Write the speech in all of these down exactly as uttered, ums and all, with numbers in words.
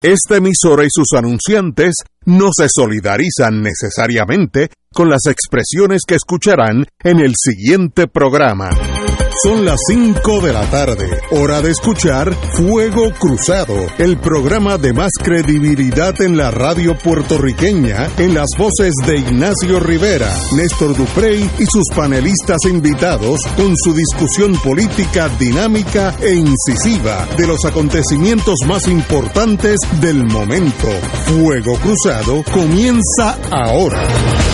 Esta emisora y sus anunciantes no se solidarizan necesariamente con las expresiones que escucharán en el siguiente programa. Son las cinco de la tarde, hora de escuchar Fuego Cruzado, el programa de más credibilidad en la radio puertorriqueña, en las voces de Ignacio Rivera, Néstor Duprey y sus panelistas invitados, con su discusión política dinámica e incisiva de los acontecimientos más importantes del momento. Fuego Cruzado comienza ahora.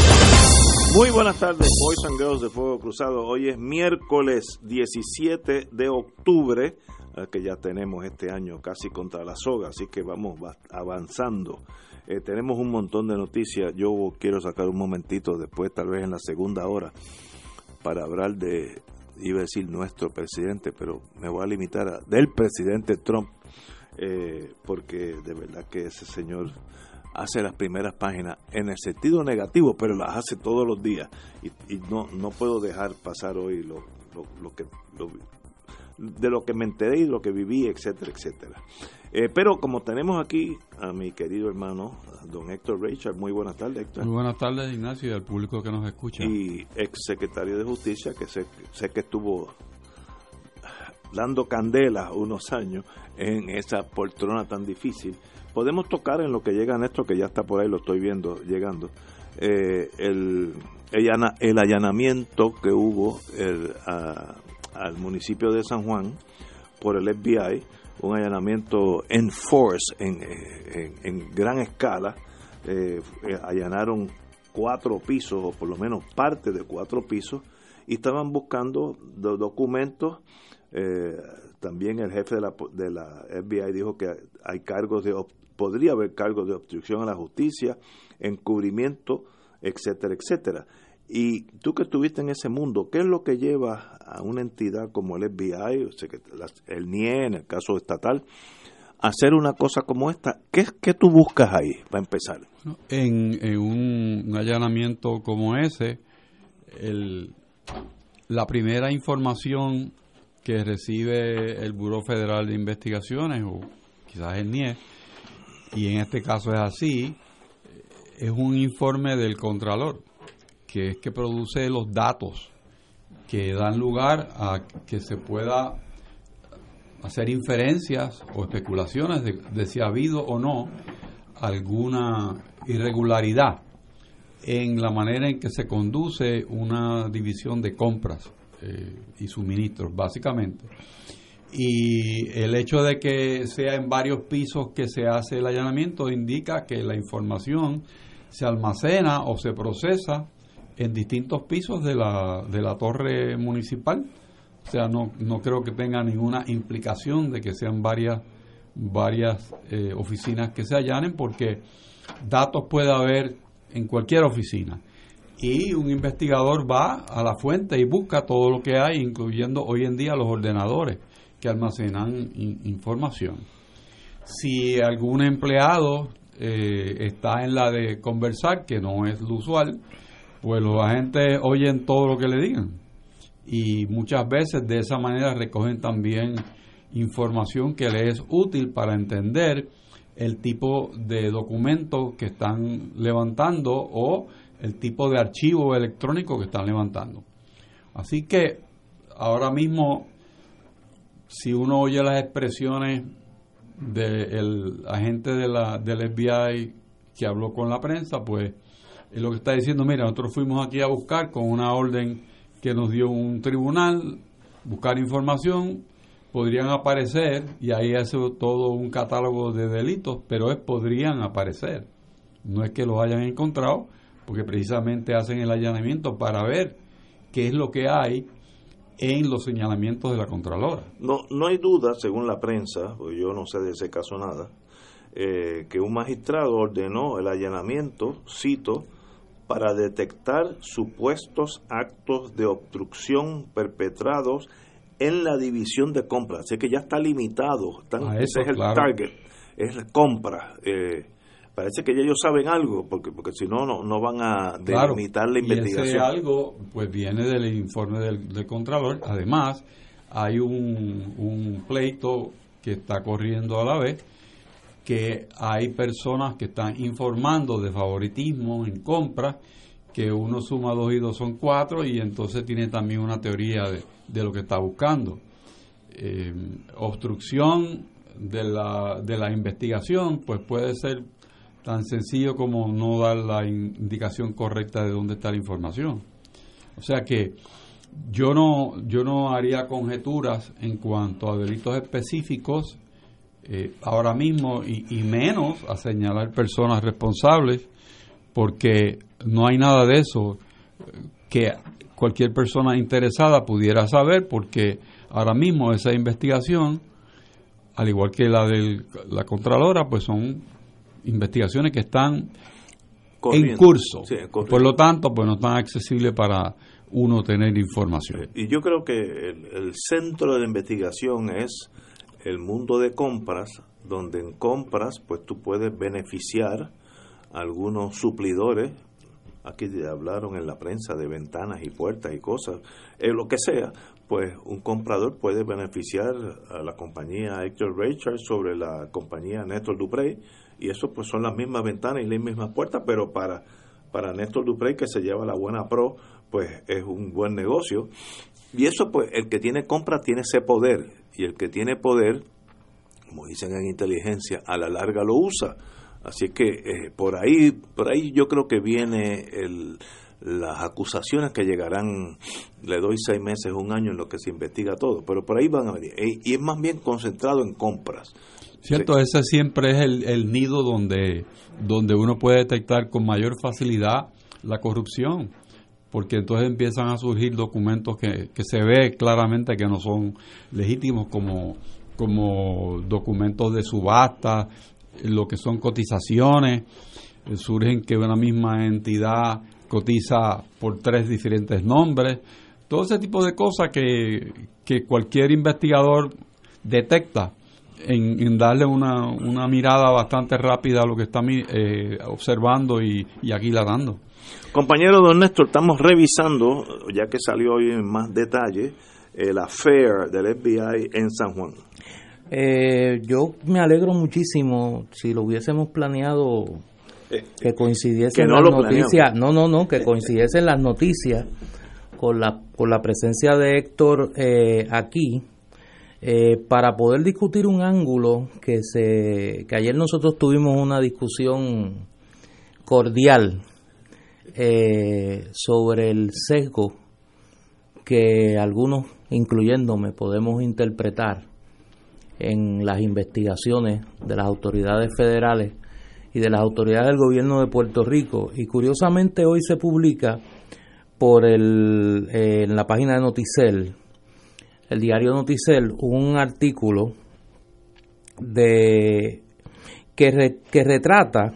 Muy buenas tardes, Boys and Girls de Fuego Cruzado. Hoy es miércoles diecisiete de octubre, que ya tenemos este año casi contra la soga, así que vamos avanzando. Eh, tenemos un montón de noticias. Yo quiero sacar un momentito después, tal vez en la segunda hora, para hablar de, iba a decir nuestro presidente, pero me voy a limitar a del presidente Trump, eh, porque de verdad que ese señor hace las primeras páginas en el sentido negativo, pero las hace todos los días y, y no no puedo dejar pasar hoy lo, lo, lo que lo, de lo que me enteré y lo que viví, etcétera, etcétera. Eh, pero como tenemos aquí a mi querido hermano, don Héctor Richard, muy buenas tardes, Héctor. Muy buenas tardes, Ignacio, y al público que nos escucha. Y ex secretario de Justicia, que sé, sé que estuvo dando candela unos años en esa poltrona tan difícil. Podemos tocar en lo que llega Néstor, que ya está por ahí, lo estoy viendo llegando, eh, el, el, el allanamiento que hubo el, a, al municipio de San Juan por el F B I, un allanamiento en force, en, en, en gran escala. Eh, allanaron cuatro pisos, o por lo menos parte de cuatro pisos, y estaban buscando do, documentos. Eh, también el jefe de la, de la F B I dijo que hay cargos de podría haber cargos de obstrucción a la justicia, encubrimiento, etcétera, etcétera. Y tú que estuviste en ese mundo, ¿qué es lo que lleva a una entidad como el F B I, o sea, el N I E, en el caso estatal, a hacer una cosa como esta? ¿Qué, qué tú buscas ahí, para empezar? En, en un, un allanamiento como ese, el, la primera información que recibe el Buró Federal de Investigaciones, o quizás el N I E, y en este caso es así, es un informe del Contralor, que es que produce los datos que dan lugar a que se pueda hacer inferencias o especulaciones de, de si ha habido o no alguna irregularidad en la manera en que se conduce una división de compras eh, y suministros, básicamente. Y el hecho de que sea en varios pisos que se hace el allanamiento indica que la información se almacena o se procesa en distintos pisos de la, de la torre municipal. O sea, no, no creo que tenga ninguna implicación de que sean varias, varias eh, oficinas que se allanen, porque datos puede haber en cualquier oficina. Y un investigador va a la fuente y busca todo lo que hay, incluyendo hoy en día los ordenadores que almacenan in, información. Si algún empleado eh, está en la de conversar, que no es lo usual, pues los agentes oyen todo lo que le digan. Y muchas veces de esa manera recogen también información que les es útil para entender el tipo de documento que están levantando o el tipo de archivo electrónico que están levantando. Así que ahora mismo, si uno oye las expresiones del agente de la, del F B I que habló con la prensa, pues es lo que está diciendo: mira, nosotros fuimos aquí a buscar con una orden que nos dio un tribunal, buscar información, podrían aparecer, y ahí hace todo un catálogo de delitos, pero es podrían aparecer, no es que los hayan encontrado, porque precisamente hacen el allanamiento para ver qué es lo que hay en los señalamientos de la Contralora. No, no hay duda, según la prensa, porque yo no sé de ese caso nada, eh, que un magistrado ordenó el allanamiento, cito, para detectar supuestos actos de obstrucción perpetrados en la división de compras. Así que ya está limitado, están, eso, ese es el claro. target, es la compra. Eh, parece que ya ellos saben algo, porque porque si no, no no van a delimitar claro, la investigación. Y ese algo pues viene del informe del, del Contralor. Además, hay un, un pleito que está corriendo a la vez, que hay personas que están informando de favoritismo en compras, que uno suma dos y dos son cuatro, y entonces tiene también una teoría de, de lo que está buscando. Eh, obstrucción de la, de la investigación, pues puede ser tan sencillo como no dar la indicación correcta de dónde está la información. O sea que yo no yo no haría conjeturas en cuanto a delitos específicos eh, ahora mismo, y, y menos a señalar personas responsables, porque no hay nada de eso que cualquier persona interesada pudiera saber, porque ahora mismo esa investigación, al igual que la de la Contralora, pues son investigaciones que están corriendo, en curso. Sí, por lo tanto, pues no están accesibles para uno tener información. Y yo creo que el, el centro de la investigación es el mundo de compras, donde en compras pues tú puedes beneficiar a algunos suplidores. Aquí hablaron en la prensa de ventanas y puertas y cosas, eh, lo que sea, pues un comprador puede beneficiar a la compañía Héctor Richards sobre la compañía Néstor Duprey, y eso pues son las mismas ventanas y las mismas puertas, pero para para Néstor Duprey, que se lleva la buena pro, pues es un buen negocio. Y eso pues el que tiene compra tiene ese poder, y el que tiene poder, como dicen en inteligencia, a la larga lo usa. Así que eh, por ahí por ahí yo creo que viene el, las acusaciones que llegarán. Le doy seis meses, un año en lo que se investiga todo, pero por ahí van a venir, y es más bien concentrado en compras. Cierto, sí. Ese siempre es el, el nido donde donde uno puede detectar con mayor facilidad la corrupción, porque entonces empiezan a surgir documentos que, que se ve claramente que no son legítimos, como como documentos de subasta, lo que son cotizaciones. Surgen que una misma entidad cotiza por tres diferentes nombres, todo ese tipo de cosas que, que cualquier investigador detecta en, en darle una, una mirada bastante rápida a lo que está eh, observando y, y aquilatando. Compañero don Néstor, estamos revisando, ya que salió hoy en más detalle, el affair del F B I en San Juan. Eh, yo me alegro muchísimo si lo hubiésemos planeado que coincidiesen que no las lo noticias, no, no, no, que coincidiesen las noticias con la con la presencia de Héctor eh, aquí eh, para poder discutir un ángulo que se que ayer nosotros tuvimos una discusión cordial eh, sobre el sesgo que algunos, incluyéndome, podemos interpretar en las investigaciones de las autoridades federales y de las autoridades del gobierno de Puerto Rico. Y curiosamente hoy se publica por el eh, en la página de Noticel, el diario Noticel, un artículo de que, re, que retrata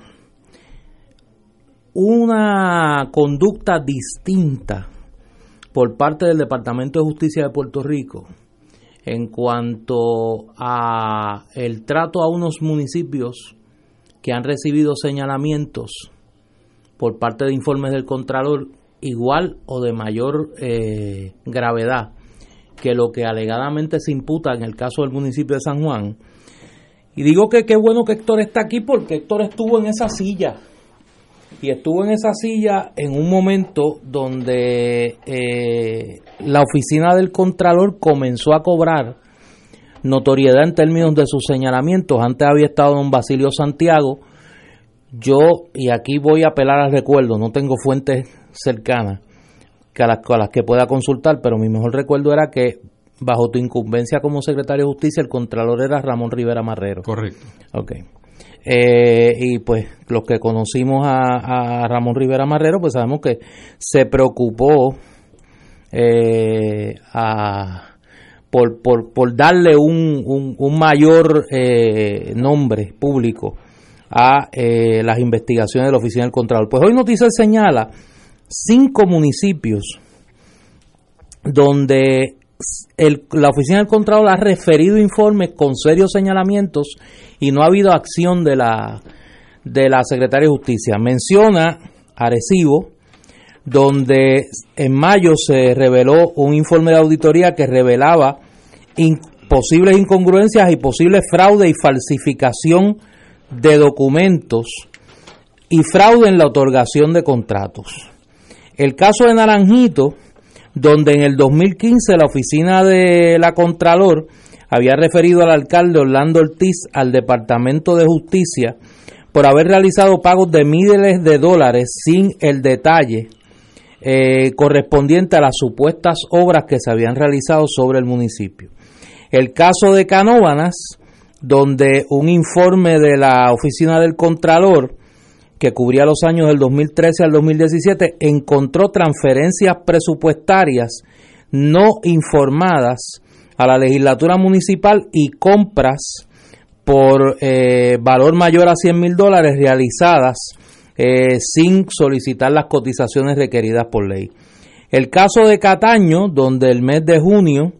una conducta distinta por parte del Departamento de Justicia de Puerto Rico en cuanto a el trato a unos municipios que han recibido señalamientos por parte de informes del Contralor igual o de mayor eh, gravedad que lo que alegadamente se imputa en el caso del municipio de San Juan. Y digo que qué bueno que Héctor está aquí, porque Héctor estuvo en esa silla, y estuvo en esa silla en un momento donde eh, la oficina del Contralor comenzó a cobrar notoriedad en términos de sus señalamientos. Antes había estado don Basilio Santiago. Yo, y aquí voy a apelar al recuerdo, no tengo fuentes cercanas que a, las, a las que pueda consultar, pero mi mejor recuerdo era que bajo tu incumbencia como secretario de Justicia, el Contralor era Ramón Rivera Marrero. Correcto. Ok. Eh, y pues los que conocimos a, a Ramón Rivera Marrero, pues sabemos que se preocupó eh, a, por, por, por darle un, un, un mayor eh, nombre público a eh, las investigaciones de la Oficina del Contralor. Pues hoy Noticel señala cinco municipios donde el, la Oficina del Contralor ha referido informes con serios señalamientos y no ha habido acción de la de la Secretaría de Justicia. Menciona Arecibo, donde en mayo se reveló un informe de auditoría que revelaba in, posibles incongruencias y posibles fraude y falsificación de documentos y fraude en la otorgación de contratos. El caso de Naranjito, donde en el dos mil quince la oficina de la Contralor había referido al alcalde Orlando Ortiz al Departamento de Justicia por haber realizado pagos de miles de dólares sin el detalle eh, correspondiente a las supuestas obras que se habían realizado sobre el municipio. El caso de Canóvanas, donde un informe de la oficina del Contralor que cubría los años del dos mil trece al dos mil diecisiete, encontró transferencias presupuestarias no informadas a la legislatura municipal y compras por eh, valor mayor a cien mil dólares realizadas eh, sin solicitar las cotizaciones requeridas por ley. El caso de Cataño, donde el mes de junio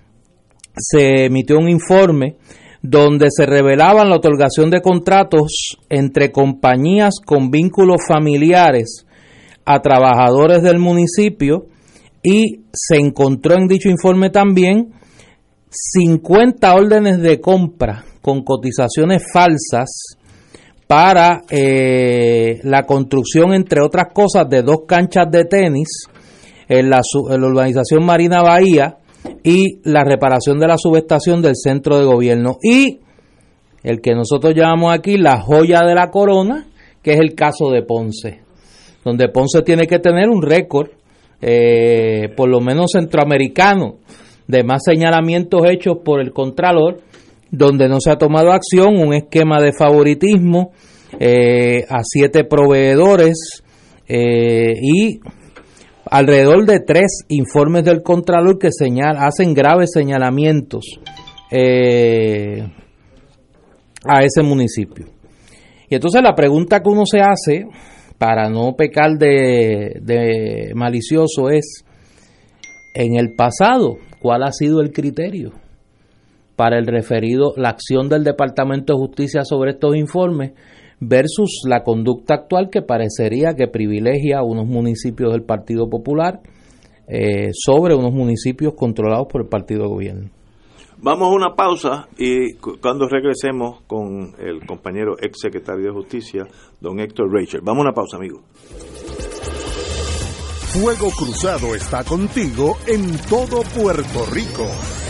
se emitió un informe donde se revelaban la otorgación de contratos entre compañías con vínculos familiares a trabajadores del municipio, y se encontró en dicho informe también cincuenta órdenes de compra con cotizaciones falsas para eh, la construcción, entre otras cosas, de dos canchas de tenis en la, en la urbanización Marina Bahía y la reparación de la subestación del centro de gobierno. Y el que nosotros llamamos aquí la joya de la corona, que es el caso de Ponce, donde Ponce tiene que tener un récord, eh, por lo menos centroamericano, de más señalamientos hechos por el Contralor, donde no se ha tomado acción, un esquema de favoritismo eh, a siete proveedores eh, y alrededor de tres informes del Contralor que señal, hacen graves señalamientos eh, a ese municipio. Y entonces la pregunta que uno se hace, para no pecar de, de malicioso, es: en el pasado, ¿cuál ha sido el criterio para el referido, la acción del Departamento de Justicia sobre estos informes versus la conducta actual, que parecería que privilegia a unos municipios del Partido Popular eh, sobre unos municipios controlados por el Partido de Gobierno? Vamos a una pausa y cuando regresemos con el compañero ex secretario de Justicia, don Héctor Rachel. Vamos a una pausa, amigos. Fuego Cruzado está contigo en todo Puerto Rico.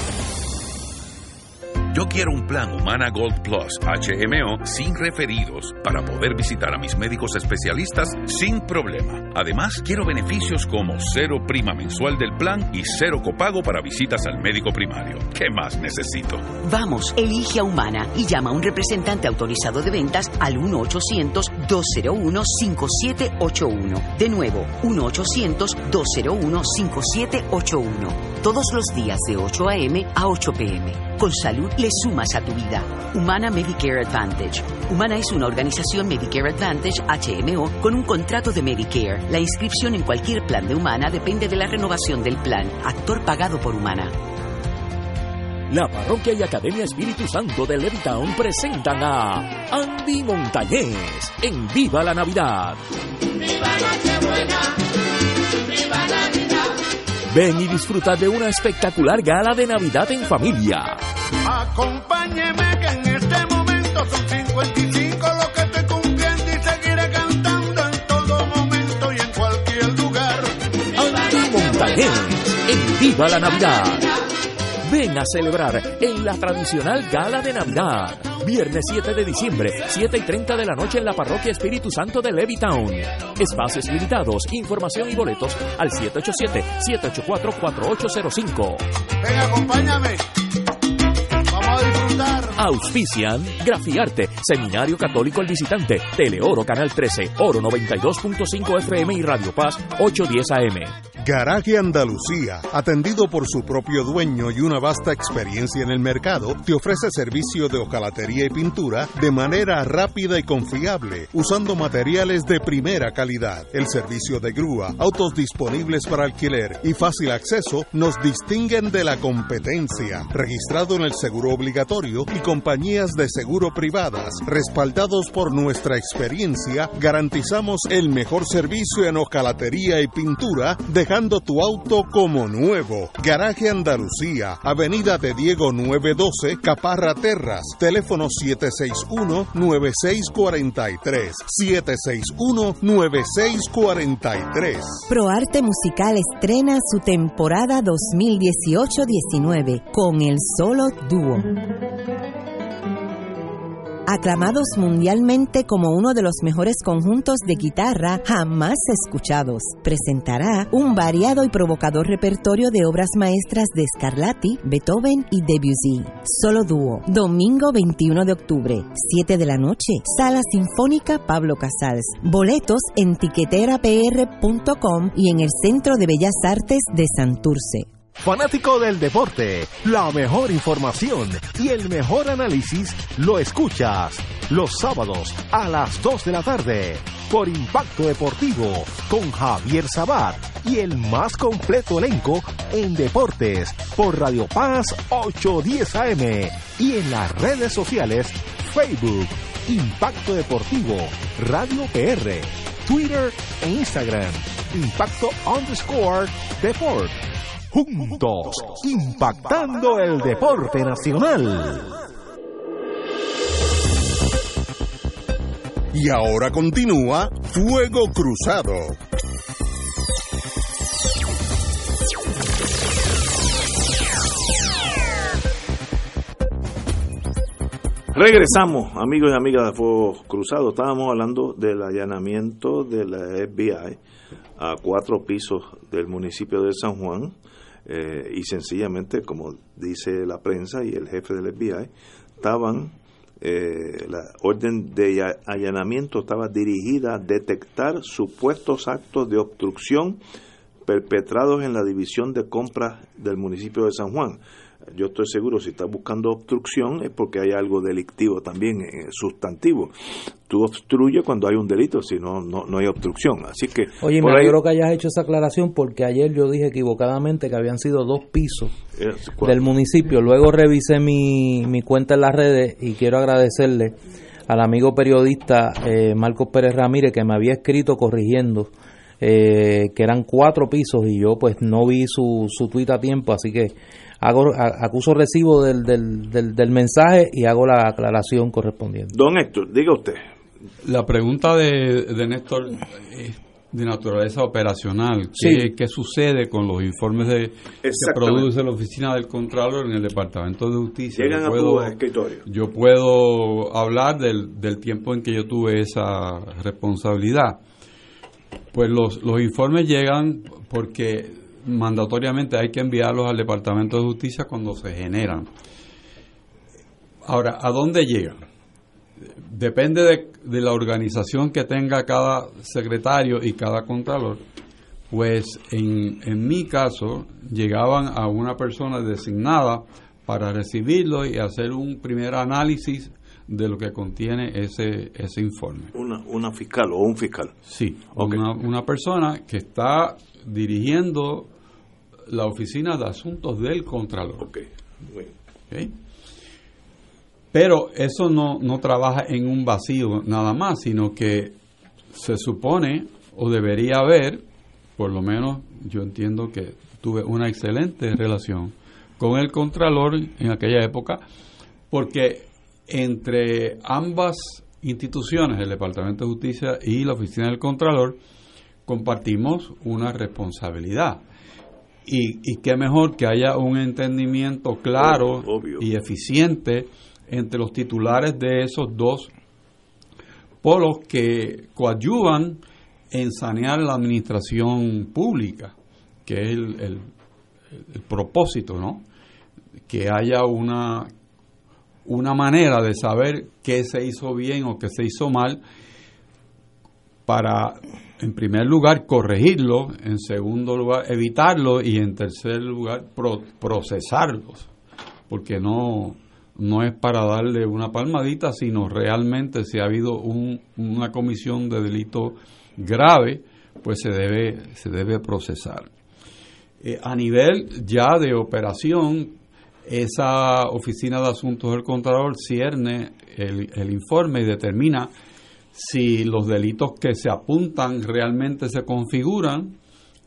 Yo quiero un plan Humana Gold Plus H M O sin referidos para poder visitar a mis médicos especialistas sin problema. Además, quiero beneficios como cero prima mensual del plan y cero copago para visitas al médico primario. ¿Qué más necesito? Vamos, elige a Humana y llama a un representante autorizado de ventas al uno ochocientos, dos cero uno, cinco siete ocho uno. De nuevo, uno ochocientos, dos cero uno, cinco siete ocho uno. Todos los días de ocho a eme a ocho pe eme. Con salud le sumas a tu vida. Humana Medicare Advantage. Humana es una organización Medicare Advantage H M O con un contrato de Medicare. La inscripción en cualquier plan de Humana depende de la renovación del plan. Actor pagado por Humana. La Parroquia y Academia Espíritu Santo de Levittown presentan a Andy Montañez en Viva la Navidad. ¡Viva Nochebuena! ¡Viva Navidad! Ven y disfruta de una espectacular gala de Navidad en familia. Acompáñeme que en este momento son cincuenta y cinco los que estoy cumpliendo y seguiré cantando en todo momento y en cualquier lugar. Andy Montañez en Viva la Navidad. Ven a celebrar en la tradicional gala de Navidad. Viernes siete de diciembre, siete y treinta de la noche en la Parroquia Espíritu Santo de Levittown. Espacios limitados, información y boletos al siete ocho siete, siete ocho cuatro, cuatro ocho cero cinco. Ven, acompáñame. Vamos a disfrutar. Auspician Grafiarte, Seminario Católico El Visitante, Teleoro Canal trece, Oro noventa y dos punto cinco F M y Radio Paz ochocientos diez A M. Garaje Andalucía, atendido por su propio dueño y una vasta experiencia en el mercado, te ofrece servicio de hojalatería y pintura de manera rápida y confiable, usando materiales de primera calidad. El servicio de grúa, autos disponibles para alquiler y fácil acceso nos distinguen de la competencia. Registrado en el seguro obligatorio y compañías de seguro privadas, respaldados por nuestra experiencia, garantizamos el mejor servicio en hojalatería y pintura, dejando dejando tu auto como nuevo. Garaje Andalucía, Avenida de Diego novecientos doce, Caparra Terras. Teléfono siete seis uno, nueve seis cuatro tres. siete seis uno, nueve seis cuatro tres. ProArte Musical estrena su temporada dos mil dieciocho diecinueve con el Solo Dúo. Aclamados mundialmente como uno de los mejores conjuntos de guitarra jamás escuchados, presentará un variado y provocador repertorio de obras maestras de Scarlatti, Beethoven y Debussy. Solo Dúo, domingo veintiuno de octubre, siete de la noche, Sala Sinfónica Pablo Casals. Boletos en tiquetera p r punto com y en el Centro de Bellas Artes de Santurce. Fanático del deporte, la mejor información y el mejor análisis lo escuchas los sábados a las dos de la tarde por Impacto Deportivo con Javier Sabat y el más completo elenco en deportes por Radio Paz ochocientos diez A M y en las redes sociales Facebook, Impacto Deportivo, Radio P R, Twitter e Instagram, Impacto underscore Deport. Juntos, impactando el deporte nacional. Y ahora continúa Fuego Cruzado. Regresamos, amigos y amigas de Fuego Cruzado. Estábamos hablando del allanamiento de la F B I a cuatro pisos del municipio de San Juan. Eh, y sencillamente, como dice la prensa y el jefe del F B I, estaban, eh, la orden de allanamiento estaba dirigida a detectar supuestos actos de obstrucción perpetrados en la división de compras del municipio de San Juan. Yo estoy seguro, si estás buscando obstrucción es porque hay algo delictivo también, eh, sustantivo. Tú obstruyes cuando hay un delito, si no, no, no hay obstrucción. Así que... Oye, me alegro que hayas hecho esa aclaración porque ayer yo dije equivocadamente que habían sido dos pisos eh, del municipio. Luego revisé mi, mi cuenta en las redes y quiero agradecerle al amigo periodista eh, Marcos Pérez Ramírez que me había escrito corrigiendo eh, que eran cuatro pisos y yo pues no vi su, su tuit a tiempo, así que hago acuso recibo del, del, del, del mensaje y hago la aclaración correspondiente. Don Héctor, diga usted. La pregunta de, de Néstor es de naturaleza operacional. ¿Qué, sí. ¿Qué sucede con los informes de que produce la Oficina del Contralor en el Departamento de Justicia? Llegan a tu escritorio. Yo puedo hablar del, del tiempo en que yo tuve esa responsabilidad. Pues los, los informes llegan porque mandatoriamente hay que enviarlos al Departamento de Justicia cuando se generan. Ahora, ¿a dónde llegan? Depende de, de la organización que tenga cada secretario y cada contralor. Pues en, en mi caso llegaban a una persona designada para recibirlo y hacer un primer análisis de lo que contiene ese ese informe. Una, una fiscal o un fiscal. Sí, okay. una, una persona que está dirigiendo la Oficina de Asuntos del Contralor. Okay. Okay. Pero eso no, no trabaja en un vacío nada más, sino que se supone o debería haber, por lo menos yo entiendo que tuve una excelente relación con el Contralor en aquella época, porque entre ambas instituciones, el Departamento de Justicia y la Oficina del Contralor, compartimos una responsabilidad. Y, y qué mejor que haya un entendimiento claro, obvio, obvio. y eficiente entre los titulares de esos dos polos que coadyuvan en sanear la administración pública, que es el, el, el propósito, ¿no? Que haya una una manera de saber qué se hizo bien o qué se hizo mal para, en primer lugar, corregirlo, en segundo lugar, evitarlo y en tercer lugar, pro, procesarlos, porque no, no es para darle una palmadita, sino realmente si ha habido un, una comisión de delito grave, pues se debe, se debe procesar. Eh, a nivel ya de operación, esa Oficina de Asuntos del Contralor cierne el, el informe y determina si los delitos que se apuntan realmente se configuran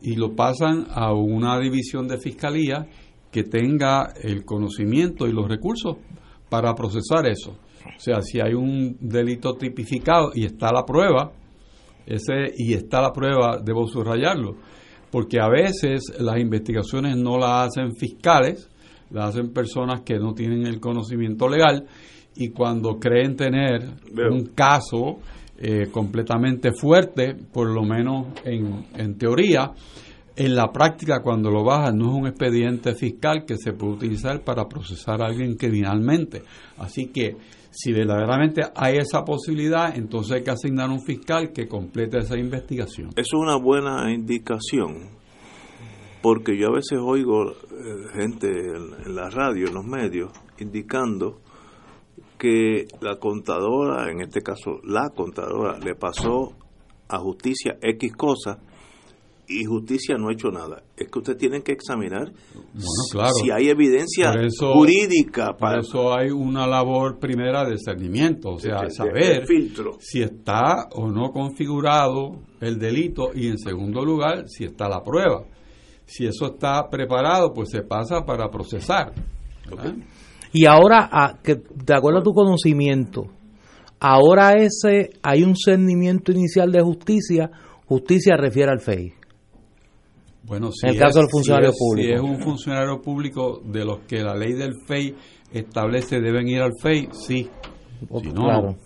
y lo pasan a una división de fiscalía que tenga el conocimiento y los recursos para procesar eso. O sea, si hay un delito tipificado y está la prueba, ese y está la prueba, debo subrayarlo, porque a veces las investigaciones no las hacen fiscales, las hacen personas que no tienen el conocimiento legal, y cuando creen tener Veo. un caso eh, completamente fuerte, por lo menos en, en teoría, en la práctica cuando lo bajan no es un expediente fiscal que se puede utilizar para procesar a alguien criminalmente. Así que si verdaderamente hay esa posibilidad, entonces hay que asignar un fiscal que complete esa investigación. Eso es una buena indicación, porque yo a veces oigo eh, gente en, en la radio, en los medios, indicando que la contadora, en este caso la contadora, le pasó a justicia X cosas y justicia no ha hecho nada. Es que ustedes tienen que examinar bueno, claro. si hay evidencia por eso, jurídica. Para por eso hay una labor primera de discernimiento, o sea, de, de, saber de filtro. si está o no configurado el delito, y en segundo lugar, si está la prueba. Si eso está preparado, pues se pasa para procesar. Okay. Y ahora, a, que de acuerdo a tu conocimiento, ahora ese hay un cernimiento inicial de justicia, justicia refiere al F E I. Bueno, si en el es, caso del funcionario si es, público. Si es un funcionario público de los que la ley del F E I establece deben ir al F E I, sí. Si no, claro. no.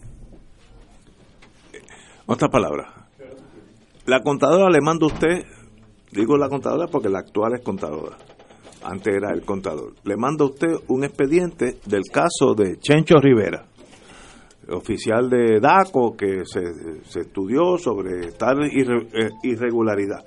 Otra palabra. La contadora le manda a usted, digo la contadora porque la actual es contadora, antes era el contador, le manda a usted un expediente del caso de Chencho Rivera, oficial de DACO que se, se estudió sobre tal irre, eh, irregularidad.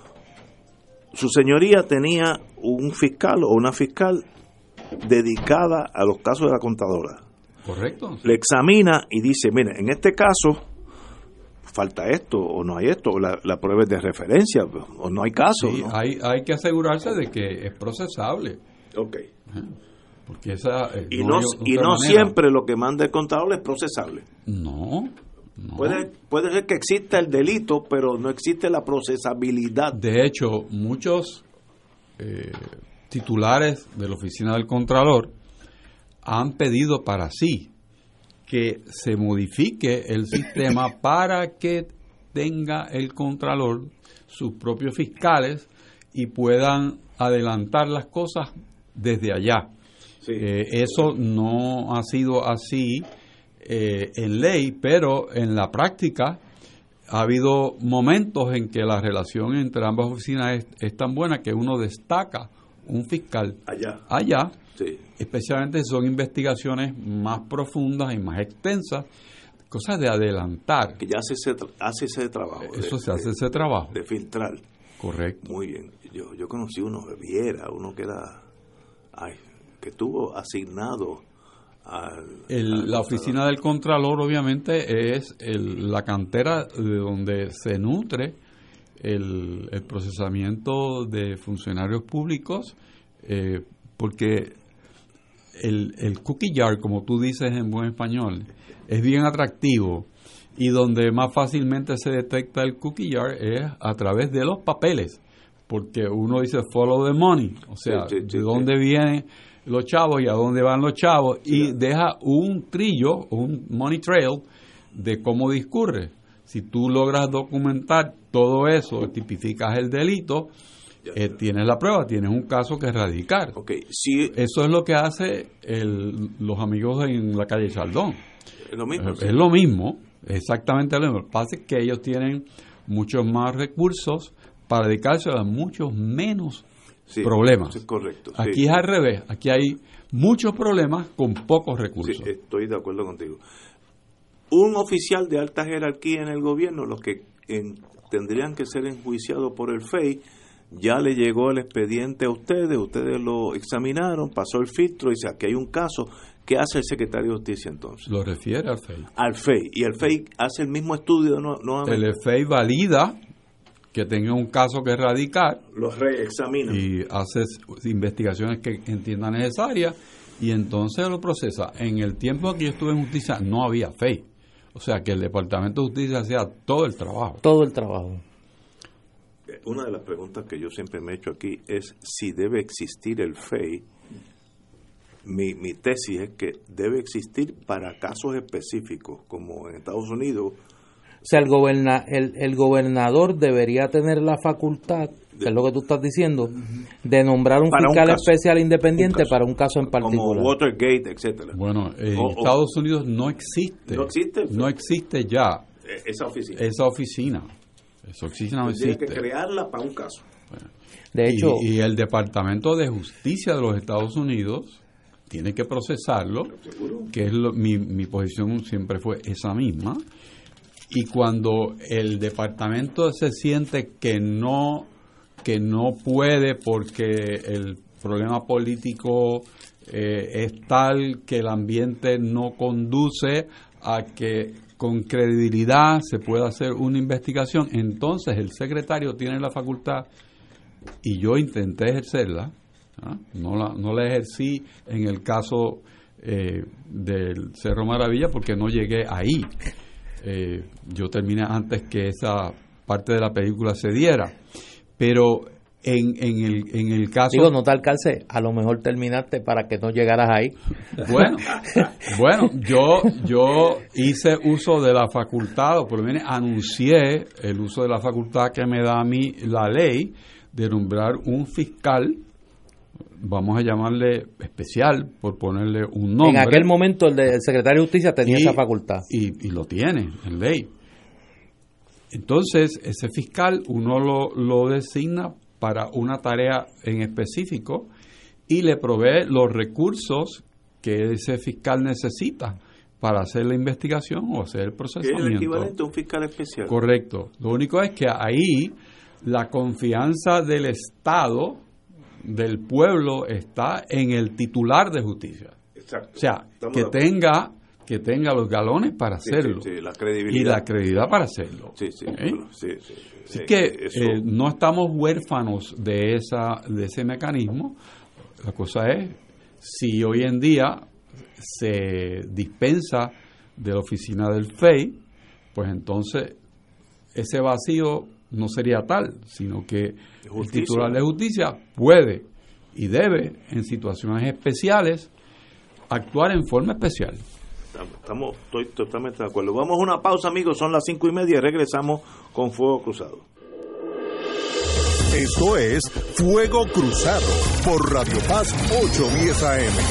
Su señoría tenía un fiscal o una fiscal dedicada a los casos de la contadora. Correcto. Le examina y dice, mire, en este caso falta esto o no hay esto, o la, la prueba es de referencia o no hay caso. Sí, ¿no? hay, hay que asegurarse de que es procesable. Ok. Porque esa, eh, y no, no, y no siempre lo que manda el contador es procesable. No. No. Puede, puede ser que exista el delito, pero no existe la procesabilidad. De hecho, muchos eh, titulares de la Oficina del Contralor han pedido para sí que se modifique el sistema para que tenga el Contralor sus propios fiscales y puedan adelantar las cosas desde allá. Sí. Eh, eso no ha sido así Eh, en ley, pero en la práctica ha habido momentos en que la relación entre ambas oficinas es, es tan buena que uno destaca un fiscal allá, allá sí. especialmente si son investigaciones más profundas y más extensas, cosas de adelantar. Que ya hace ese, hace ese trabajo. Eso de, se hace de, ese trabajo. De filtrar. Correcto. Muy bien. Yo, yo conocí uno, Viera, uno que era, ay, que estuvo asignado Al, el, al la oficina del Contralor obviamente es el, la cantera de donde se nutre el, el procesamiento de funcionarios públicos, eh, porque el, el cookie jar, como tú dices en buen español, es bien atractivo, y donde más fácilmente se detecta el cookie jar es a través de los papeles, porque uno dice follow the money, o sea, sí, sí, sí, de dónde sí. viene los chavos y a dónde van los chavos, y sí. deja un trillo, un money trail de cómo discurre. Si tú logras documentar todo eso, tipificas el delito, eh, tienes la prueba, tienes un caso que erradicar. Okay. Sí. Eso es lo que hace el, los amigos en la calle Chaldón. Es lo mismo. Es, sí. es lo mismo, exactamente lo mismo. Lo que pasa es que ellos tienen muchos más recursos para dedicarse a muchos menos Sí, problemas. Sí, correcto. Aquí sí. es al revés. Aquí hay muchos problemas con pocos recursos. Sí, estoy de acuerdo contigo. Un oficial de alta jerarquía en el gobierno, los que en, tendrían que ser enjuiciados por el F E I, ya le llegó el expediente a ustedes, ustedes lo examinaron, pasó el filtro y dice, aquí hay un caso. ¿Qué hace el secretario de Justicia entonces? Lo refiere al F E I. Al F E I. Y el F E I hace el mismo estudio nuevamente. El F E I valida que tenga un caso que erradicar, los reexamina y hace investigaciones que entienda necesarias, y entonces lo procesa. En el tiempo que yo estuve en justicia no había F E I, o sea que el Departamento de Justicia hacía todo el trabajo. Todo el trabajo. Una de las preguntas que yo siempre me he hecho aquí es si debe existir el F E I. Mi, mi tesis es que debe existir para casos específicos, como en Estados Unidos. O sea, el, goberna, el, el gobernador debería tener la facultad, que es lo que tú estás diciendo, de nombrar un fiscal un caso, especial independiente un para un caso en particular. Como Watergate, etcétera. Bueno, en o, Estados o, Unidos no existe. No existe. No existe ya. Esa oficina. Esa oficina. Esa oficina no existe. Tiene que crearla para un caso. Bueno, de hecho, y, y el Departamento de Justicia de los Estados Unidos tiene que procesarlo, que es lo, mi, mi posición siempre fue esa misma. Y cuando el departamento se siente que no que no puede porque el problema político eh, es tal que el ambiente no conduce a que con credibilidad se pueda hacer una investigación, entonces el secretario tiene la facultad, y yo intenté ejercerla, ¿ah? no la no la ejercí en el caso eh, del Cerro Maravilla porque no llegué ahí. Eh, yo terminé antes que esa parte de la película se diera, pero en, en, el, en el caso... Digo, no te alcance, a lo mejor terminaste para que no llegaras ahí. Bueno, bueno yo, yo hice uso de la facultad, o por lo menos anuncié el uso de la facultad que me da a mí la ley de nombrar un fiscal, vamos a llamarle especial, por ponerle un nombre. En aquel momento el, de, el secretario de Justicia tenía y, esa facultad. Y, y lo tiene en ley. Entonces, ese fiscal uno lo, lo designa para una tarea en específico y le provee los recursos que ese fiscal necesita para hacer la investigación o hacer el procesamiento. Es el equivalente a un fiscal especial. Correcto. Lo único es que ahí la confianza del Estado, del pueblo, está en el titular de justicia. Exacto. O sea, Estamos que tenga que tenga los galones para sí, hacerlo. Sí, sí, la credibilidad. Y la credibilidad para hacerlo. Sí, sí. ¿Eh? sí, sí, sí Así sí, que eso... eh, no estamos huérfanos de esa de ese mecanismo. La cosa es, si hoy en día se dispensa de la oficina del F E I, pues entonces ese vacío no sería tal, sino que justicia. El titular de justicia puede y debe, en situaciones especiales, actuar en forma especial. Estamos, estoy totalmente de acuerdo. Vamos a una pausa, amigos, son las cinco y media y regresamos con Fuego Cruzado. Esto es Fuego Cruzado por Radio Paz ochocientos diez A M.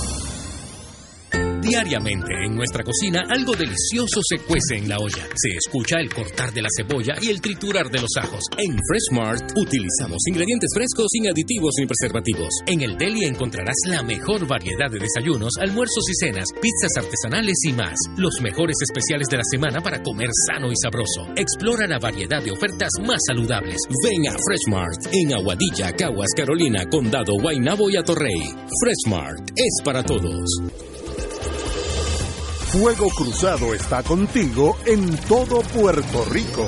Diariamente en nuestra cocina algo delicioso se cuece en la olla. Se escucha el cortar de la cebolla y el triturar de los ajos. En Fresh Mart utilizamos ingredientes frescos sin aditivos ni preservativos. En el deli encontrarás la mejor variedad de desayunos, almuerzos y cenas, pizzas artesanales y más. Los mejores especiales de la semana para comer sano y sabroso. Explora la variedad de ofertas más saludables. Ven a Fresh Mart en Aguadilla, Caguas, Carolina, Condado, Guaynabo y Atorrey. Fresh Mart es para todos. Fuego Cruzado está contigo en todo Puerto Rico.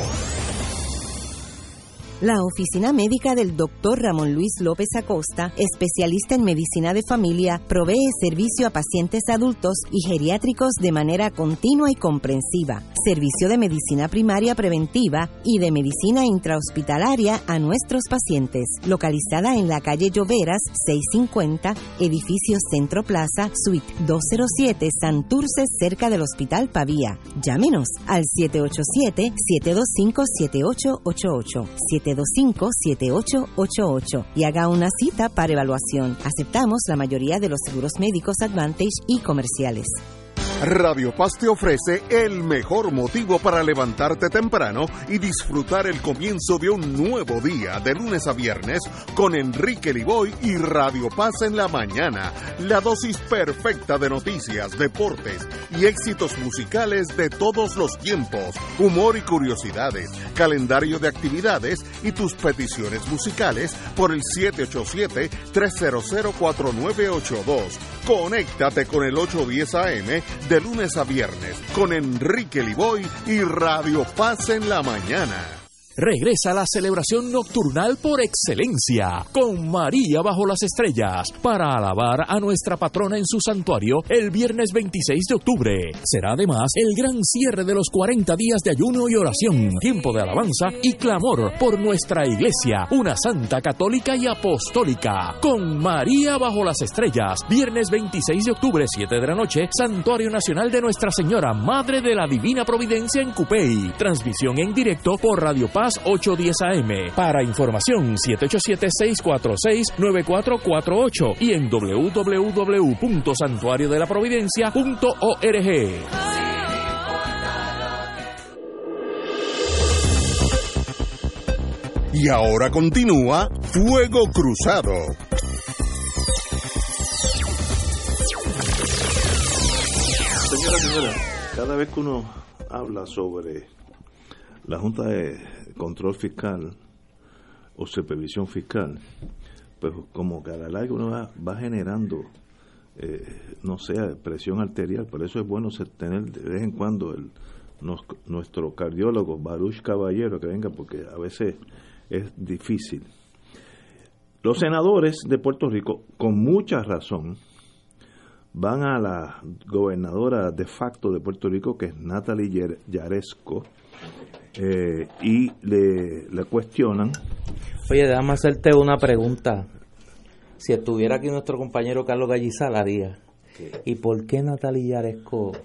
La oficina médica del doctor Ramón Luis López Acosta, especialista en medicina de familia, provee servicio a pacientes adultos y geriátricos de manera continua y comprensiva, servicio de medicina primaria preventiva y de medicina intrahospitalaria a nuestros pacientes. Localizada en la calle Lloveras, seiscientos cincuenta, edificio Centro Plaza, suite doscientos siete, Santurce, cerca del Hospital Pavía. Llámenos al siete ocho siete, siete dos cinco, siete ocho ocho ocho, siete dos cinco, siete ocho ocho ocho y haga una cita para evaluación. Aceptamos la mayoría de los seguros médicos Advantage y comerciales. Radio Paz te ofrece el mejor motivo para levantarte temprano y disfrutar el comienzo de un nuevo día de lunes a viernes con Enrique Liboy y Radio Paz en la mañana. La dosis perfecta de noticias, deportes y éxitos musicales de todos los tiempos, humor y curiosidades, calendario de actividades y tus peticiones musicales por el siete ocho siete, tres cero cero, cuatro nueve ocho dos. Conéctate con el ochocientos diez A M de lunes a viernes con Enrique Liboy y Radio Paz en la mañana. Regresa la celebración nocturnal por excelencia, con María bajo las estrellas, para alabar a nuestra patrona en su santuario el viernes veintiséis de octubre. Será además el gran cierre de los cuarenta días de ayuno y oración, tiempo de alabanza y clamor por nuestra iglesia, una santa católica y apostólica. Con María bajo las estrellas, viernes veintiséis de octubre, siete de la noche, Santuario Nacional de Nuestra Señora, Madre de la Divina Providencia en Cupey. Transmisión en directo por Radio Paz ochocientos diez A M. Para información, siete ocho siete, seis cuatro seis, nueve cuatro cuatro ocho y en doble u doble u doble u punto santuario de la providencia punto org. Y ahora continúa Fuego Cruzado. Señora, señora, cada vez que uno habla sobre la Junta de Control Fiscal o Supervisión Fiscal, pues como que a la larga uno va, va generando, eh, no sé, presión arterial. Por eso es bueno tener de vez en cuando el, nos, nuestro cardiólogo Baruch Caballero que venga, porque a veces es difícil. Los senadores de Puerto Rico, con mucha razón, van a la gobernadora de facto de Puerto Rico, que es Natalie Yaresco, eh, y le, le cuestionan. Oye, déjame hacerte una pregunta. Si estuviera aquí nuestro compañero Carlos Gallizal, haría. ¿Y por qué Natalie Yaresco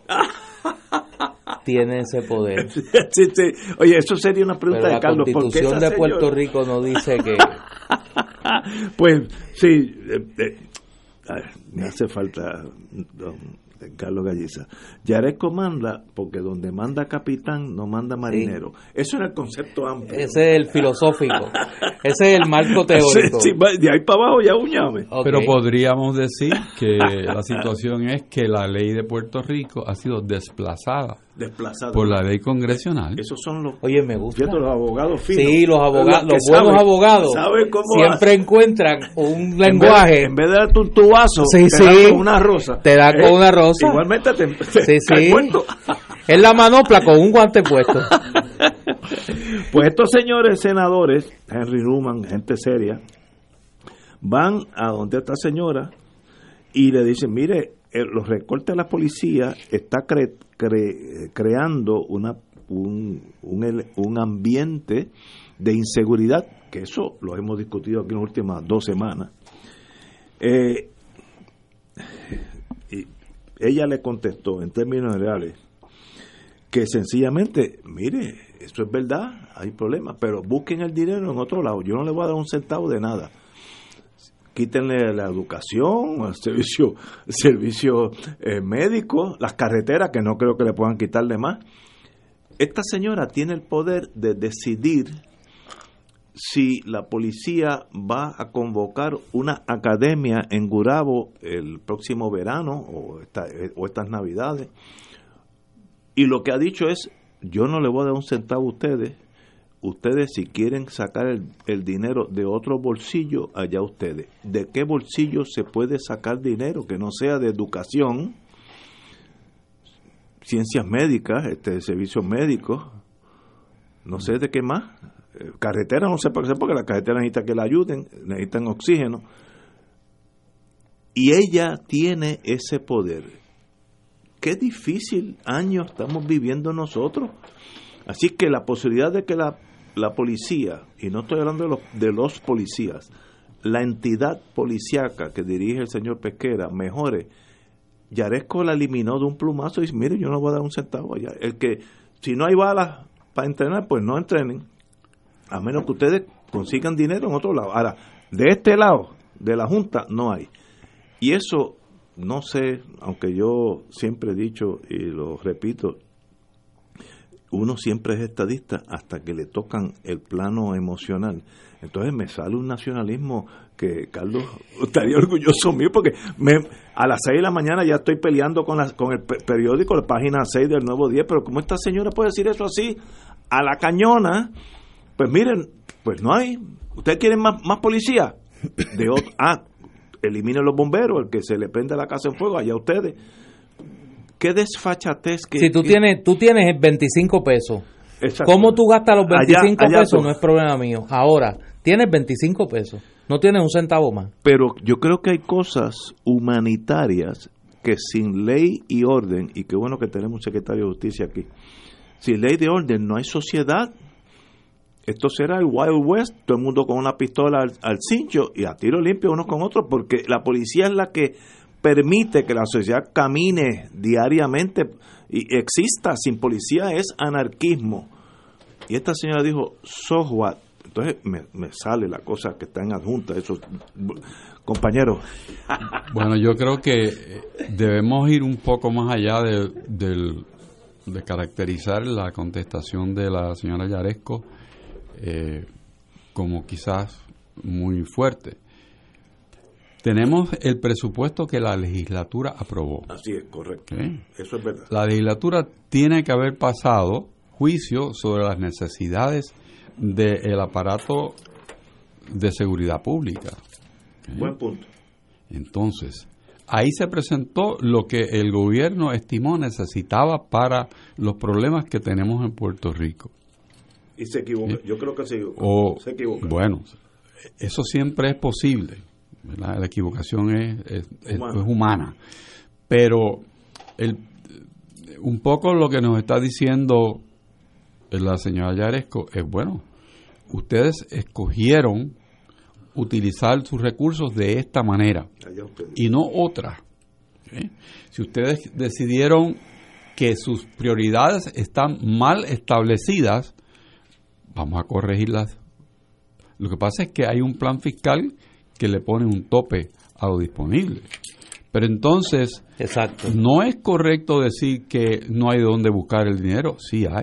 tiene ese poder? Sí, sí. Oye, eso sería una pregunta Pero de Carlos. La Constitución de Puerto señora? Rico no dice que... Pues sí, eh, eh, me hace falta don Carlos Galliza. Yaresco manda porque donde manda capitán no manda marinero. Sí. Eso era el concepto amplio. Ese es el filosófico. Ese es el marco teórico. Sí, sí, de ahí para abajo ya uñame. Okay. Pero podríamos decir que la situación es que la ley de Puerto Rico ha sido desplazada. Desplazado. Por la ley congresional. Esos son los. Oye, me gusta. Fíjate, los abogados finos. Sí, los abogados, los, los buenos saben, abogados. Saben cómo siempre hace. Encuentran un lenguaje. En vez, en vez de darte un tubazo, sí, te sí, dan con una rosa. Te dan eh, con una rosa. Igualmente te. Sí, sí. Es la manopla con un guante puesto. Pues estos señores senadores, Henry Newman, gente seria, van a donde esta señora y le dicen: mire, eh, los recortes de la policía está cre, cre, creando una un, un, un ambiente de inseguridad, que eso lo hemos discutido aquí en las últimas dos semanas. Eh, y ella le contestó en términos generales que sencillamente, mire, eso es verdad, hay problemas, pero busquen el dinero en otro lado. Yo no le voy a dar un centavo de nada. Quítenle la educación, el servicio, el servicio eh, médico, las carreteras, que no creo que le puedan quitarle más. Esta señora tiene el poder de decidir si la policía va a convocar una academia en Gurabo el próximo verano o, esta, o estas navidades. Y lo que ha dicho es: yo no le voy a dar un centavo a ustedes. Ustedes, si quieren sacar el, el dinero de otro bolsillo, allá ustedes. ¿De qué bolsillo se puede sacar dinero que no sea de educación, ciencias médicas, este servicios médicos, no sé de qué más? Eh, carretera, no sé por qué, porque la carretera necesita que la ayuden, necesitan oxígeno. Y ella tiene ese poder. Qué difícil año estamos viviendo nosotros. Así que la posibilidad de que la la policía, y no estoy hablando de los, de los policías, la entidad policíaca que dirige el señor Pesquera mejore. Yaresco la eliminó de un plumazo y dice: mire, yo no voy a dar un centavo allá. El que, si no hay balas para entrenar, pues no entrenen, a menos que ustedes consigan dinero en otro lado. Ahora, de este lado de la Junta no hay. Y eso, no sé, aunque yo siempre he dicho y lo repito, uno siempre es estadista hasta que le tocan el plano emocional. Entonces me sale un nacionalismo que Carlos estaría orgulloso mío, porque me, a las seis de la mañana ya estoy peleando con, la, con el periódico, la página seis del Nuevo Día. Pero ¿cómo esta señora puede decir eso así a la cañona? Pues miren, pues no hay. ¿Ustedes quieren más, más policía? De otro, ah, eliminen los bomberos, el que se le prende la casa en fuego, allá ustedes. Qué desfachatez que... Si tú que, tienes tú tienes veinticinco pesos Exacto. Cómo tú gastas los veinticinco allá, allá pesos tú. no es problema mío. Ahora, tienes veinticinco pesos, no tienes un centavo más. Pero yo creo que hay cosas humanitarias que sin ley y orden, y qué bueno que tenemos un secretario de justicia aquí, sin ley de orden no hay sociedad. Esto será el Wild West, todo el mundo con una pistola al, al cincho y a tiro limpio unos con otros, porque la policía es la que permite que la sociedad camine diariamente y exista. Sin policía es anarquismo. Y esta señora dijo, so what? Entonces me, me sale la cosa que está en adjunta, esos compañeros. Bueno, yo creo que debemos ir un poco más allá de, de, de caracterizar la contestación de la señora Yaresco eh, como quizás muy fuerte. Tenemos el presupuesto que la legislatura aprobó. Así es, correcto. ¿Sí? Eso es verdad. La legislatura tiene que haber pasado juicio sobre las necesidades del aparato de seguridad pública. ¿Sí? Buen punto. Entonces, ahí se presentó lo que el gobierno estimó necesitaba para los problemas que tenemos en Puerto Rico. Y se equivoca. ¿Sí? Yo creo que se equivoca. O, se equivoca. Bueno, eso siempre es posible, ¿verdad? La equivocación es, es, es, humana. es humana. Pero el, un poco lo que nos está diciendo la señora Yaresco es, bueno, ustedes escogieron utilizar sus recursos de esta manera y no otra. ¿Sí? Si ustedes decidieron que sus prioridades están mal establecidas, vamos a corregirlas. Lo que pasa es que hay un plan fiscal que le pone un tope a lo disponible. Pero entonces, exacto, no es correcto decir que no hay de dónde buscar el dinero. Sí hay.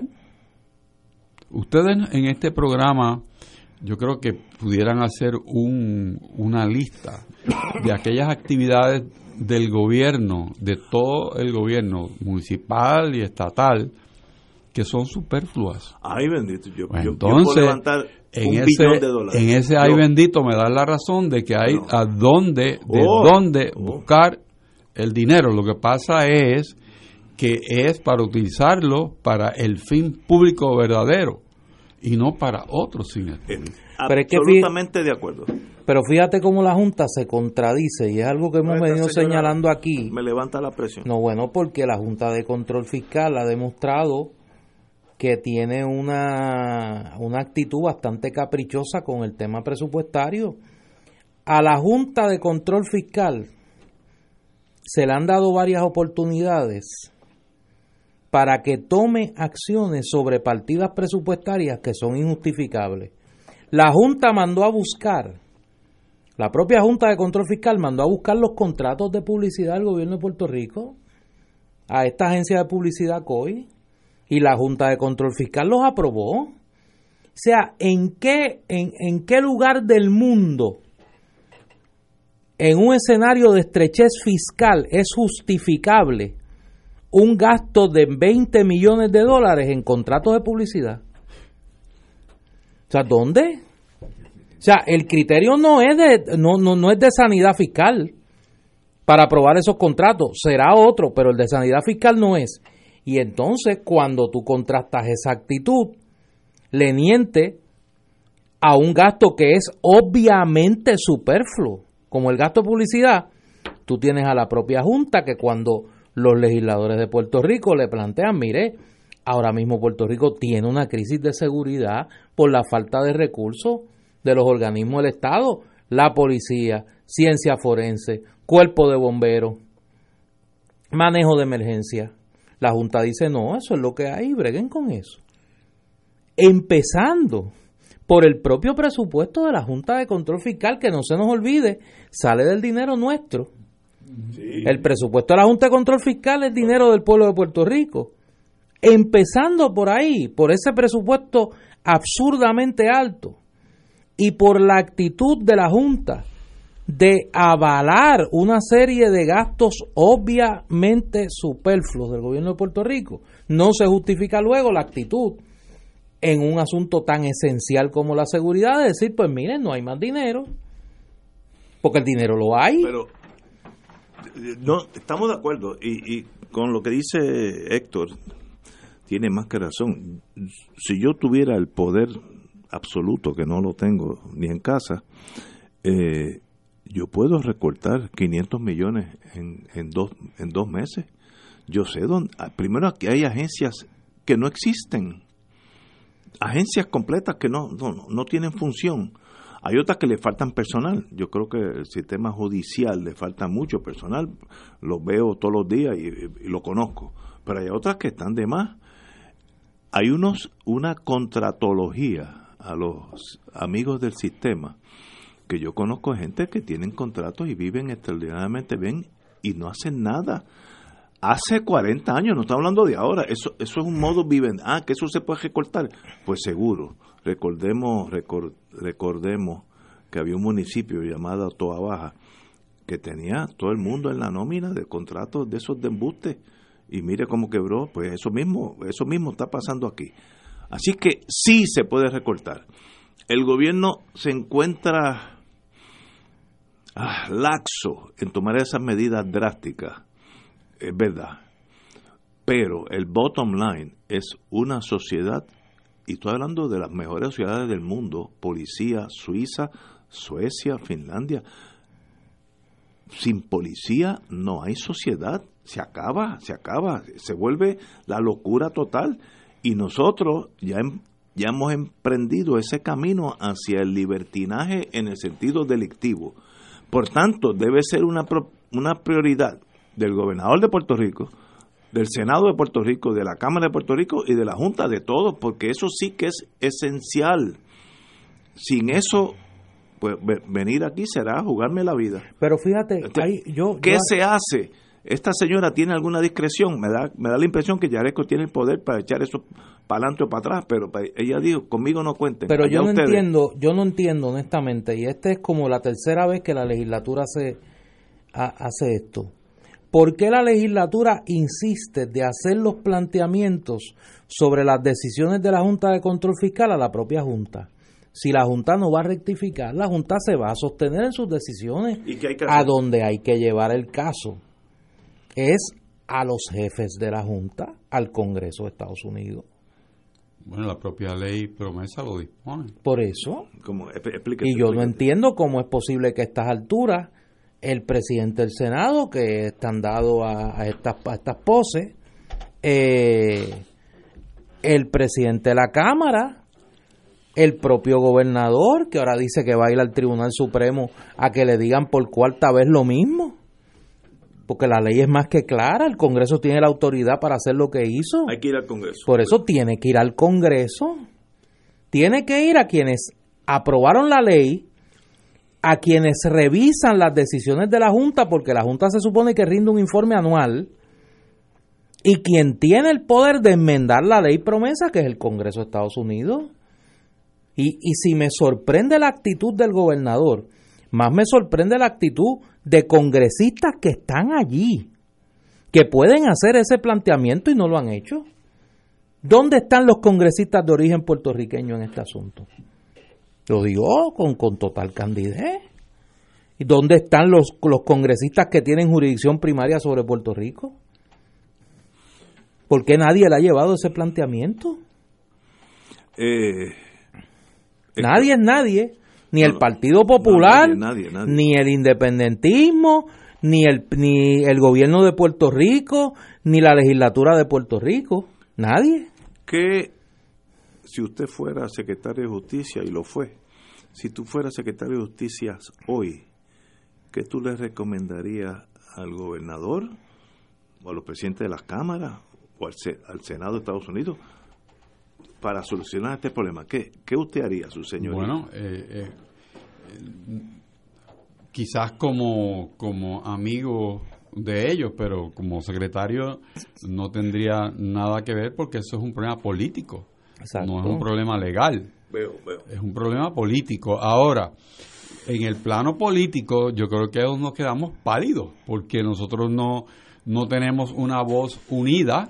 Ustedes en este programa, yo creo que pudieran hacer un, una lista de aquellas actividades del gobierno, de todo el gobierno municipal y estatal, que son superfluas. Ay, bendito. Yo, Pues yo, entonces, yo puedo levantar en un ese, billón de dólares. En ese yo, ay bendito me da la razón de que hay no. a dónde, de Oh, dónde oh. buscar el dinero. Lo que pasa es que es para utilizarlo para el fin público verdadero y no para otros fines. Eh, Pero es que absolutamente de acuerdo. Pero fíjate cómo la Junta se contradice, y es algo que hemos Esta venido señora señalando aquí. Me levanta la presión. No, bueno, porque la Junta de Control Fiscal ha demostrado que tiene una, una actitud bastante caprichosa con el tema presupuestario. A la Junta de Control Fiscal se le han dado varias oportunidades para que tome acciones sobre partidas presupuestarias que son injustificables. La Junta mandó a buscar, la propia Junta de Control Fiscal mandó a buscar los contratos de publicidad del gobierno de Puerto Rico a esta agencia de publicidad C O I, y la Junta de Control Fiscal los aprobó. O sea, ¿en qué, en, en qué lugar del mundo, en un escenario de estrechez fiscal, es justificable un gasto de veinte millones de dólares en contratos de publicidad? O sea, ¿dónde? O sea, el criterio no es de no, no, no es de sanidad fiscal para aprobar esos contratos, será otro, pero el de sanidad fiscal no es. Y entonces, cuando tú contrastas esa actitud leniente a un gasto que es obviamente superfluo, como el gasto de publicidad, tú tienes a la propia Junta que cuando los legisladores de Puerto Rico le plantean, mire, ahora mismo Puerto Rico tiene una crisis de seguridad por la falta de recursos de los organismos del Estado, la policía, ciencia forense, cuerpo de bomberos, manejo de emergencia. La Junta dice, no, eso es lo que hay, breguen con eso. Empezando por el propio presupuesto de la Junta de Control Fiscal, que no se nos olvide, sale del dinero nuestro. Sí. El presupuesto de la Junta de Control Fiscal es dinero del pueblo de Puerto Rico. Empezando por ahí, por ese presupuesto absurdamente alto, y por la actitud de la Junta de avalar una serie de gastos obviamente superfluos del gobierno de Puerto Rico, no se justifica luego la actitud en un asunto tan esencial como la seguridad de decir, pues miren, no hay más dinero, porque el dinero lo hay. Pero no estamos de acuerdo y, y con lo que dice Héctor, tiene más que razón. Si yo tuviera el poder absoluto, que no lo tengo ni en casa, eh, yo puedo recortar quinientos millones en, en, dos, en dos meses. Yo sé dónde. Primero, aquí hay agencias que no existen. Agencias completas que no, no, no tienen función. Hay otras que le faltan personal. Yo creo que el sistema judicial le falta mucho personal. Lo veo todos los días y, y lo conozco. Pero hay otras que están de más. Hay unos una contratología a los amigos del sistema, que yo conozco gente que tienen contratos y viven extraordinariamente bien y no hacen nada. Hace cuarenta años, no estamos hablando de ahora, eso eso es un modo viven. Ah, que eso se puede recortar. Pues seguro. Recordemos, record, recordemos que había un municipio llamado Toa Baja que tenía todo el mundo en la nómina de contratos de esos de embuste. Y mire cómo quebró, pues eso mismo, eso mismo está pasando aquí. Así que sí se puede recortar. El gobierno se encuentra ah, laxo en tomar esas medidas drásticas, es verdad. Pero el bottom line es una sociedad, y estoy hablando de las mejores ciudades del mundo, policía, Suiza, Suecia, Finlandia. Sin policía no hay sociedad. Se acaba, se acaba, se vuelve la locura total. Y nosotros ya, hem, ya hemos emprendido ese camino hacia el libertinaje en el sentido delictivo. Por tanto, debe ser una, una prioridad del gobernador de Puerto Rico, del Senado de Puerto Rico, de la Cámara de Puerto Rico y de la Junta, de todos, porque eso sí que es esencial. Sin eso, pues venir aquí será jugarme la vida. Pero fíjate, hay, yo, ¿qué yo... se hace? Esta señora tiene alguna discreción, me da me da la impresión que Yaresco tiene el poder para echar eso para adelante o para atrás, pero ella dijo, conmigo no cuenten. Pero yo no ustedes. entiendo, yo no entiendo honestamente, y esta es como la tercera vez que la legislatura hace, a, hace esto. ¿Por qué la legislatura insiste de hacer los planteamientos sobre las decisiones de la Junta de Control Fiscal a la propia Junta? Si la Junta no va a rectificar, la Junta se va a sostener en sus decisiones. ¿Y qué hay que a hacer? donde hay que llevar el caso es a los jefes de la Junta, al Congreso de Estados Unidos. Bueno, la propia ley promesa lo dispone. Por eso. ¿Cómo? Explíquete, y yo explíquete. no entiendo cómo es posible que a estas alturas el presidente del Senado, que están dados a, a, estas, a estas poses, eh, el presidente de la Cámara, el propio gobernador, que ahora dice que va a ir al Tribunal Supremo a que le digan por cuarta vez lo mismo. Porque la ley es más que clara, el Congreso tiene la autoridad para hacer lo que hizo. Hay que ir al Congreso. Por eso tiene que ir al Congreso. Tiene que ir a quienes aprobaron la ley, a quienes revisan las decisiones de la Junta, porque la Junta se supone que rinde un informe anual, y quien tiene el poder de enmendar la ley promesa, que es el Congreso de Estados Unidos. Y, y si me sorprende la actitud del gobernador, más me sorprende la actitud de congresistas que están allí, que pueden hacer ese planteamiento y no lo han hecho. ¿Dónde están los congresistas de origen puertorriqueño en este asunto? Lo digo con, con total candidez. ¿Y dónde están los, los congresistas que tienen jurisdicción primaria sobre Puerto Rico? ¿Por qué nadie le ha llevado ese planteamiento? Eh, nadie es nadie. Ni no, el Partido Popular, no, nadie, nadie, nadie. ni el independentismo, ni el, ni el gobierno de Puerto Rico, ni la legislatura de Puerto Rico. Nadie. Que si usted fuera secretario de Justicia, y lo fue, si tú fueras secretario de Justicia hoy, ¿qué tú le recomendarías al gobernador, o a los presidentes de las cámaras, o al, al Senado de Estados Unidos, para solucionar este problema? ¿Qué, qué usted haría, su señoría? Bueno, eh, eh, quizás como, como amigo de ellos, pero como secretario no tendría nada que ver, porque eso es un problema político. Exacto. No es un problema legal. Veo, veo. Es un problema político. Ahora, en el plano político, yo creo que nos quedamos pálidos, porque nosotros no, no tenemos una voz unida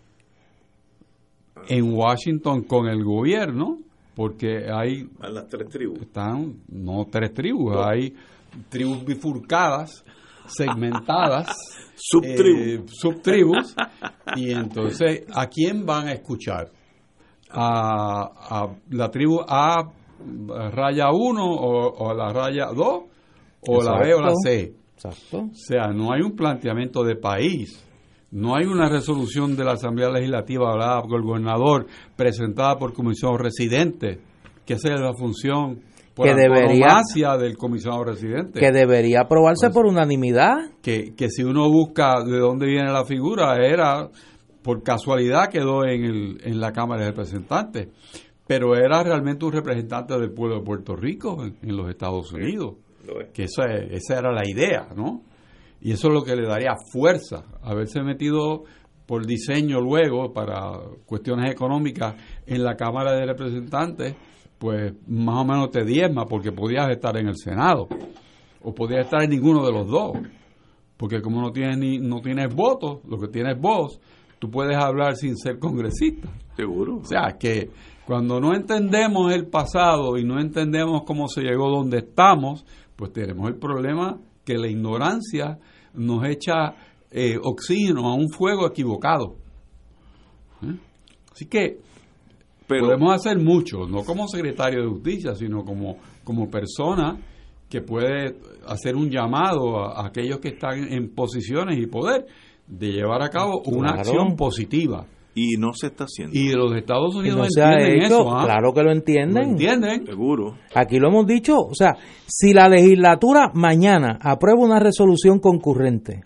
en Washington con el gobierno, porque hay a las tres tribus están no tres tribus, no. Hay tribus bifurcadas segmentadas, subtribus, eh, subtribus, y entonces, ¿a quién van a escuchar? ¿A, a la tribu A raya uno o, o a la raya dos o Exacto. la B o la C? Exacto. O sea, no hay un planteamiento de país. No hay una resolución de la Asamblea Legislativa hablada por el gobernador, presentada por comisionado residente, que esa es la función por que debería del comisionado residente. Que debería aprobarse pues, por unanimidad. Que, que si uno busca de dónde viene la figura, era, por casualidad quedó en, el, en la Cámara de Representantes, pero era realmente un representante del pueblo de Puerto Rico en, en los Estados Unidos. Que esa, esa era la idea, ¿no? Y eso es lo que le daría fuerza, haberse metido por diseño luego para cuestiones económicas en la Cámara de Representantes, pues más o menos te diezma, porque podías estar en el Senado o podías estar en ninguno de los dos, porque como no tienes ni no tienes votos, lo que tienes voz, tú puedes hablar sin ser congresista. Seguro. O sea, que cuando no entendemos el pasado y no entendemos cómo se llegó donde estamos, pues tenemos el problema que la ignorancia nos echa eh, oxígeno a un fuego equivocado. ¿Eh? Así que Pero, podemos hacer mucho, no como secretario de Justicia, sino como, como persona que puede hacer un llamado a, a aquellos que están en posiciones y poder de llevar a cabo una claro. acción positiva. Y no se está haciendo. Y los Estados Unidos no no entienden hecho, eso. ¿ah? Claro que lo entienden. Lo entienden. Seguro. Aquí lo hemos dicho. O sea, si la legislatura mañana aprueba una resolución concurrente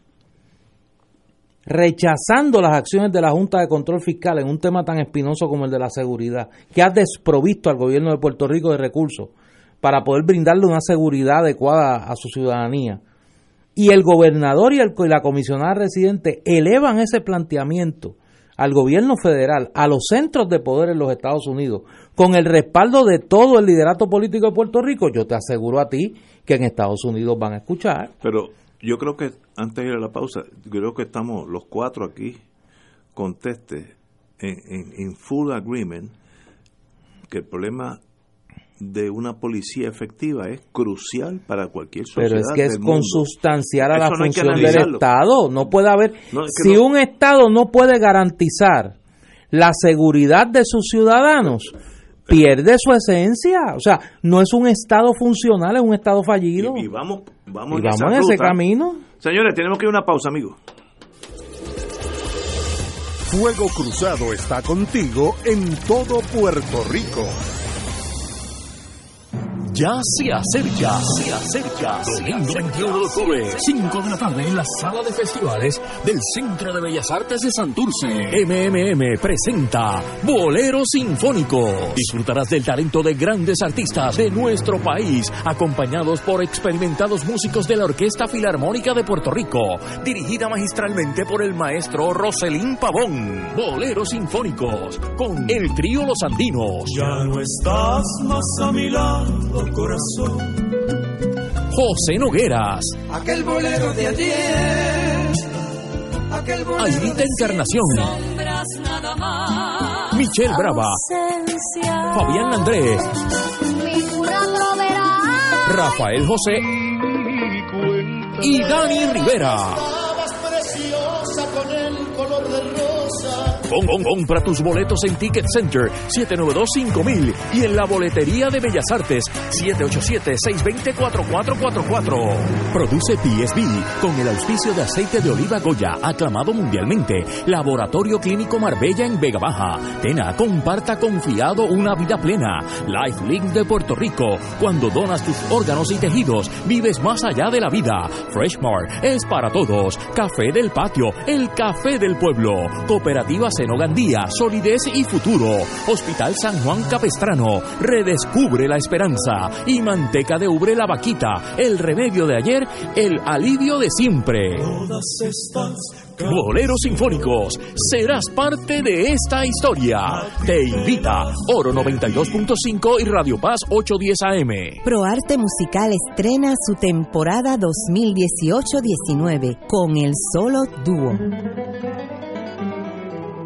rechazando las acciones de la Junta de Control Fiscal en un tema tan espinoso como el de la seguridad, que ha desprovisto al gobierno de Puerto Rico de recursos para poder brindarle una seguridad adecuada a su ciudadanía, y el gobernador y, el, y la comisionada residente elevan ese planteamiento al gobierno federal, a los centros de poder en los Estados Unidos, con el respaldo de todo el liderato político de Puerto Rico, yo te aseguro a ti que en Estados Unidos van a escuchar. Pero yo creo que, antes de ir a la pausa, creo que estamos los cuatro aquí, conteste, en, en, en full agreement, que el problema de una policía efectiva es crucial para cualquier sociedad. Pero es que es del mundo. Consustanciar a Eso la no función del Estado. No puede haber. No, es que si no. un Estado no puede garantizar la seguridad de sus ciudadanos, pierde su esencia. O sea, no es un Estado funcional, es un Estado fallido. Y, y vamos, vamos, y vamos en ese camino. Señores, tenemos que ir a una pausa, amigos. Fuego Cruzado está contigo en todo Puerto Rico. Ya se acerca, se acerca. Domingo veintiuno de octubre, cinco de la tarde en la sala de festivales del Centro de Bellas Artes de Santurce. M M M presenta Bolero Sinfónico. Disfrutarás del talento de grandes artistas de nuestro país, acompañados por experimentados músicos de la Orquesta Filarmónica de Puerto Rico, dirigida magistralmente por el maestro Roselín Pavón. Boleros Sinfónicos, con el trío Los Andinos. Ya no estás más a mi lado, corazón. José Nogueras. Aquel bolero de ayer. Aquel bolero Aidita Encarnación. Sombras nada más. Michelle Brava. Ausencia. Fabián Andrés. Rafael José. Y Dani Rivera. Preciosa con el color de rosa. Com, com, compra tus boletos en Ticket Center siete nueve dos cinco mil y en la boletería de Bellas Artes siete ocho siete, seis dos cero, cuatro cuatro cuatro cuatro. Produce P S B con el auspicio de Aceite de Oliva Goya, aclamado mundialmente. Laboratorio Clínico Marbella en Vega Baja. Tena, comparta confiado una vida plena. Lifelink de Puerto Rico. Cuando donas tus órganos y tejidos, vives más allá de la vida. Freshmart es para todos. Café del Patio, el café del pueblo. Cooperativa Seno Gandía, solidez y futuro. Hospital San Juan Capestrano, redescubre la esperanza. Y Manteca de Ubre La Vaquita, el remedio de ayer, el alivio de siempre. Todas estas Boleros Sinfónicos, serás parte de esta historia. Te invita Oro noventa y dos punto cinco y Radio Paz ochocientos diez A M. ProArte Musical estrena su temporada dos mil dieciocho diecinueve con el solo dúo.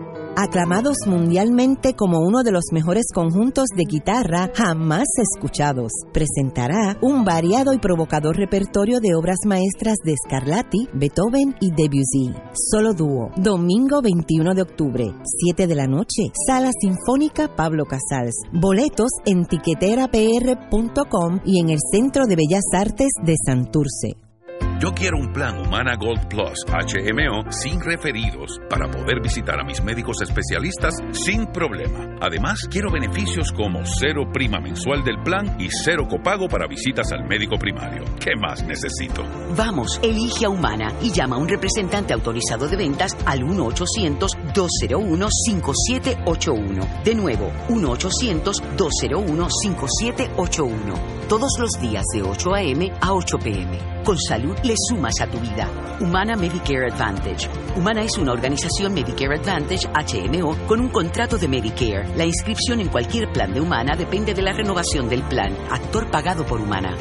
aclamados mundialmente como uno de los mejores conjuntos de guitarra jamás escuchados. Presentará un variado y provocador repertorio de obras maestras de Scarlatti, Beethoven y Debussy. Solo dúo, domingo veintiuno de octubre, siete de la noche, Sala Sinfónica Pablo Casals. Boletos en tiquetera p r punto com y en el Centro de Bellas Artes de Santurce. Yo quiero un plan Humana Gold Plus H M O sin referidos para poder visitar a mis médicos especialistas sin problema. Además, quiero beneficios como cero prima mensual del plan y cero copago para visitas al médico primario. ¿Qué más necesito? Vamos, elige a Humana y llama a un representante autorizado de ventas al uno ochocientos, dos cero uno, cinco siete ocho uno. De nuevo, uno ochocientos, dos cero uno, cinco siete ocho uno. Todos los días de ocho a eme a ocho pe eme. Con salud le sumas a tu vida. Humana Medicare Advantage. Humana es una organización Medicare Advantage H M O con un contrato de Medicare. La inscripción en cualquier plan de Humana depende de la renovación del plan. Actor pagado por Humana.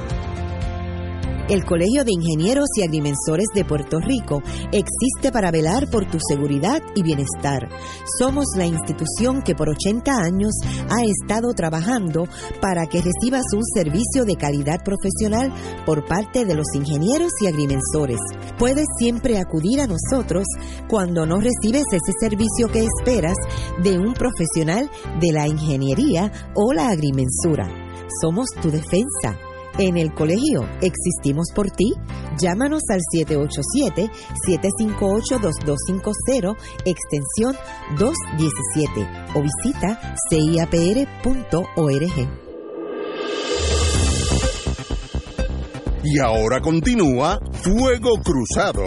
El Colegio de Ingenieros y Agrimensores de Puerto Rico existe para velar por tu seguridad y bienestar. Somos la institución que por ochenta años ha estado trabajando para que recibas un servicio de calidad profesional por parte de los ingenieros y agrimensores. Puedes siempre acudir a nosotros cuando no recibes ese servicio que esperas de un profesional de la ingeniería o la agrimensura. Somos tu defensa. En el colegio existimos por ti. Llámanos al siete ocho siete, siete cinco ocho, dos dos cinco cero, extensión doscientos diecisiete o visita c i a p r punto org. Y ahora continúa Fuego Cruzado.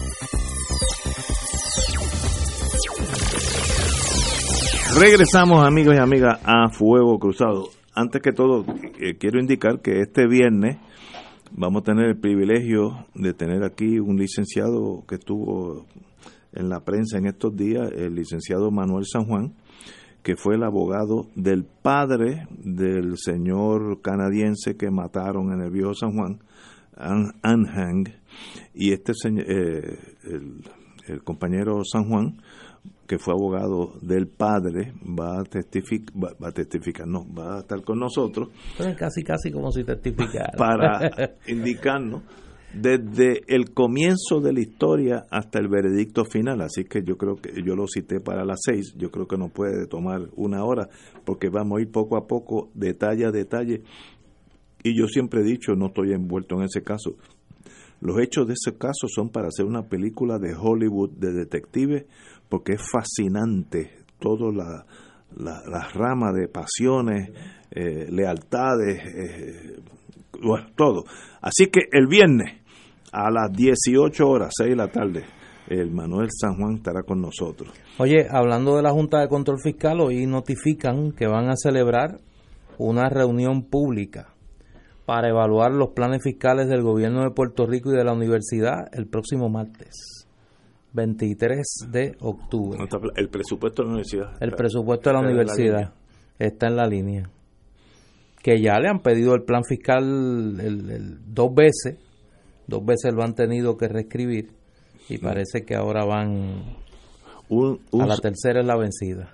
Regresamos, amigos y amigas, a Fuego Cruzado. Antes que todo, eh, quiero indicar que este viernes vamos a tener el privilegio de tener aquí un licenciado que estuvo en la prensa en estos días, el licenciado Manuel San Juan, que fue el abogado del padre del señor canadiense que mataron en el viejo San Juan, Anhang, y este señor, eh, el, el compañero San Juan, que fue abogado del padre, va a testificar, va, va a testificar, no, va a estar con nosotros. Pero casi, casi como si testificara. Para indicarnos desde el comienzo de la historia hasta el veredicto final. Así que yo creo que yo lo cité para las seis, yo creo que no puede tomar una hora, porque vamos a ir poco a poco, detalle a detalle. Y yo siempre he dicho, no estoy envuelto en ese caso, los hechos de ese caso son para hacer una película de Hollywood de detectives, porque es fascinante toda la, la, la rama de pasiones, eh, lealtades, eh, bueno, todo. Así que el viernes a las dieciocho horas, seis de la tarde, el Manuel San Juan estará con nosotros. Oye, hablando de la Junta de Control Fiscal, hoy notifican que van a celebrar una reunión pública para evaluar los planes fiscales del gobierno de Puerto Rico y de la universidad el próximo martes, veintitrés de octubre. El presupuesto de la universidad. El presupuesto de la universidad está en la línea. Que ya le han pedido el plan fiscal el, el, dos veces, dos veces lo han tenido que reescribir y parece que ahora van un, un, a la tercera es la vencida.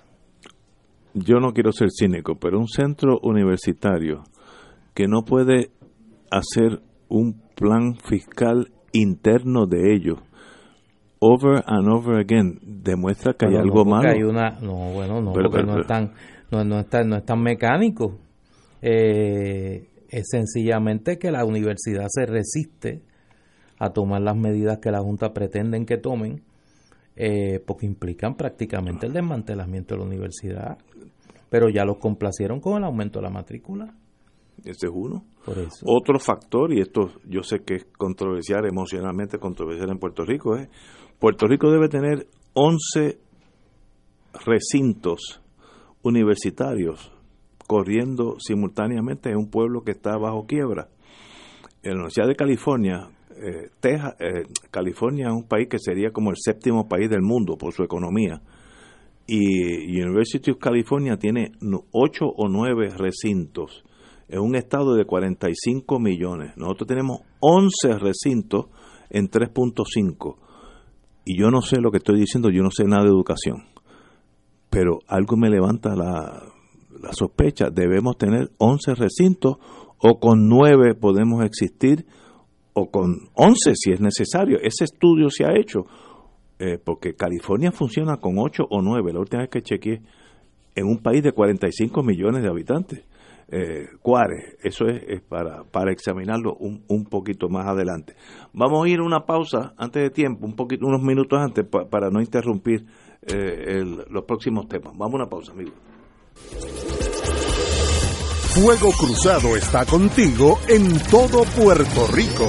Yo no quiero ser cínico, pero un centro universitario que no puede hacer un plan fiscal interno de ellos over and over again demuestra que pero hay algo no, malo. Hay una, no, bueno, no, pero, porque pero, no es tan, no, no es tan, no es tan mecánico. Eh, es sencillamente que la universidad se resiste a tomar las medidas que la Junta pretenden que tomen, eh, porque implican prácticamente el desmantelamiento de la universidad. Pero ya los complacieron con el aumento de la matrícula. Ese es uno. Por eso. Otro factor, y esto yo sé que es controversial, emocionalmente controversial en Puerto Rico, es Puerto Rico debe tener once recintos universitarios corriendo simultáneamente en un pueblo que está bajo quiebra. En la Universidad de California, eh, Texas, eh, California es un país que sería como el séptimo país del mundo por su economía. Y University of California tiene ocho o nueve recintos. Es un estado de cuarenta y cinco millones. Nosotros tenemos once recintos en tres punto cinco. Y yo no sé lo que estoy diciendo, yo no sé nada de educación. pero algo me levanta la, la sospecha. Debemos tener once recintos, o con nueve podemos existir, o con once si es necesario. Ese estudio se ha hecho, eh, porque California funciona con ocho o nueve, la última vez que chequeé, en un país de cuarenta y cinco millones de habitantes. Eh, Juárez, eso es, es para, para examinarlo un, un poquito más adelante. Vamos a ir a una pausa antes de tiempo, un poquito, unos minutos antes, pa, para no interrumpir eh, el, los próximos temas. Vamos a una pausa, amigos. Fuego Cruzado está contigo en todo Puerto Rico.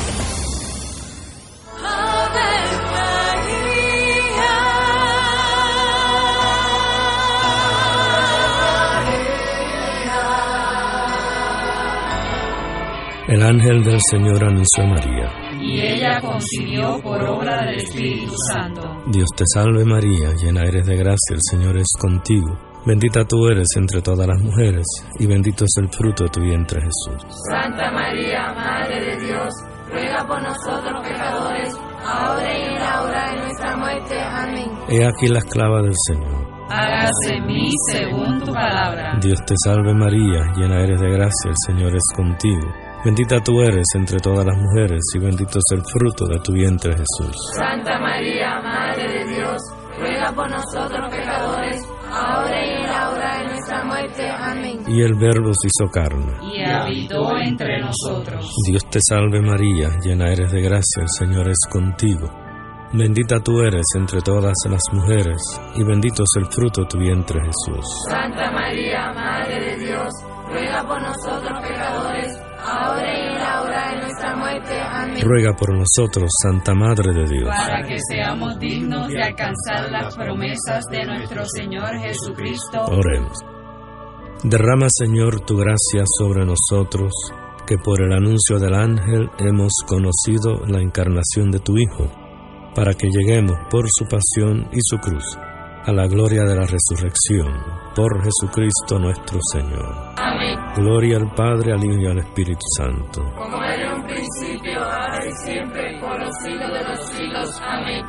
El ángel del Señor anunció a María, y ella concibió por obra del Espíritu Santo. Dios te salve María, llena eres de gracia, el Señor es contigo. Bendita tú eres entre todas las mujeres, y bendito es el fruto de tu vientre, Jesús. Santa María, Madre de Dios, ruega por nosotros pecadores, ahora y en la hora de nuestra muerte. Amén. He aquí la esclava del Señor. Hágase en mí según tu palabra. Dios te salve María, llena eres de gracia, el Señor es contigo. Bendita tú eres entre todas las mujeres, y bendito es el fruto de tu vientre, Jesús. Santa María, Madre de Dios, ruega por nosotros pecadores, ahora y en la hora de nuestra muerte. Amén. Y el Verbo se hizo carne, y habitó entre nosotros. Dios te salve María, llena eres de gracia, el Señor es contigo. Bendita tú eres entre todas las mujeres, y bendito es el fruto de tu vientre, Jesús. Santa María, Madre de Dios, ruega por nosotros pecadores, ahora y en la hora de nuestra muerte. Amén. Ruega por nosotros, Santa Madre de Dios, para que seamos dignos de alcanzar las promesas de nuestro Señor Jesucristo. Oremos. Derrama, Señor, tu gracia sobre nosotros, que por el anuncio del ángel hemos conocido la encarnación de tu Hijo, para que lleguemos por su pasión y su cruz a la gloria de la resurrección, por Jesucristo nuestro Señor. Amén. Gloria al Padre, al Hijo y al Espíritu Santo. Como era en un principio, ahora y siempre, por los siglos de los siglos. Amén.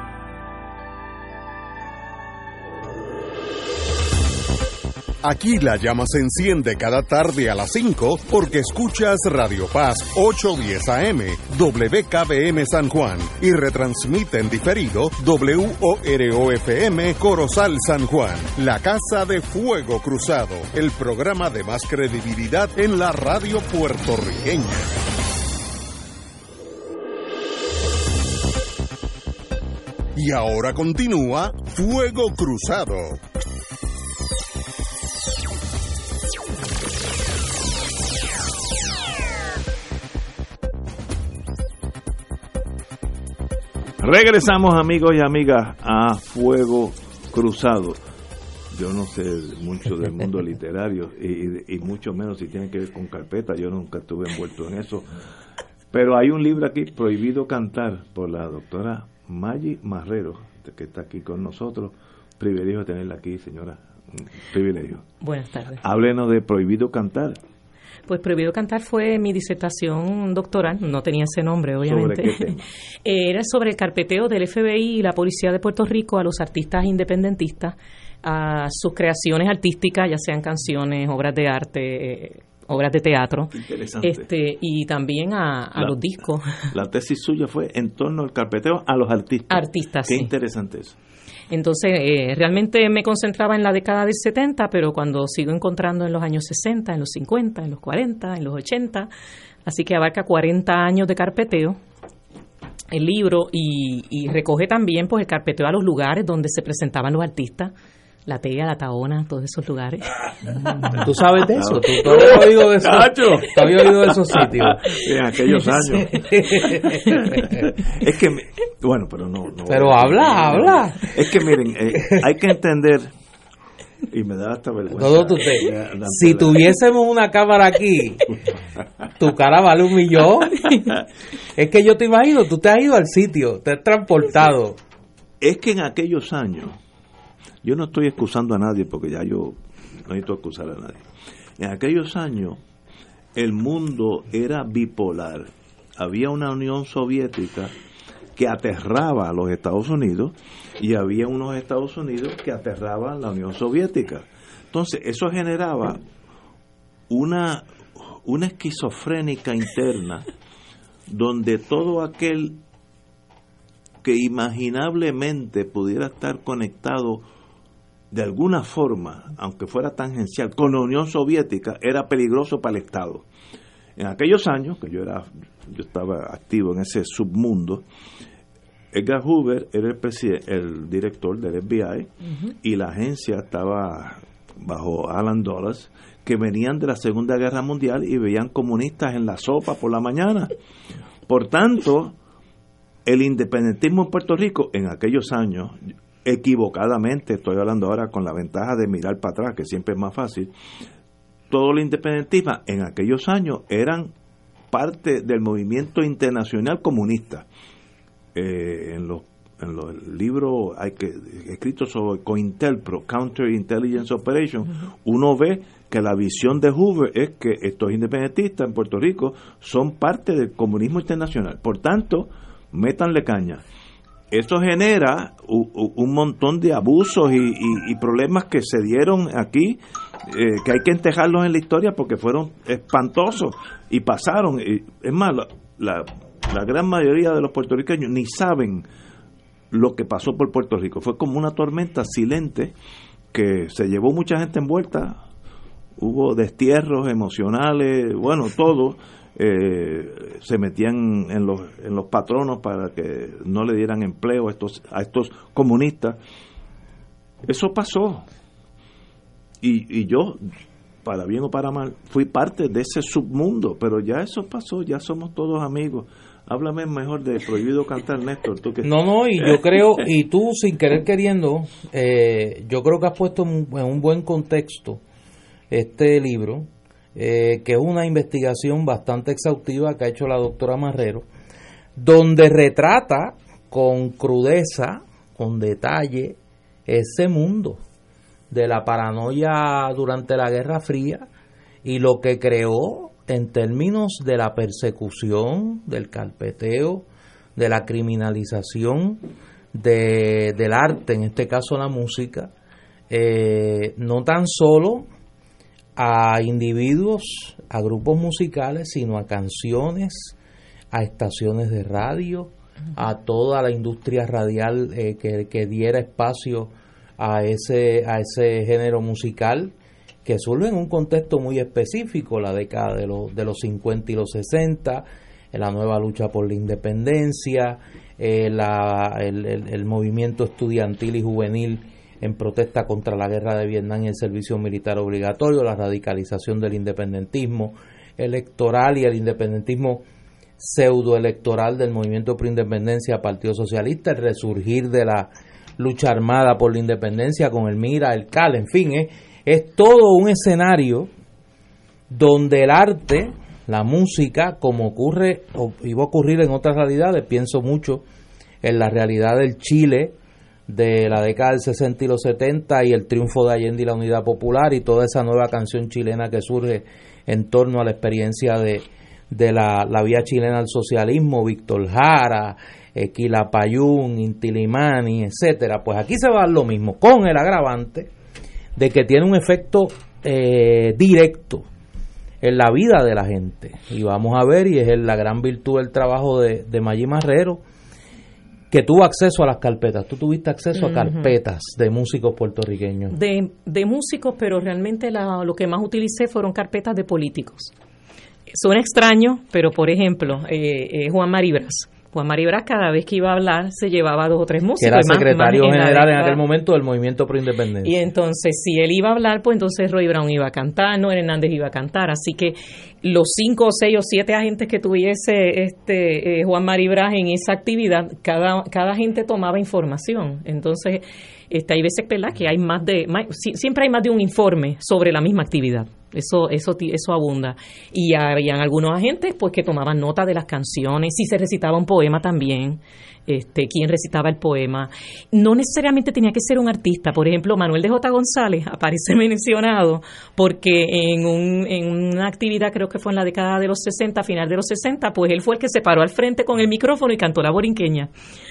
Aquí la llama se enciende cada tarde a las cinco porque escuchas Radio Paz ochocientos diez A M, W K B M San Juan y retransmite en diferido W O R O F M Corozal San Juan, la Casa de Fuego Cruzado, el programa de más credibilidad en la radio puertorriqueña. Y ahora continúa Fuego Cruzado. Regresamos, amigos y amigas, a Fuego Cruzado. Yo no sé mucho del mundo literario y, y mucho menos si tiene que ver con carpeta. Yo nunca estuve envuelto en eso. Pero hay un libro aquí, Prohibido Cantar, por la doctora Maggi Marrero, que está aquí con nosotros. Privilegio tenerla aquí, señora. Un privilegio. Buenas tardes. Háblenos de Prohibido Cantar. Pues Prohibido Cantar fue mi disertación doctoral, no tenía ese nombre, obviamente. ¿Sobre qué tema? Era sobre el carpeteo del F B I y la Policía de Puerto Rico a los artistas independentistas, a sus creaciones artísticas, ya sean canciones, obras de arte, eh, obras de teatro. Interesante. Este, y también a, a la, los discos. La tesis suya fue en torno al carpeteo a los artistas. Artistas, Qué sí. interesante eso. Entonces, eh, realmente me concentraba en la década del setenta, pero cuando sigo encontrando en los años sesenta, en los cincuenta, en los cuarenta, en los ochenta, así que abarca cuarenta años de carpeteo el libro y, y recoge también pues el carpeteo a los lugares donde se presentaban los artistas, La Tega, La Tahona, todos esos lugares. ¿Tú sabes de eso? ¿Tú, tú habías oído de eso? ¿Tú habías oído de esos sitios? En aquellos años. Es que, bueno, pero no. no pero habla, habla. Es que miren, eh, hay que entender, y me da hasta vergüenza. Todo tú te, si tuviésemos una cámara aquí, tu cara vale un millón. Es que yo te imagino, tú te has ido al sitio, te has transportado. Es que en aquellos años, yo no estoy excusando a nadie porque ya yo no necesito excusar a nadie. En aquellos años el mundo era bipolar. Había una Unión Soviética que aterraba a los Estados Unidos y había unos Estados Unidos que aterraban la Unión Soviética. Entonces, eso generaba una, una esquizofrénica interna donde todo aquel que imaginablemente pudiera estar conectado de alguna forma, aunque fuera tangencial, con la Unión Soviética, era peligroso para el Estado. En aquellos años, que yo era yo estaba activo en ese submundo, Edgar Hoover era el, preside- el director del F B I, uh-huh. y la agencia estaba bajo Alan Dulles, que venían de la Segunda Guerra Mundial y veían comunistas en la sopa por la mañana. Por tanto, el independentismo en Puerto Rico en aquellos años, equivocadamente, estoy hablando ahora con la ventaja de mirar para atrás, que siempre es más fácil, todo el independentismo en aquellos años eran parte del movimiento internacional comunista. Eh, en los en los libros hay que escritos sobre COINTELPRO, Counter Intelligence Operation, uh-huh. uno ve que la visión de Hoover es que estos independentistas en Puerto Rico son parte del comunismo internacional. Por tanto, métanle caña. Eso genera u, u, un montón de abusos y, y, y problemas que se dieron aquí, eh, que hay que enterrarlos en la historia porque fueron espantosos y pasaron. Y, es más, la, la, la gran mayoría de los puertorriqueños ni saben lo que pasó por Puerto Rico. Fue como una tormenta silente que se llevó mucha gente envuelta. Hubo destierros emocionales, bueno, todo. Eh, se metían en los en los patronos para que no le dieran empleo a estos a estos comunistas. Eso pasó y, y yo, para bien o para mal, fui parte de ese submundo, pero ya eso pasó, ya somos todos amigos. Háblame mejor de Prohibido Cantar, Néstor. ¿Tú que... No, no, y yo creo, y tú sin querer queriendo, eh, yo creo que has puesto en un buen contexto este libro, Eh, que es una investigación bastante exhaustiva que ha hecho la doctora Marrero, donde retrata con crudeza, con detalle, ese mundo de la paranoia durante la Guerra Fría y lo que creó en términos de la persecución, del carpeteo, de la criminalización de, del arte, en este caso la música, eh, no tan solo a individuos, a grupos musicales, sino a canciones, a estaciones de radio, a toda la industria radial eh, que, que diera espacio a ese, a ese género musical que surge en un contexto muy específico, la década de los, de los cincuenta y los sesenta, la nueva lucha por la independencia, eh, la, el, el, el movimiento estudiantil y juvenil en protesta contra la guerra de Vietnam y el servicio militar obligatorio, la radicalización del independentismo electoral y el independentismo pseudoelectoral del movimiento pro independencia Partido Socialista, el resurgir de la lucha armada por la independencia con el MIRA, el C A L, en fin, es, es todo un escenario donde el arte, la música, como ocurre o iba a ocurrir en otras realidades, pienso mucho en la realidad del Chile de la década del sesenta y los setenta y el triunfo de Allende y la Unidad Popular y toda esa nueva canción chilena que surge en torno a la experiencia de, de la, la vía chilena al socialismo, Víctor Jara, eh, Quilapayún, Inti Illimani, etcétera. Pues aquí se va a dar lo mismo, con el agravante de que tiene un efecto eh, directo en la vida de la gente. Y vamos a ver, y es la gran virtud del trabajo de, de Mayí Marrero, que tuvo acceso a las carpetas. Tú tuviste acceso uh-huh. a carpetas de músicos puertorriqueños. De, de músicos, pero realmente la, lo que más utilicé fueron carpetas de políticos. Suena extraño, pero por ejemplo, eh, eh, Juan Maribras. Juan Maribras cada vez que iba a hablar se llevaba dos o tres músicos. Que era secretario más, más general en, en aquel momento del Movimiento Pro Independencia. Y entonces, si él iba a hablar, pues entonces Roy Brown iba a cantar, Noel Hernández iba a cantar. Así que los cinco, seis o siete agentes que tuviese este eh, Juan Maribras en esa actividad, cada, cada agente tomaba información. Entonces, Este, hay veces, ¿verdad?, que hay más de, más, siempre hay más de un informe sobre la misma actividad. Eso, eso, eso abunda. Y habían algunos agentes, pues, que tomaban nota de las canciones, si se recitaba un poema también, este, quién recitaba el poema. No necesariamente tenía que ser un artista. Por ejemplo, Manuel de J. González aparece mencionado porque en, un, en una actividad, creo que fue en la década de los sesenta, final de los sesenta, pues él fue el que se paró al frente con el micrófono y cantó la borinqueña.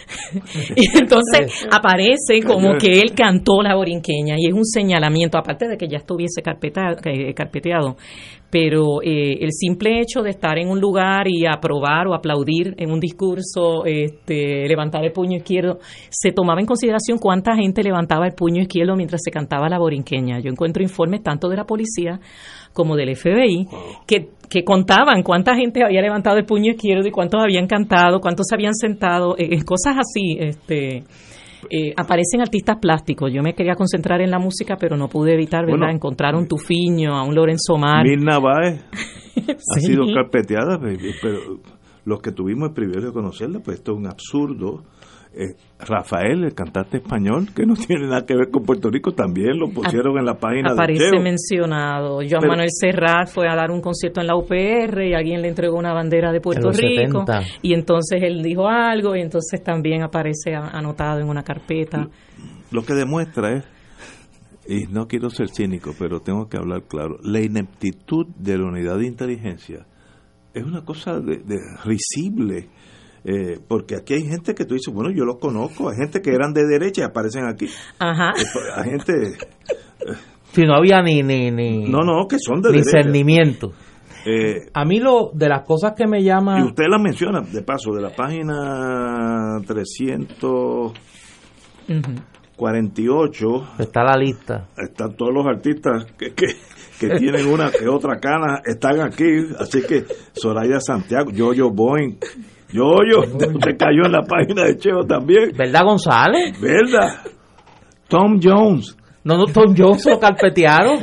Y entonces aparece como que él cantó la borinqueña y es un señalamiento, aparte de que ya estuviese carpeta, carpeteado. Pero eh, el simple hecho de estar en un lugar y aprobar o aplaudir en un discurso, este, levantar el puño izquierdo, se tomaba en consideración cuánta gente levantaba el puño izquierdo mientras se cantaba la borinqueña. Yo encuentro informes tanto de la policía como del F B I que, que contaban cuánta gente había levantado el puño izquierdo y cuántos habían cantado, cuántos se habían sentado, eh, cosas así, este... Eh, aparecen artistas plásticos. Yo me quería concentrar en la música, pero no pude evitar, ¿verdad?, bueno, encontrar un Tufiño, a un Lorenzo Mar. Mirna Báez sí. ha sido carpeteada, pero los que tuvimos el privilegio de conocerla, pues esto es un absurdo. Eh, Rafael, el cantante español, que no tiene nada que ver con Puerto Rico, también lo pusieron a, en la página aparece de Cheo. mencionado. Joan Pero, Manuel Serrat fue a dar un concierto en la U P R y alguien le entregó una bandera de Puerto Rico setenta. Y entonces él dijo algo y entonces también aparece anotado en una carpeta. Lo que demuestra es, y no quiero ser cínico, pero tengo que hablar claro, la ineptitud de la unidad de inteligencia es una cosa de, de risible. Eh, porque aquí hay gente que tú dices, bueno, yo los conozco, hay gente que eran de derecha y aparecen aquí. Ajá. Eh, hay gente... Eh, si no había ni... ni, ni no, no, que son de ni derecha. Discernimiento. Eh, A mí lo de las cosas que me llama... Y usted las menciona, de paso, de la página trescientos cuarenta y ocho... Uh-huh. Está la lista. Están todos los artistas que... que que tienen una que otra cana, están aquí, así que Soraya Santiago, Yo-Yo Boing, Yo-Yo, usted cayó en la página de Cheo también. ¿Verdad, González? ¿Verdad? Tom Jones. No, no, Tom Jones lo carpetearon.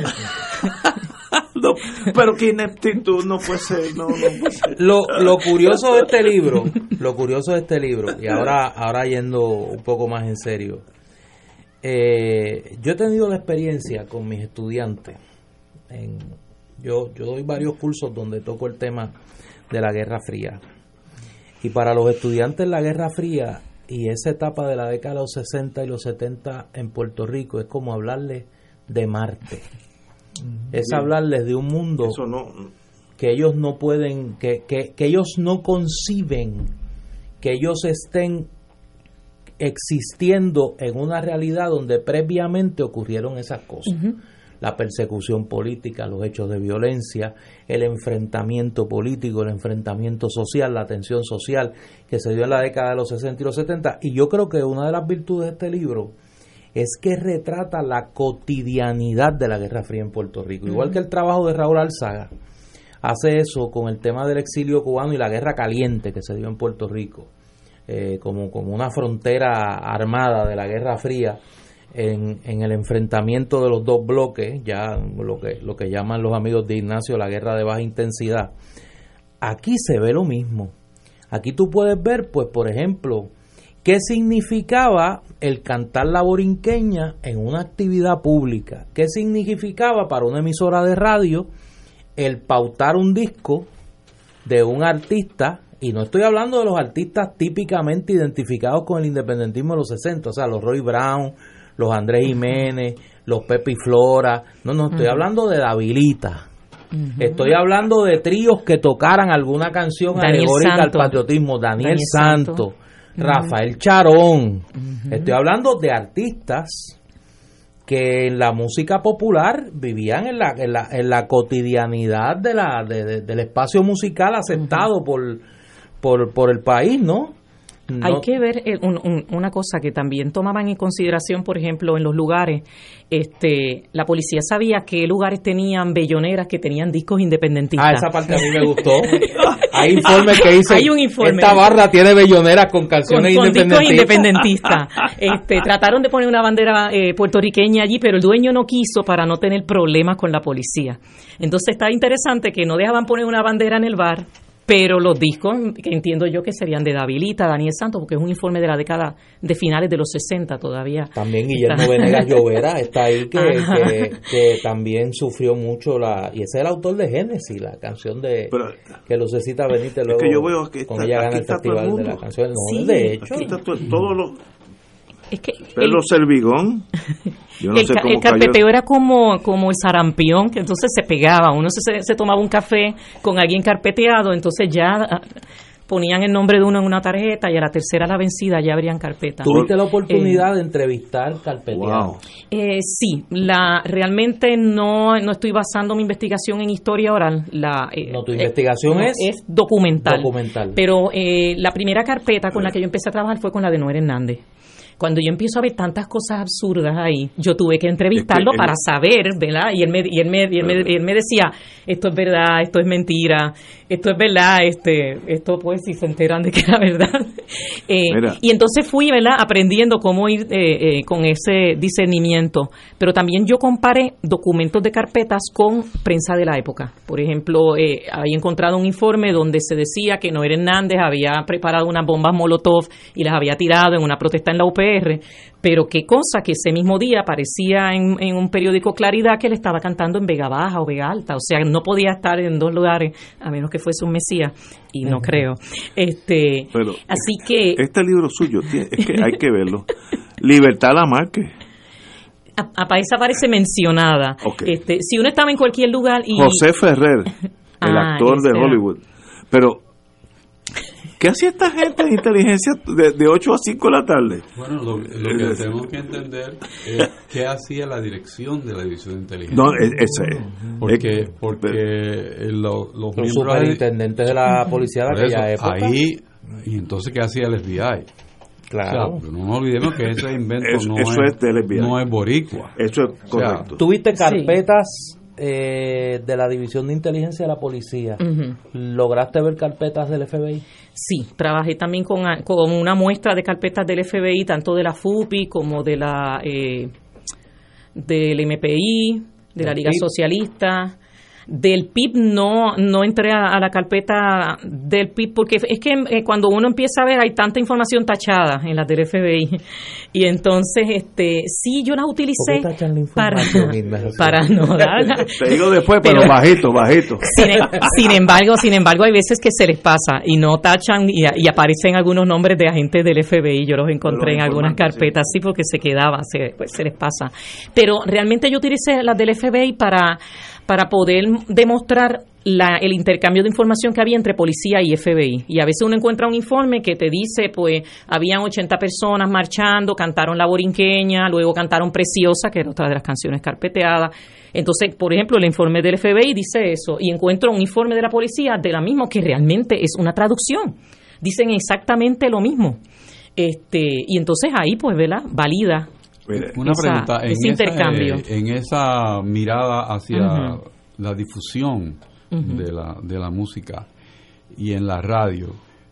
No, pero qué ineptitud, no puede ser, no, no puede ser. Lo, lo curioso de este libro, lo curioso de este libro, y ahora, ahora yendo un poco más en serio, eh, yo he tenido la experiencia con mis estudiantes. En, yo, yo doy varios cursos donde toco el tema de la Guerra Fría. Y para los estudiantes la Guerra Fría y esa etapa de la década de los sesenta y los setenta en Puerto Rico es como hablarles de Marte. Es Bien. hablarles de un mundo Eso no. que ellos no pueden, que, que, que ellos no conciben, que ellos estén existiendo en una realidad donde previamente ocurrieron esas cosas. Uh-huh. La persecución política, los hechos de violencia, el enfrentamiento político, el enfrentamiento social, la tensión social que se dio en la década de los sesenta y los setenta. Y yo creo que una de las virtudes de este libro es que retrata la cotidianidad de la Guerra Fría en Puerto Rico. Uh-huh. Igual que el trabajo de Raúl Alzaga hace eso con el tema del exilio cubano y la guerra caliente que se dio en Puerto Rico, eh, como, como una frontera armada de la Guerra Fría. En, en el enfrentamiento de los dos bloques, ya lo que, lo que llaman los amigos de Ignacio la guerra de baja intensidad, aquí se ve lo mismo. Aquí tú puedes ver, pues por ejemplo, qué significaba el cantar la borinqueña en una actividad pública, qué significaba para una emisora de radio el pautar un disco de un artista, y no estoy hablando de los artistas típicamente identificados con el independentismo de los sesenta, o sea, los Roy Brown, los Andrés Jiménez, los Pepe y Flora. No, no, estoy uh-huh. hablando de Davilita. Uh-huh. Estoy hablando de tríos que tocaran alguna canción Daniel alegórica Santo. al patriotismo. Daniel, Daniel Santo, Santo. Rafael Charón. Uh-huh. Estoy hablando de artistas que en la música popular vivían en la, en la, en la cotidianidad de la, de, de, del espacio musical aceptado uh-huh. por, por, por el país, ¿no? No. Hay que ver eh, un, un, una cosa que también tomaban en consideración, por ejemplo, en los lugares, este, la policía sabía qué lugares tenían belloneras que tenían discos independentistas. Ah, esa parte a mí me gustó. Hay informes que dicen, hay un informe, esta barra tiene belloneras con canciones con, con independentistas. discos independentistas. Este, trataron de poner una bandera eh, puertorriqueña allí, pero el dueño no quiso para no tener problemas con la policía. Entonces está interesante que no dejaban poner una bandera en el bar, pero los discos que entiendo yo que serían de Davilita, Daniel Santos, porque es un informe de la década de finales de los sesenta todavía. También Guillermo Venegas Llovera está ahí, que, que, que también sufrió mucho, la y ese es el autor de Génesis, la canción de pero, que Lucecita Benítez luego, es que yo veo que cuando está, ella gana el festival el de la canción. No, sí, de hecho. Aquí está todo, todo lo... Es que Pedro el, Servigón, yo no el, sé cómo el carpeteo cayó. Era como, como el sarampión, que entonces se pegaba, uno se, se tomaba un café con alguien carpeteado, entonces ya ponían el nombre de uno en una tarjeta y a la tercera la vencida ya abrían carpeta. ¿Tuviste la oportunidad eh, de entrevistar carpeteados? Wow. Eh, sí, la, realmente no, no estoy basando mi investigación en historia oral. La, eh, no, tu investigación eh, es, es documental. documental. Pero eh, la primera carpeta con la que yo empecé a trabajar fue con la de Noel Hernández. Cuando yo empiezo a ver tantas cosas absurdas ahí, yo tuve que entrevistarlo es que, para saber, ¿verdad? Y él me y él me y él me, y él me decía, esto es verdad, esto es mentira, esto es verdad, este, esto pues si se enteran de que era verdad. Eh, y entonces fui, ¿verdad? Aprendiendo cómo ir eh, eh, con ese discernimiento. Pero también yo comparé documentos de carpetas con prensa de la época. Por ejemplo, eh, había encontrado un informe donde se decía que Noel Hernández había preparado unas bombas Molotov y las había tirado en una protesta en la U P R, pero qué cosa que ese mismo día aparecía en, en un periódico Claridad que él estaba cantando en Vega Baja o Vega Alta, o sea, no podía estar en dos lugares a menos que fuese un Mesías, y no uh-huh. creo. Este, pero así que este libro suyo tiene, es que hay que verlo. Libertad Lamarque. A, a esa aparece mencionada. Okay. Este, si uno estaba en cualquier lugar y José Ferrer, el ah, actor de Hollywood, pero ¿qué hacía esta gente de inteligencia de, de ocho a cinco de la tarde? Bueno, lo, lo que tenemos que entender es qué hacía la dirección de la división de inteligencia. No, ese es. Porque, porque los, los, los superintendentes de la policía de aquella época. Ahí, y entonces, ¿qué hacía el F B I? Claro. O sea, no nos olvidemos que ese invento es, no, eso es, es del F B I. No es boricua. Eso es correcto. O sea, ¿tuviste carpetas sí. Eh, de la división de inteligencia de la policía? Uh-huh. ¿Lograste ver carpetas del F B I? Sí, trabajé también con, con una muestra de carpetas del F B I, tanto de la F U P I como de la eh, del M P I, de la Liga P I B Socialista. Del P I B no no entré a, a la carpeta del P I B porque es que eh, cuando uno empieza a ver hay tanta información tachada en las del F B I y entonces este sí yo las utilicé para para no darla. Te digo después, pero, pero bajito, bajito. Sin, sin embargo, sin embargo hay veces que se les pasa y no tachan y, y aparecen algunos nombres de agentes del F B I. Yo los encontré en algunas carpetas sí, sí porque se quedaba, se, pues, se les pasa. Pero realmente yo utilicé las del F B I para para poder demostrar la, el intercambio de información que había entre policía y F B I. Y a veces uno encuentra un informe que te dice, pues, habían ochenta personas marchando, cantaron La Borinqueña, luego cantaron Preciosa, que era otra de las canciones carpeteadas. Entonces, por ejemplo, el informe del F B I dice eso, y encuentro un informe de la policía de la misma que realmente es una traducción. Dicen exactamente lo mismo. Este, y entonces ahí, pues, ¿verdad? Valida. Una esa, pregunta, en ese esa, intercambio. Eh, en esa mirada hacia uh-huh. la difusión uh-huh. de la de la música y en la radio,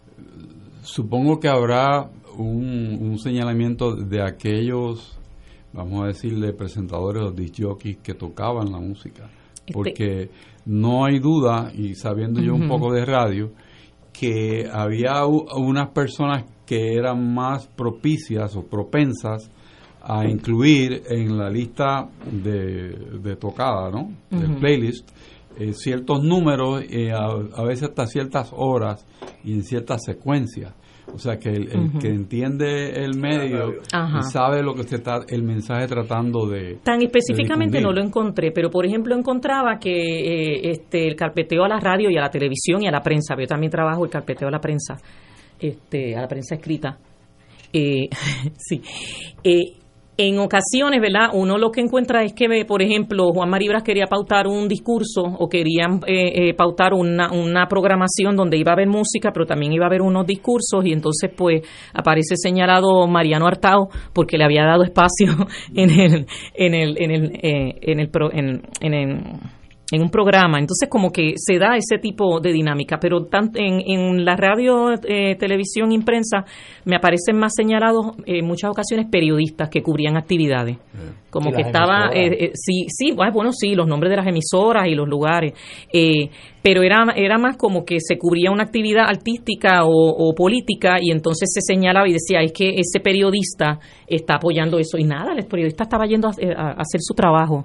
supongo que habrá un, un señalamiento de aquellos, vamos a decirle, presentadores o disc jockeys que tocaban la música, porque este... no hay duda, y sabiendo uh-huh. yo un poco de radio, que había u- unas personas que eran más propicias o propensas a incluir en la lista de, de tocada, ¿no? Uh-huh. Del playlist, eh, ciertos números, eh, a, a veces hasta ciertas horas y en ciertas secuencias. O sea que el, el uh-huh. que entiende el medio Ajá. y sabe lo que se está el mensaje tratando de tan específicamente de no lo encontré, pero por ejemplo encontraba que eh, este el carpeteo a la radio y a la televisión y a la prensa. Yo también trabajo el carpeteo a la prensa, este a la prensa escrita. Eh, sí. Eh, En ocasiones, ¿verdad? Uno lo que encuentra es que, por ejemplo, Juan Maribras quería pautar un discurso o querían eh, eh, pautar una, una programación donde iba a haber música, pero también iba a haber unos discursos y entonces, pues, aparece señalado Mariano Artao porque le había dado espacio en el en el en el eh, en el, pro, en, en el en un programa, entonces como que se da ese tipo de dinámica, pero tanto en, en la radio, eh, televisión y prensa me aparecen más señalados eh, en muchas ocasiones periodistas que cubrían actividades, como que estaba, eh, eh, sí, sí, bueno, sí, los nombres de las emisoras y los lugares, eh, pero era, era más como que se cubría una actividad artística o, o política y entonces se señalaba y decía, es que ese periodista está apoyando eso, y nada, el periodista estaba yendo a, a, a hacer su trabajo.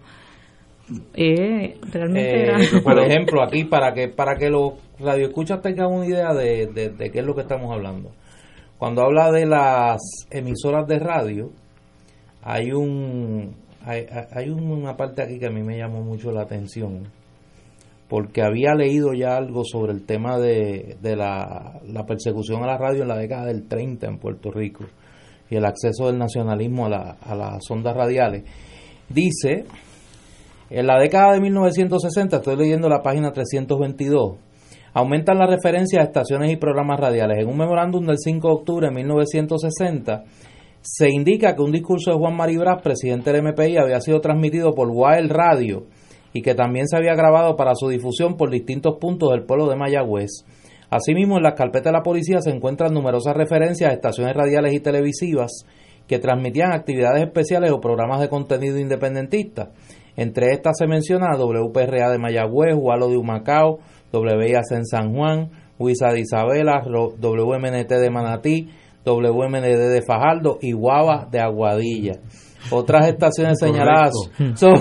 Eh, realmente eh, era... Por ejemplo, aquí para que para que los radioescuchas tengan una idea de, de, de qué es lo que estamos hablando. Cuando habla de las emisoras de radio, hay un hay, hay una parte aquí que a mí me llamó mucho la atención, porque había leído ya algo sobre el tema de, de la, la persecución a la radio en la década del treinta en Puerto Rico y el acceso del nacionalismo a, la, a las ondas radiales. Dice... En la década de mil novecientos sesenta, estoy leyendo la página trescientos veintidós, aumentan las referencias a estaciones y programas radiales. En un memorándum del cinco de octubre de mil novecientos sesenta, se indica que un discurso de Juan Maribraz, presidente del M P I, había sido transmitido por Wild Radio y que también se había grabado para su difusión por distintos puntos del pueblo de Mayagüez. Asimismo, en las carpetas de la policía se encuentran numerosas referencias a estaciones radiales y televisivas que transmitían actividades especiales o programas de contenido independentista. Entre estas se menciona W P R A de Mayagüez, Gualo de Humacao, W I A C en San Juan, Huiza de Isabela, W M N T de Manatí, W M N D de Fajardo y Guava de Aguadilla. Otras estaciones señaladas son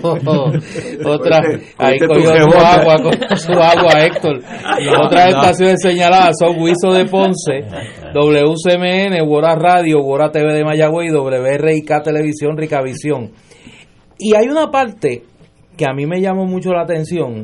otras, ahí cogió su agua, con su agua Héctor. Y otras estaciones señaladas son Huizo de Ponce, W C M N, Wora Radio, Wora T V de Mayagüez y W R I K Televisión, Ricavisión. Y hay una parte que a mí me llamó mucho la atención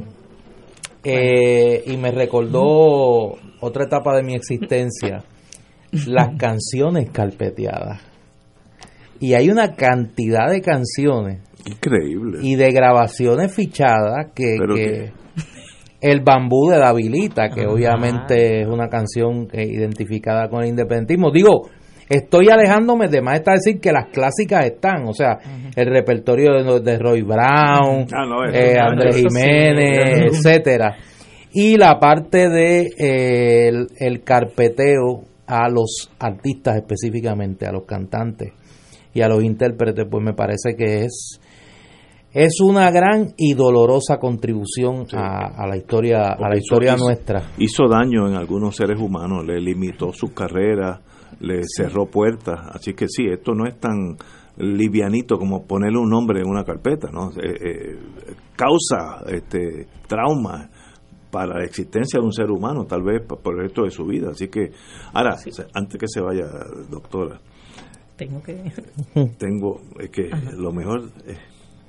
eh, y me recordó otra etapa de mi existencia, las canciones carpeteadas. Y hay una cantidad de canciones increíble y de grabaciones fichadas que, que El Bambú de Davilita, que Ajá. obviamente es una canción identificada con el independentismo. Digo, estoy alejándome de más está decir que las clásicas están, o sea, uh-huh. el repertorio de, de Roy Brown, ah, no, eh, Andrés Jiménez, sí. etcétera. Y la parte de eh, el, el carpeteo a los artistas específicamente, a los cantantes y a los intérpretes, pues me parece que es es una gran y dolorosa contribución sí. a, a la historia a la historia hizo, nuestra. Hizo daño en algunos seres humanos, le limitó sus carreras, le cerró puertas, así que sí, esto no es tan livianito como ponerle un nombre en una carpeta, ¿no? Eh, eh, causa este trauma para la existencia de un ser humano, tal vez por el resto de su vida, así que ahora, sí. antes que se vaya, doctora, tengo que tengo es que Ajá. lo mejor es,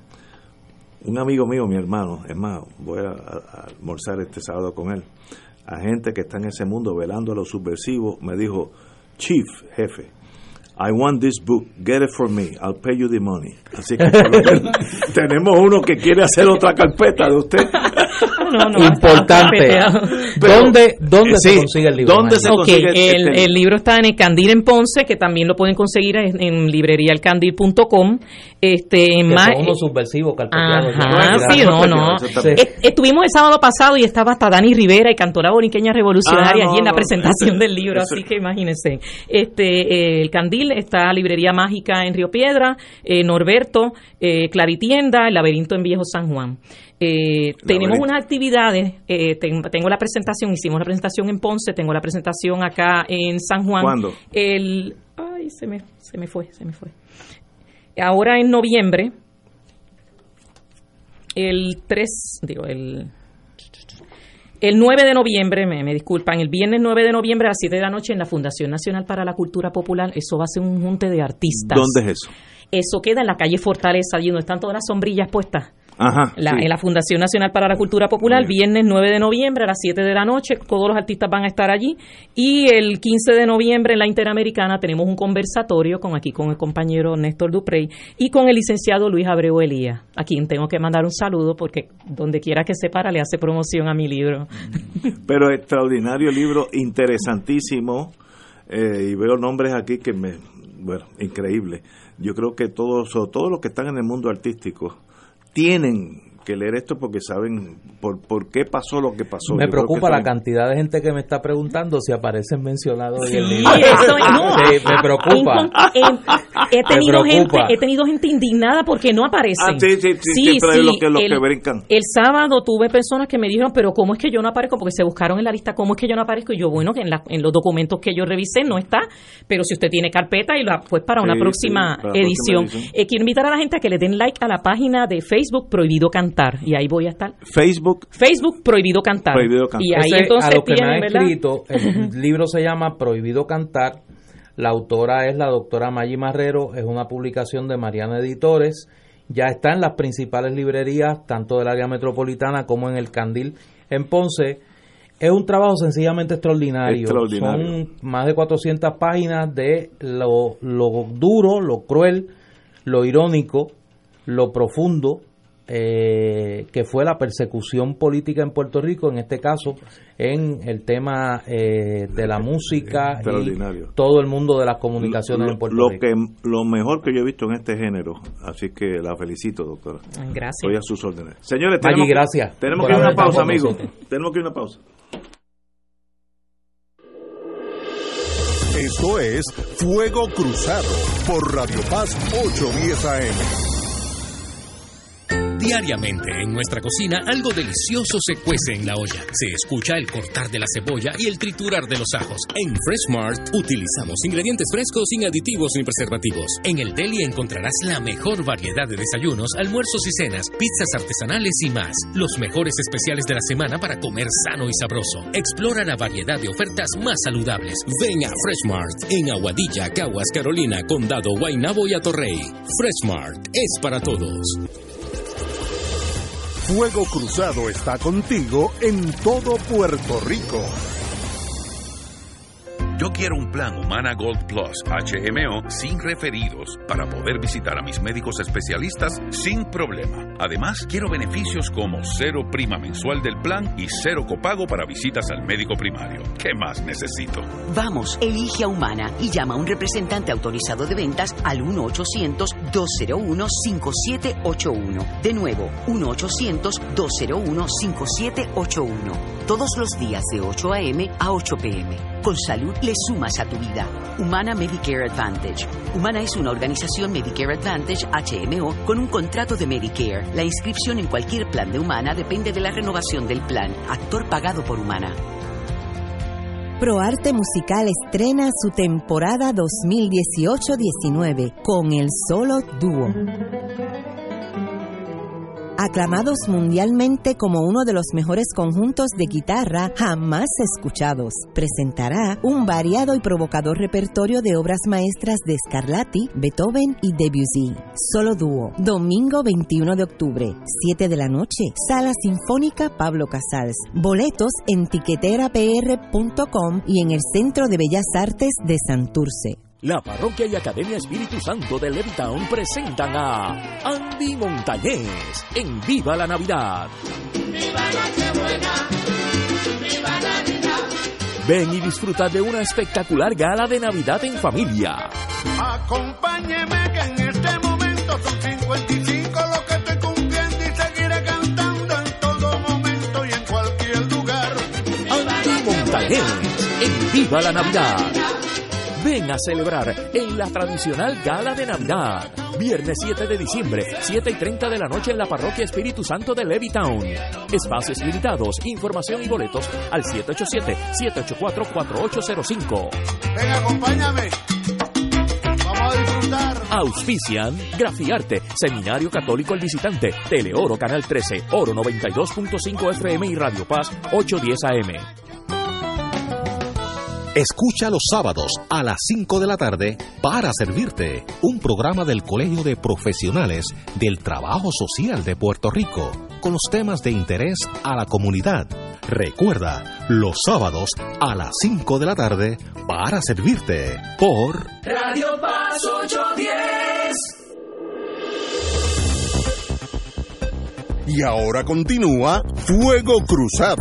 un amigo mío, mi hermano, es más, voy a, a almorzar este sábado con él, a gente que está en ese mundo velando a los subversivos, me dijo: Chief, jefe, I want this book, get it for me, I'll pay you the money. Así que tenemos uno que quiere hacer otra carpeta de usted. No, no, importante. ¿Dónde, dónde sí, se consigue el libro? ¿Dónde se okay, consigue el, este? el libro está en el Candil en Ponce, que también lo pueden conseguir en, en librería el candil punto com. Este, en que más, son unos subversivos carpeteados. Ajá, sí, no, no. Sí. Estuvimos el sábado pasado y estaba hasta Dani Rivera y Cantora Boriqueña Revolucionaria ah, no, allí en la no, presentación no. del libro, así que imagínense. Este, eh, el Candil está Librería Mágica en Río Piedra, eh, Norberto, eh, Claritienda, El Laberinto en Viejo San Juan. Eh, tenemos unas actividades, eh, ten, tengo la presentación, hicimos la presentación en Ponce, tengo la presentación acá en San Juan. ¿Cuándo? El, ay, se me, se me fue, se me fue. Ahora en noviembre, el tres, digo, el... El nueve de noviembre, me, me disculpan, el viernes nueve de noviembre a las siete de la noche en la Fundación Nacional para la Cultura Popular, eso va a ser un junte de artistas. ¿Dónde es eso? Eso queda en la calle Fortaleza, allí donde están todas las sombrillas puestas. Ajá, la, sí. En la Fundación Nacional para la Cultura Popular, viernes nueve de noviembre a las siete de la noche, todos los artistas van a estar allí. Y el quince de noviembre en la Interamericana tenemos un conversatorio con aquí con el compañero Néstor Duprey y con el licenciado Luis Abreu Elías, a quien tengo que mandar un saludo porque donde quiera que se para le hace promoción a mi libro. Pero extraordinario libro, interesantísimo, eh, y veo nombres aquí que me, bueno, increíble. Yo creo que todos, todos los que están en el mundo artístico tienen que leer esto porque saben por, por qué pasó lo que pasó. Me Yo preocupa la saben... cantidad de gente que me está preguntando si aparecen mencionados sí, en el libro. Eso, no. Sí, me preocupa. En, en, he, tenido me gente, preocupa. he tenido gente indignada porque no aparecen. Ah, sí, sí, sí, sí, siempre sí, hay los que, los el, que brincan. El sábado tuve personas que me dijeron, pero ¿cómo es que yo no aparezco? Porque se buscaron en la lista, ¿cómo es que yo no aparezco? Y yo, bueno, que en, la, en los documentos que yo revisé no está, pero si usted tiene carpeta y la pues para una Sí, próxima sí, para la edición. próxima edición. Eh, quiero invitar a la gente a que le den like a la página de Facebook Prohibido Cantar, y ahí voy a estar. Facebook. Facebook Prohibido Cantar. Prohibido Cantar. Y ahí Ese, entonces a los que me tienen, han ¿verdad? escrito, el libro se llama Prohibido Cantar. La autora es la doctora Maggi Marrero, es una publicación de Mariana Editores. Ya está en las principales librerías, tanto del área metropolitana como en el Candil en Ponce. Es un trabajo sencillamente extraordinario. Extraordinario. Son más de cuatrocientas páginas de lo, lo duro, lo cruel, lo irónico, lo profundo, eh, que fue la persecución política en Puerto Rico, en este caso en el tema eh, de la música y todo el mundo de las comunicaciones lo, en Puerto lo Rico. Que, lo mejor que yo he visto en este género, así que la felicito, doctora. Gracias. Estoy a sus órdenes. Señores, Maggi, tenemos, gracias que, tenemos por que ir a una haber estado pausa, con amigos. nosotros. Tenemos que ir a una pausa. Esto es Fuego Cruzado por Radio Paz ochocientos diez A M. Diariamente en nuestra cocina algo delicioso se cuece en la olla. Se escucha el cortar de la cebolla y el triturar de los ajos. En Fresh Mart utilizamos ingredientes frescos sin aditivos ni preservativos. En el deli encontrarás la mejor variedad de desayunos, almuerzos y cenas, pizzas artesanales y más. Los mejores especiales de la semana para comer sano y sabroso. Explora la variedad de ofertas más saludables. Ven a Fresh Mart en Aguadilla, Caguas, Carolina, Condado, Guaynabo y Atorrey. Fresh Mart es para todos. Fuego Cruzado está contigo en todo Puerto Rico. Yo quiero un plan Humana Gold Plus H M O sin referidos para poder visitar a mis médicos especialistas sin problema. Además, quiero beneficios como cero prima mensual del plan y cero copago para visitas al médico primario. ¿Qué más necesito? Vamos, elige a Humana y llama a un representante autorizado de ventas al uno ochocientos, dos cero uno, cinco siete ocho uno. De nuevo, uno ochocientos, dos cero uno, cinco siete ocho uno. Todos los días de ocho a eme a ocho pe eme. Con salud le sumas a tu vida. Humana Medicare Advantage. Humana es una organización Medicare Advantage H M O con un contrato de Medicare. La inscripción en cualquier plan de Humana depende de la renovación del plan. Actor pagado por Humana. ProArte Musical estrena su temporada dos mil dieciocho diecinueve con el solo dúo. Aclamados mundialmente como uno de los mejores conjuntos de guitarra jamás escuchados, presentará un variado y provocador repertorio de obras maestras de Scarlatti, Beethoven y Debussy. Solo dúo, domingo veintiuno de octubre, siete de la noche, Sala Sinfónica Pablo Casals. Boletos en tiquetera p r punto com y en el Centro de Bellas Artes de Santurce. La Parroquia y Academia Espíritu Santo de Levittown presentan a Andy Montañez en Viva la Navidad. ¡Viva Nochebuena! ¡Viva Navidad! Ven y disfruta de una espectacular gala de Navidad en familia. Acompáñeme que en este momento son cincuenta y cinco lo que estoy cumpliendo y seguiré cantando en todo momento y en cualquier lugar. Andy Montañez en Viva la Navidad. Ven a celebrar en la tradicional Gala de Navidad. Viernes siete de diciembre, siete y treinta de la noche en la Parroquia Espíritu Santo de Levittown. Espacios limitados, información y boletos al siete ocho siete, siete ocho cuatro, cuatro ocho cero cinco. Ven, acompáñame. Vamos a disfrutar. Auspician Grafiarte, Seminario Católico El Visitante, Teleoro Canal trece, Oro noventa y dos punto cinco F M y Radio Paz ochocientos diez A M. Escucha los sábados a las cinco de la tarde Para Servirte, un programa del Colegio de Profesionales del Trabajo Social de Puerto Rico, con los temas de interés a la comunidad. Recuerda, los sábados a las cinco de la tarde Para Servirte, por Radio Paz ochocientos diez. Y ahora continúa Fuego Cruzado.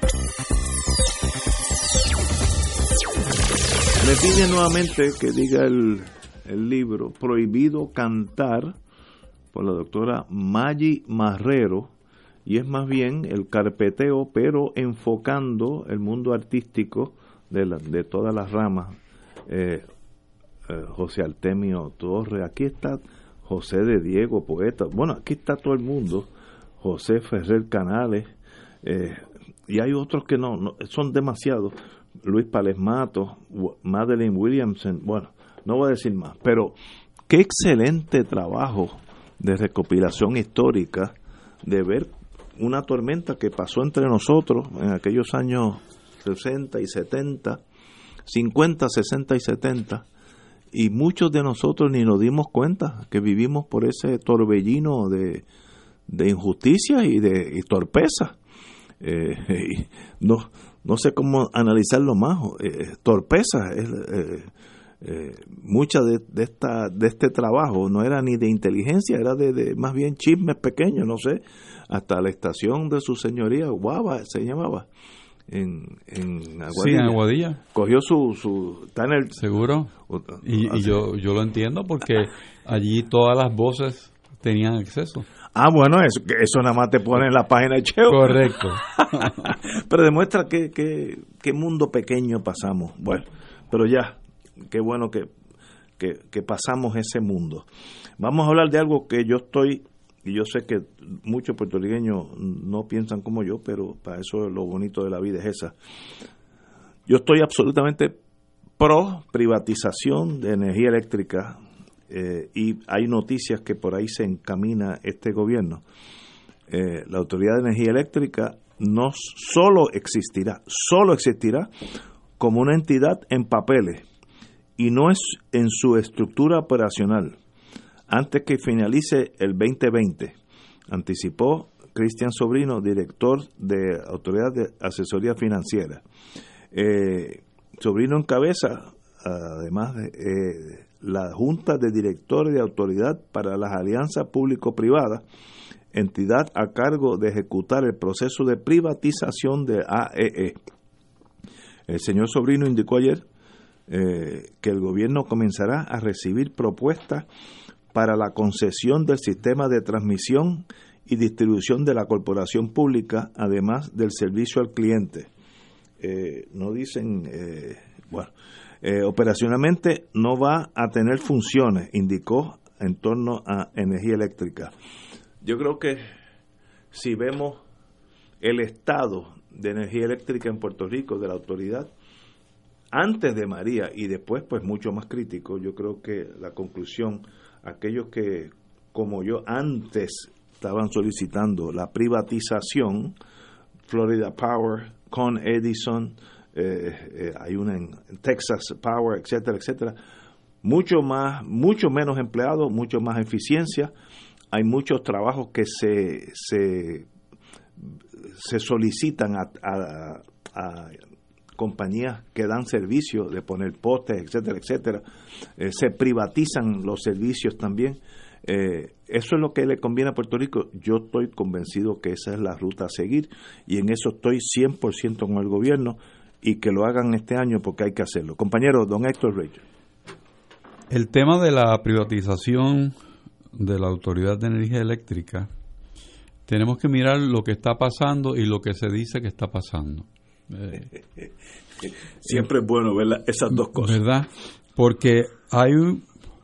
Me pide nuevamente que diga el, el libro Prohibido Cantar por la doctora Maggi Marrero, y es más bien el carpeteo, pero enfocando el mundo artístico de, la, de todas las ramas. Eh, eh, José Artemio Torres, aquí está José de Diego, poeta, bueno, aquí está todo el mundo, José Ferrer Canales, eh, y hay otros que no, no son demasiados, Luis Pález Mato, Madeleine Williamson, bueno, no voy a decir más, pero qué excelente trabajo de recopilación histórica, de ver una tormenta que pasó entre nosotros en aquellos años sesenta y setenta, cincuenta, sesenta y setenta, y muchos de nosotros ni nos dimos cuenta que vivimos por ese torbellino de, de injusticia y de y torpeza. Eh, y no, no sé cómo analizarlo más. Eh, torpeza es eh, eh, mucha de, de esta de este trabajo no era ni de inteligencia, era de, de más bien chismes pequeños, no sé. Hasta la estación de su señoría, Guava se llamaba, en, en Aguadilla. Sí, en Aguadilla. Cogió su, su está en el seguro. Y, y yo yo lo entiendo porque allí todas las voces tenían acceso. Ah, bueno, eso, eso nada más te pone en la página de Cheo. Correcto. Pero demuestra que, que, qué mundo pequeño pasamos. Bueno, pero ya, qué bueno que, que, que pasamos ese mundo. Vamos a hablar de algo que yo estoy, y yo sé que muchos puertorriqueños no piensan como yo, pero para eso lo bonito de la vida es esa. Yo estoy absolutamente pro privatización de energía eléctrica. Eh, y hay noticias que por ahí se encamina este gobierno. Eh, la Autoridad de Energía Eléctrica no solo existirá, solo existirá como una entidad en papeles y no es en su estructura operacional antes que finalice el veinte veinte, anticipó Cristian Sobrino, director de Autoridad de Asesoría Financiera. Eh, Sobrino encabeza, además de eh, la Junta de Directores de Autoridad para las Alianzas Público-Privadas, entidad a cargo de ejecutar el proceso de privatización de A E E. El señor Sobrino indicó ayer eh, que el gobierno comenzará a recibir propuestas para la concesión del sistema de transmisión y distribución de la corporación pública, además del servicio al cliente. Eh, no dicen, eh, bueno, Eh, operacionalmente no va a tener funciones, indicó, en torno a energía eléctrica. Yo creo que si vemos el estado de energía eléctrica en Puerto Rico de la autoridad, antes de María y después pues mucho más crítico, yo creo que la conclusión, aquellos que como yo antes estaban solicitando la privatización, Florida Power, Con Edison, Eh, eh, hay una en Texas Power, etcétera, etcétera, mucho más, mucho menos empleados, mucho más eficiencia, hay muchos trabajos que se se, se solicitan a, a, a compañías que dan servicio de poner postes, etcétera, etcétera, eh, se privatizan los servicios también. Eh, eso es lo que le conviene a Puerto Rico. Yo estoy convencido que esa es la ruta a seguir y en eso estoy cien por ciento con el gobierno, y que lo hagan este año porque hay que hacerlo. Compañero, don Héctor Reyes. El tema de la privatización de la Autoridad de Energía Eléctrica, tenemos que mirar lo que está pasando y lo que se dice que está pasando. Eh, Siempre es bueno ver la, esas dos cosas. ¿Verdad? Porque hay un,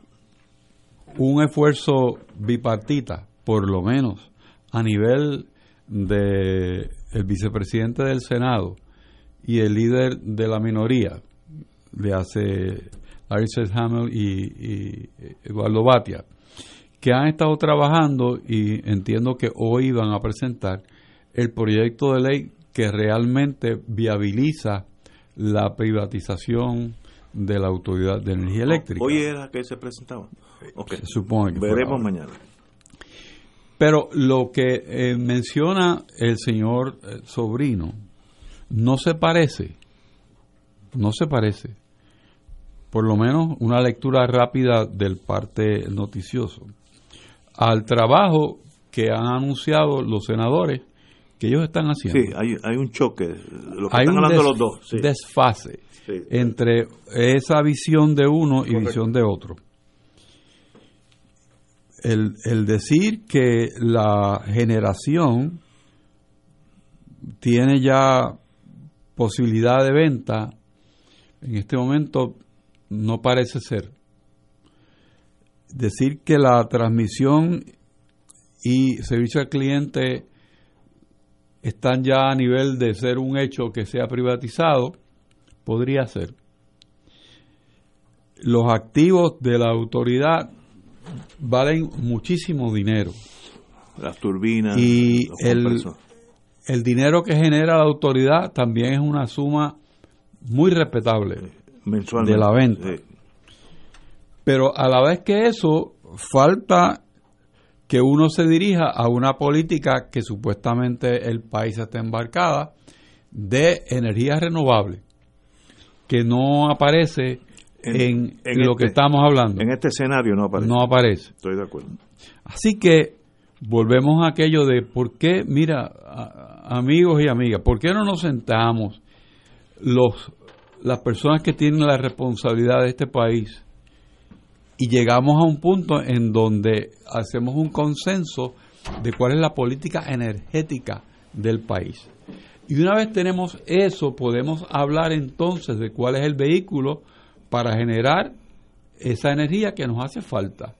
un esfuerzo bipartita, por lo menos, a nivel de el vicepresidente del Senado y el líder de la minoría, le hace Larry Selhammer y, y Eduardo Batia, que han estado trabajando y entiendo que hoy van a presentar el proyecto de ley que realmente viabiliza la privatización de la Autoridad de Energía Eléctrica. ¿Hoy era que se presentaba? Okay. Se supone que veremos mañana. Pero lo que eh, menciona el señor eh, Sobrino no se parece, no se parece, por lo menos una lectura rápida del parte noticioso, al trabajo que han anunciado los senadores que ellos están haciendo. Sí, hay, hay un choque, lo que hay están un hablando des, los dos. Sí. desfase sí. entre esa visión de uno y Correcto. Visión de otro. El, el decir que la generación tiene ya posibilidad de venta, en este momento no parece ser. Decir que la transmisión y servicio al cliente están ya a nivel de ser un hecho que sea privatizado, podría ser. Los activos de la autoridad valen muchísimo dinero. Las turbinas. Y el, el dinero que genera la autoridad también es una suma muy respetable mensualmente de la venta. Sí. Pero a la vez que eso, falta que uno se dirija a una política que supuestamente el país está embarcada de energías renovables, que no aparece en, en, en lo este, que estamos hablando. En este escenario no aparece. No aparece. Estoy de acuerdo. Así que volvemos a aquello de por qué, mira, a, amigos y amigas, ¿por qué no nos sentamos los las personas que tienen la responsabilidad de este país y llegamos a un punto en donde hacemos un consenso de cuál es la política energética del país? Y una vez tenemos eso, podemos hablar entonces de cuál es el vehículo para generar esa energía que nos hace falta.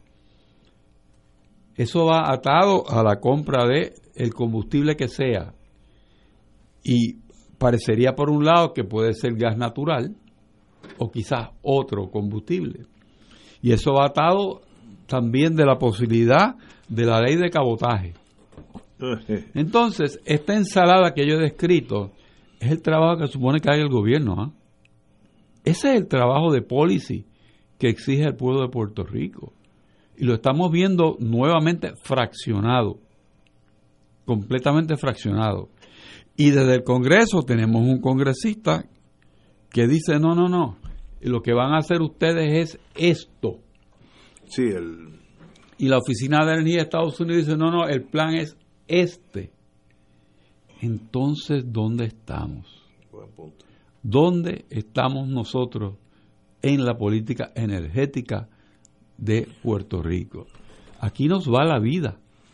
Eso va atado a la compra de el combustible que sea. Y parecería por un lado que puede ser gas natural o quizás otro combustible. Y eso va atado también de la posibilidad de la ley de cabotaje. Entonces, esta ensalada que yo he descrito es el trabajo que supone que haga el gobierno. ¿eh? Ese es el trabajo de policy que exige el pueblo de Puerto Rico. Y lo estamos viendo nuevamente fraccionado, completamente fraccionado. Y desde el Congreso tenemos un congresista que dice, no, no, no, lo que van a hacer ustedes es esto. Sí, el... Y la Oficina de Energía de Estados Unidos dice, no, no, el plan es este. Entonces, ¿dónde estamos? Buen punto. ¿Dónde estamos nosotros en la política energética de Puerto Rico? Aquí nos va la vida.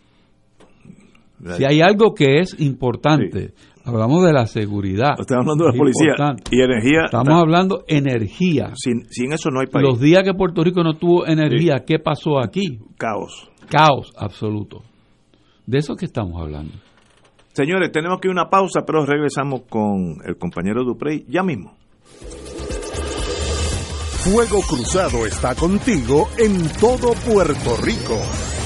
Si hay algo que es importante, sí. Hablamos de la seguridad. Estamos hablando de la policía y energía. Estamos está, hablando energía. Sin, sin eso no hay país. Los días que Puerto Rico no tuvo energía, sí. ¿Qué pasó aquí? Caos. Caos absoluto. De eso que estamos hablando. Señores, tenemos que ir a una pausa, pero regresamos con el compañero Duprey ya mismo. Fuego Cruzado está contigo en todo Puerto Rico.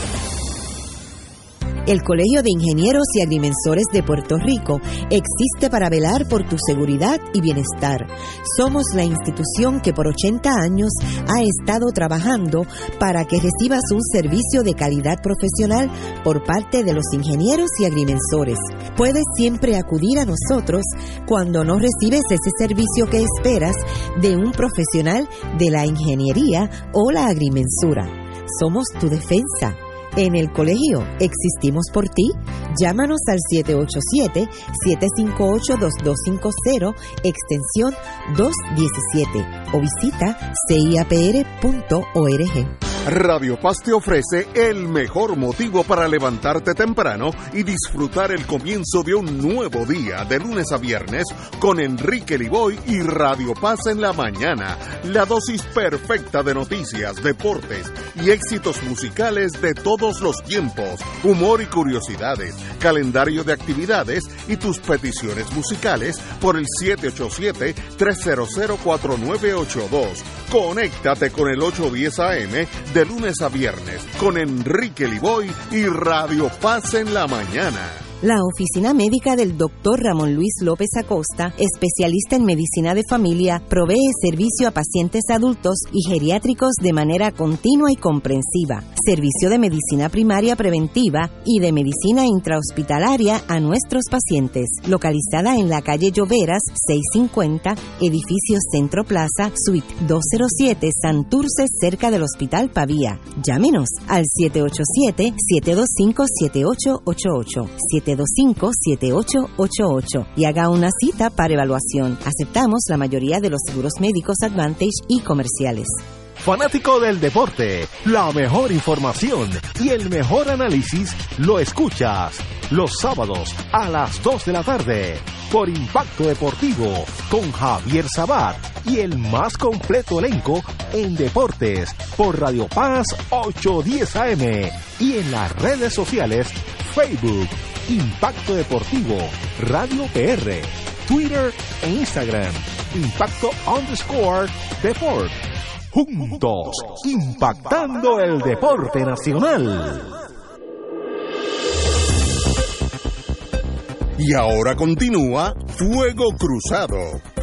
El Colegio de Ingenieros y Agrimensores de Puerto Rico existe para velar por tu seguridad y bienestar. Somos la institución que por ochenta años ha estado trabajando para que recibas un servicio de calidad profesional por parte de los ingenieros y agrimensores. Puedes siempre acudir a nosotros cuando no recibes ese servicio que esperas de un profesional de la ingeniería o la agrimensura. Somos tu defensa. En el colegio existimos por ti. Llámanos al siete ocho siete, siete cinco ocho, dos dos cinco cero, extensión doscientos diecisiete o visita c i a p r punto org. Radio Paz te ofrece el mejor motivo para levantarte temprano y disfrutar el comienzo de un nuevo día de lunes a viernes con Enrique Liboy y Radio Paz en la mañana. La dosis perfecta de noticias, deportes y éxitos musicales de todos los tiempos, humor y curiosidades, calendario de actividades y tus peticiones musicales por el siete ocho siete, tres cero cero, cuatro nueve ocho dos. Conéctate con el ocho diez A M de lunes a viernes con Enrique Liboy y Radio Paz en la mañana. La oficina médica del doctor Ramón Luis López Acosta, especialista en medicina de familia, provee servicio a pacientes adultos y geriátricos de manera continua y comprensiva, servicio de medicina primaria preventiva y de medicina intrahospitalaria a nuestros pacientes, localizada en la calle Lloveras, seiscientos cincuenta, edificio Centro Plaza, suite doscientos siete, Santurce, cerca del Hospital Pavía. Llámenos al siete ocho siete, siete dos cinco, siete ocho ocho ocho, siete dos cinco, siete ocho ocho ocho y haga una cita para evaluación. Aceptamos la mayoría de los seguros médicos Advantage y comerciales. Fanático del deporte, la mejor información y el mejor análisis lo escuchas los sábados a las dos de la tarde por Impacto Deportivo con Javier Sabat y el más completo elenco en deportes por Radio Paz ochocientos diez A M y en las redes sociales Facebook, Impacto Deportivo, Radio P R, Twitter e Instagram, Impacto underscore Deport. Juntos, impactando el deporte nacional. Y ahora continúa Fuego Cruzado.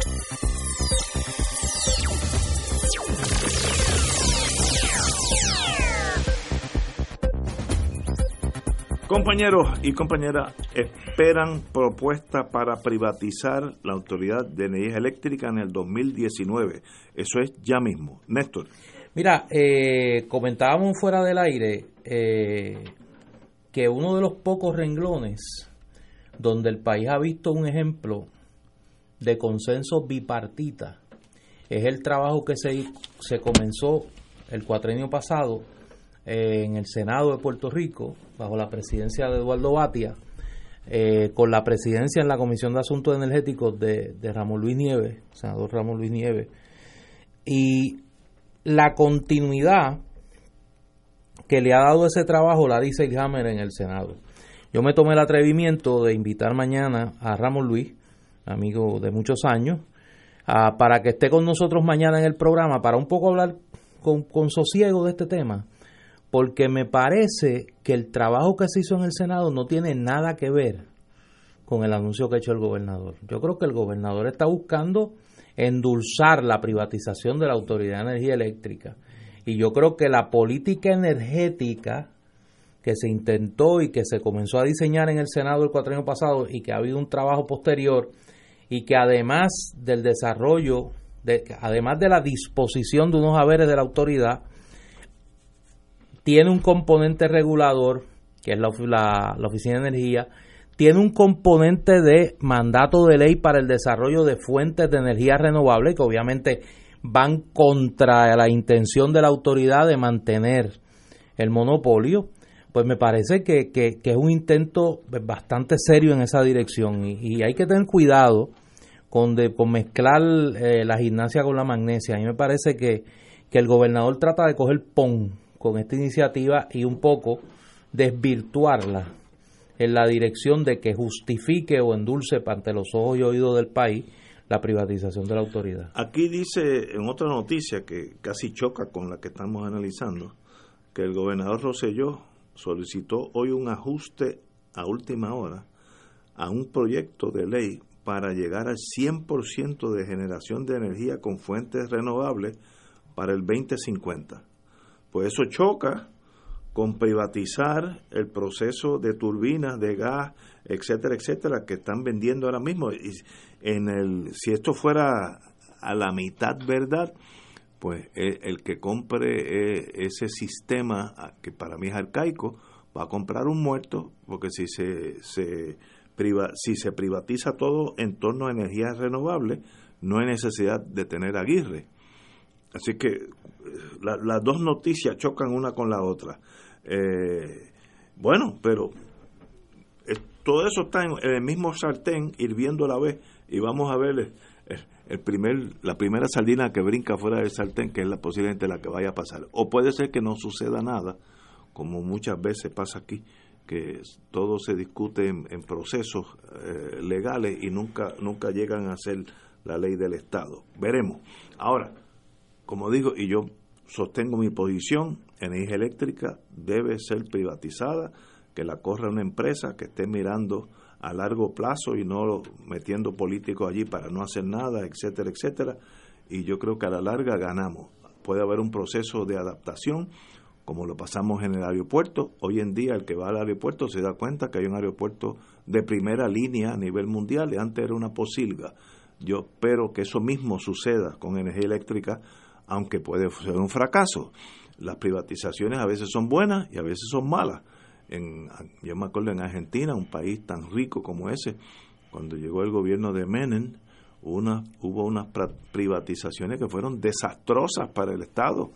Compañeros y compañeras, esperan propuesta para privatizar la Autoridad de Energía Eléctrica en el dos mil diecinueve. Eso es ya mismo. Néstor. Mira, eh, comentábamos fuera del aire eh, que uno de los pocos renglones donde el país ha visto un ejemplo de consenso bipartita es el trabajo que se, se comenzó el cuatrienio pasado eh, en el Senado de Puerto Rico, bajo la presidencia de Eduardo Batia, eh, con la presidencia en la Comisión de Asuntos Energéticos de, de Ramón Luis Nieves, senador Ramón Luis Nieves, y la continuidad que le ha dado ese trabajo Larry Selhammer en el Senado. Yo me tomé el atrevimiento de invitar mañana a Ramón Luis, amigo de muchos años, a, para que esté con nosotros mañana en el programa, para un poco hablar con, con sosiego de este tema, porque me parece que el trabajo que se hizo en el Senado no tiene nada que ver con el anuncio que ha hecho el gobernador. Yo creo que el gobernador está buscando endulzar la privatización de la Autoridad de Energía Eléctrica, y yo creo que la política energética que se intentó y que se comenzó a diseñar en el Senado el cuatrienio pasado y que ha habido un trabajo posterior y que además del desarrollo, de, además de la disposición de unos haberes de la autoridad, tiene un componente regulador, que es la, la, la Oficina de Energía, tiene un componente de mandato de ley para el desarrollo de fuentes de energía renovable, que obviamente van contra la intención de la autoridad de mantener el monopolio. Pues me parece que, que, que es un intento bastante serio en esa dirección, y, y hay que tener cuidado con, de, con mezclar eh, la gimnasia con la magnesia. A mí me parece que, que el gobernador trata de coger pon con esta iniciativa y un poco desvirtuarla en la dirección de que justifique o endulce ante los ojos y oídos del país la privatización de la autoridad. Aquí dice en otra noticia que casi choca con la que estamos analizando, que el gobernador Rosselló solicitó hoy un ajuste a última hora a un proyecto de ley para llegar al cien por ciento de generación de energía con fuentes renovables para el veinte cincuenta. Pues eso choca con privatizar el proceso de turbinas de gas, etcétera, etcétera, que están vendiendo ahora mismo. Y en el, si esto fuera a la mitad verdad, pues el, el que compre eh, ese sistema, que para mí es arcaico, va a comprar un muerto, porque si se, se priva, si se privatiza todo en torno a energías renovables, no hay necesidad de tener aguirre. Así que la, las dos noticias chocan una con la otra. Eh, bueno, pero es, todo eso está en, en el mismo sartén, hirviendo a la vez, y vamos a ver el, el, el primer, la primera sardina que brinca fuera del sartén, que es la posiblemente la que vaya a pasar. O puede ser que no suceda nada, como muchas veces pasa aquí, que todo se discute en, en procesos eh, legales y nunca, nunca llegan a ser la ley del Estado. Veremos. Ahora, como digo, y yo sostengo mi posición, energía eléctrica debe ser privatizada, que la corra una empresa que esté mirando a largo plazo y no metiendo políticos allí para no hacer nada, etcétera, etcétera. Y yo creo que a la larga ganamos. Puede haber un proceso de adaptación, como lo pasamos en el aeropuerto. Hoy en día el que va al aeropuerto se da cuenta que hay un aeropuerto de primera línea a nivel mundial, y antes era una posilga. Yo espero que eso mismo suceda con energía eléctrica, aunque puede ser un fracaso. Las privatizaciones a veces son buenas y a veces son malas. En, yo me acuerdo en Argentina, un país tan rico como ese, cuando llegó el gobierno de Menem, una, hubo unas privatizaciones que fueron desastrosas para el Estado,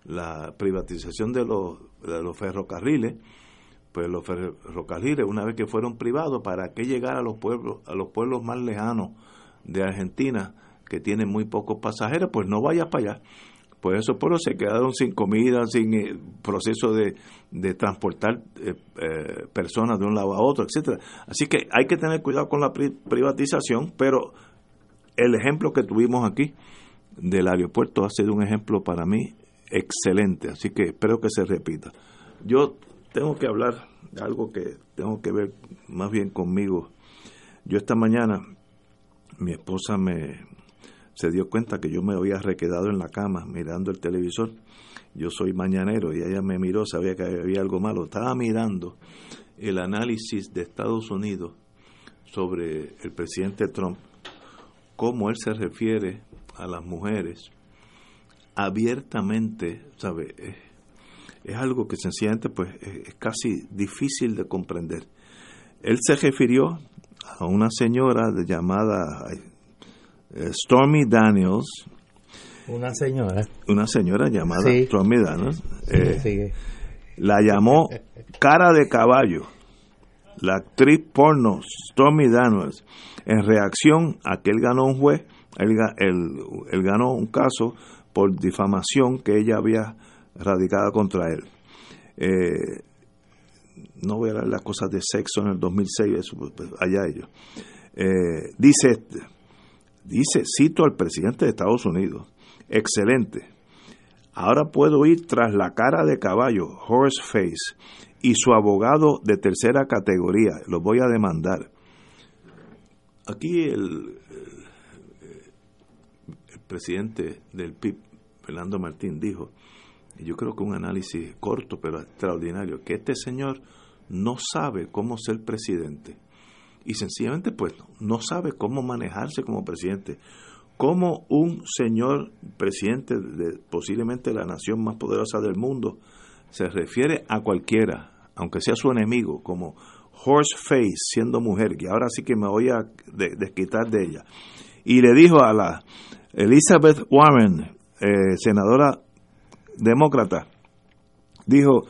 la privatización de los, de los ferrocarriles, pues los ferrocarriles, una vez que fueron privados, ¿para qué llegar a los pueblos, a los pueblos más lejanos de Argentina, que tienen muy pocos pasajeros? Pues no vayas para allá. Pues esos pueblos se quedaron sin comida, sin eh, proceso de, de transportar eh, eh, personas de un lado a otro, etcétera. Así que hay que tener cuidado con la pri- privatización, pero el ejemplo que tuvimos aquí del aeropuerto ha sido un ejemplo para mí excelente, así que espero que se repita. Yo tengo que hablar de algo que tengo que ver más bien conmigo. Yo esta mañana, mi esposa me se dio cuenta que yo me había requedado en la cama mirando el televisor. Yo soy mañanero y ella me miró, sabía que había algo malo. Estaba mirando el análisis de Estados Unidos sobre el presidente Trump, cómo él se refiere a las mujeres abiertamente, ¿sabe? Es, es algo que sencillamente pues es, es casi difícil de comprender. Él se refirió a una señora de llamada eh, Stormy Daniels. Una señora. Una señora llamada sí. Stormy Daniels. Eh, Sigue. La llamó cara de caballo. La actriz porno Stormy Daniels, en reacción a que él ganó un juez, él, él, él ganó un caso por difamación que ella había radicado contra él. Eh, no voy a hablar de las cosas de sexo en el dos mil seis, eso, allá ellos. Eh, dice, dice, cito al presidente de Estados Unidos, excelente, ahora puedo ir tras la cara de caballo, horse face, y su abogado de tercera categoría, lo voy a demandar. Aquí el, el, el presidente del P I B, Fernando Martín, dijo, y yo creo que un análisis corto pero extraordinario, que este señor no sabe cómo ser presidente y sencillamente pues no sabe cómo manejarse como presidente. Como un señor presidente de posiblemente la nación más poderosa del mundo se refiere a cualquiera, aunque sea su enemigo, como horse face, siendo mujer, que ahora sí que me voy a desquitar de ella. Y le dijo a la Elizabeth Warren, eh, senadora demócrata, dijo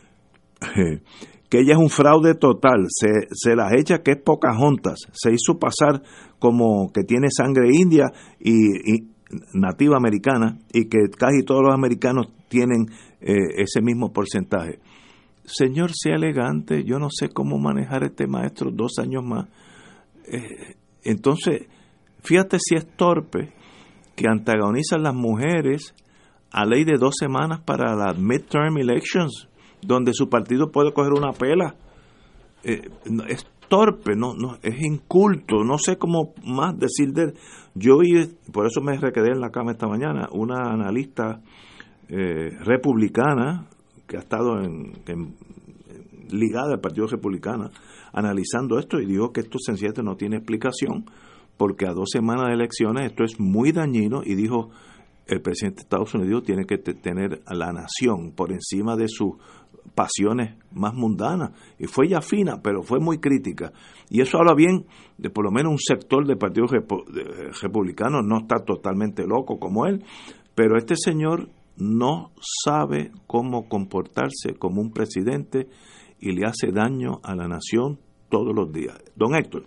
eh, que ella es un fraude total, se, se las echa que es Pocahontas, se hizo pasar como que tiene sangre india y, y nativa americana, y que casi todos los americanos tienen eh, ese mismo porcentaje. Señor, sea elegante, yo no sé cómo manejar este maestro dos años más. Eh, entonces, fíjate si es torpe que antagonizan las mujeres a ley de dos semanas para las midterm elections, donde su partido puede coger una pela. Eh, es torpe, no, no, es inculto, no sé cómo más decir de él. Yo vi, por eso me requedé en la cama esta mañana, una analista eh, republicana que ha estado en, en, ligada al Partido Republicano, analizando esto, y dijo que esto sencillamente no tiene explicación, porque a dos semanas de elecciones esto es muy dañino, y dijo, el presidente de Estados Unidos tiene que t- tener a la nación por encima de sus pasiones más mundanas, y fue ya fina, pero fue muy crítica, y eso habla bien de por lo menos un sector del Partido Repo- de, Republicano, no está totalmente loco como él, pero este señor no sabe cómo comportarse como un presidente y le hace daño a la nación todos los días. Don Héctor.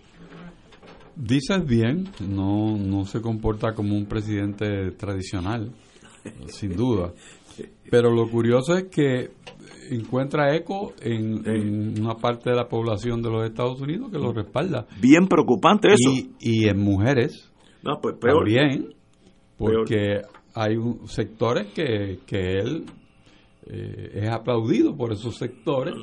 Dices bien, no, no se comporta como un presidente tradicional, sin duda. Pero lo curioso es que encuentra eco en, en una parte de la población de los Estados Unidos que lo respalda. Bien preocupante eso. Y, y en mujeres no, pues peor. También, porque peor. Hay un, sectores que, que él eh, es aplaudido por esos sectores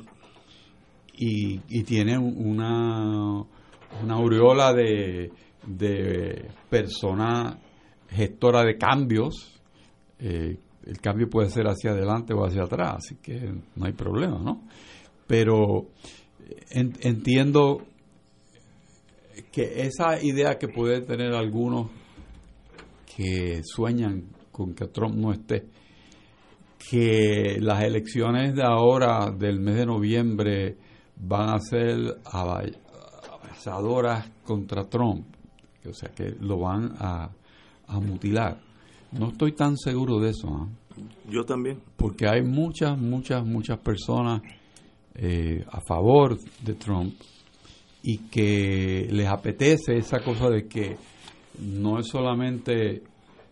y, y tiene una, una aureola de, de persona gestora de cambios. Eh, el cambio puede ser hacia adelante o hacia atrás, así que no hay problema, ¿no? Pero en, entiendo que esa idea que puede tener algunos que sueñan con que Trump no esté, que las elecciones de ahora, del mes de noviembre, van a ser avasadoras contra Trump, o sea que lo van a, a mutilar. No estoy tan seguro de eso. ¿eh? Yo también. Porque hay muchas, muchas, muchas personas eh, a favor de Trump y que les apetece esa cosa de que no es solamente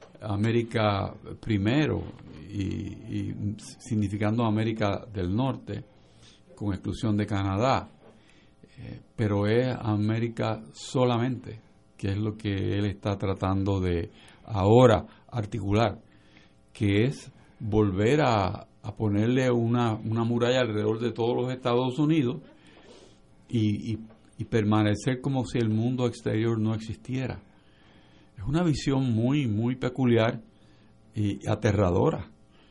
América primero y, y significando América del Norte, con exclusión de Canadá, eh, pero es América solamente, que es lo que él está tratando de ahora articular, que es volver a, a ponerle una, una muralla alrededor de todos los Estados Unidos y, y, y permanecer como si el mundo exterior no existiera. Es una visión muy, muy peculiar y aterradora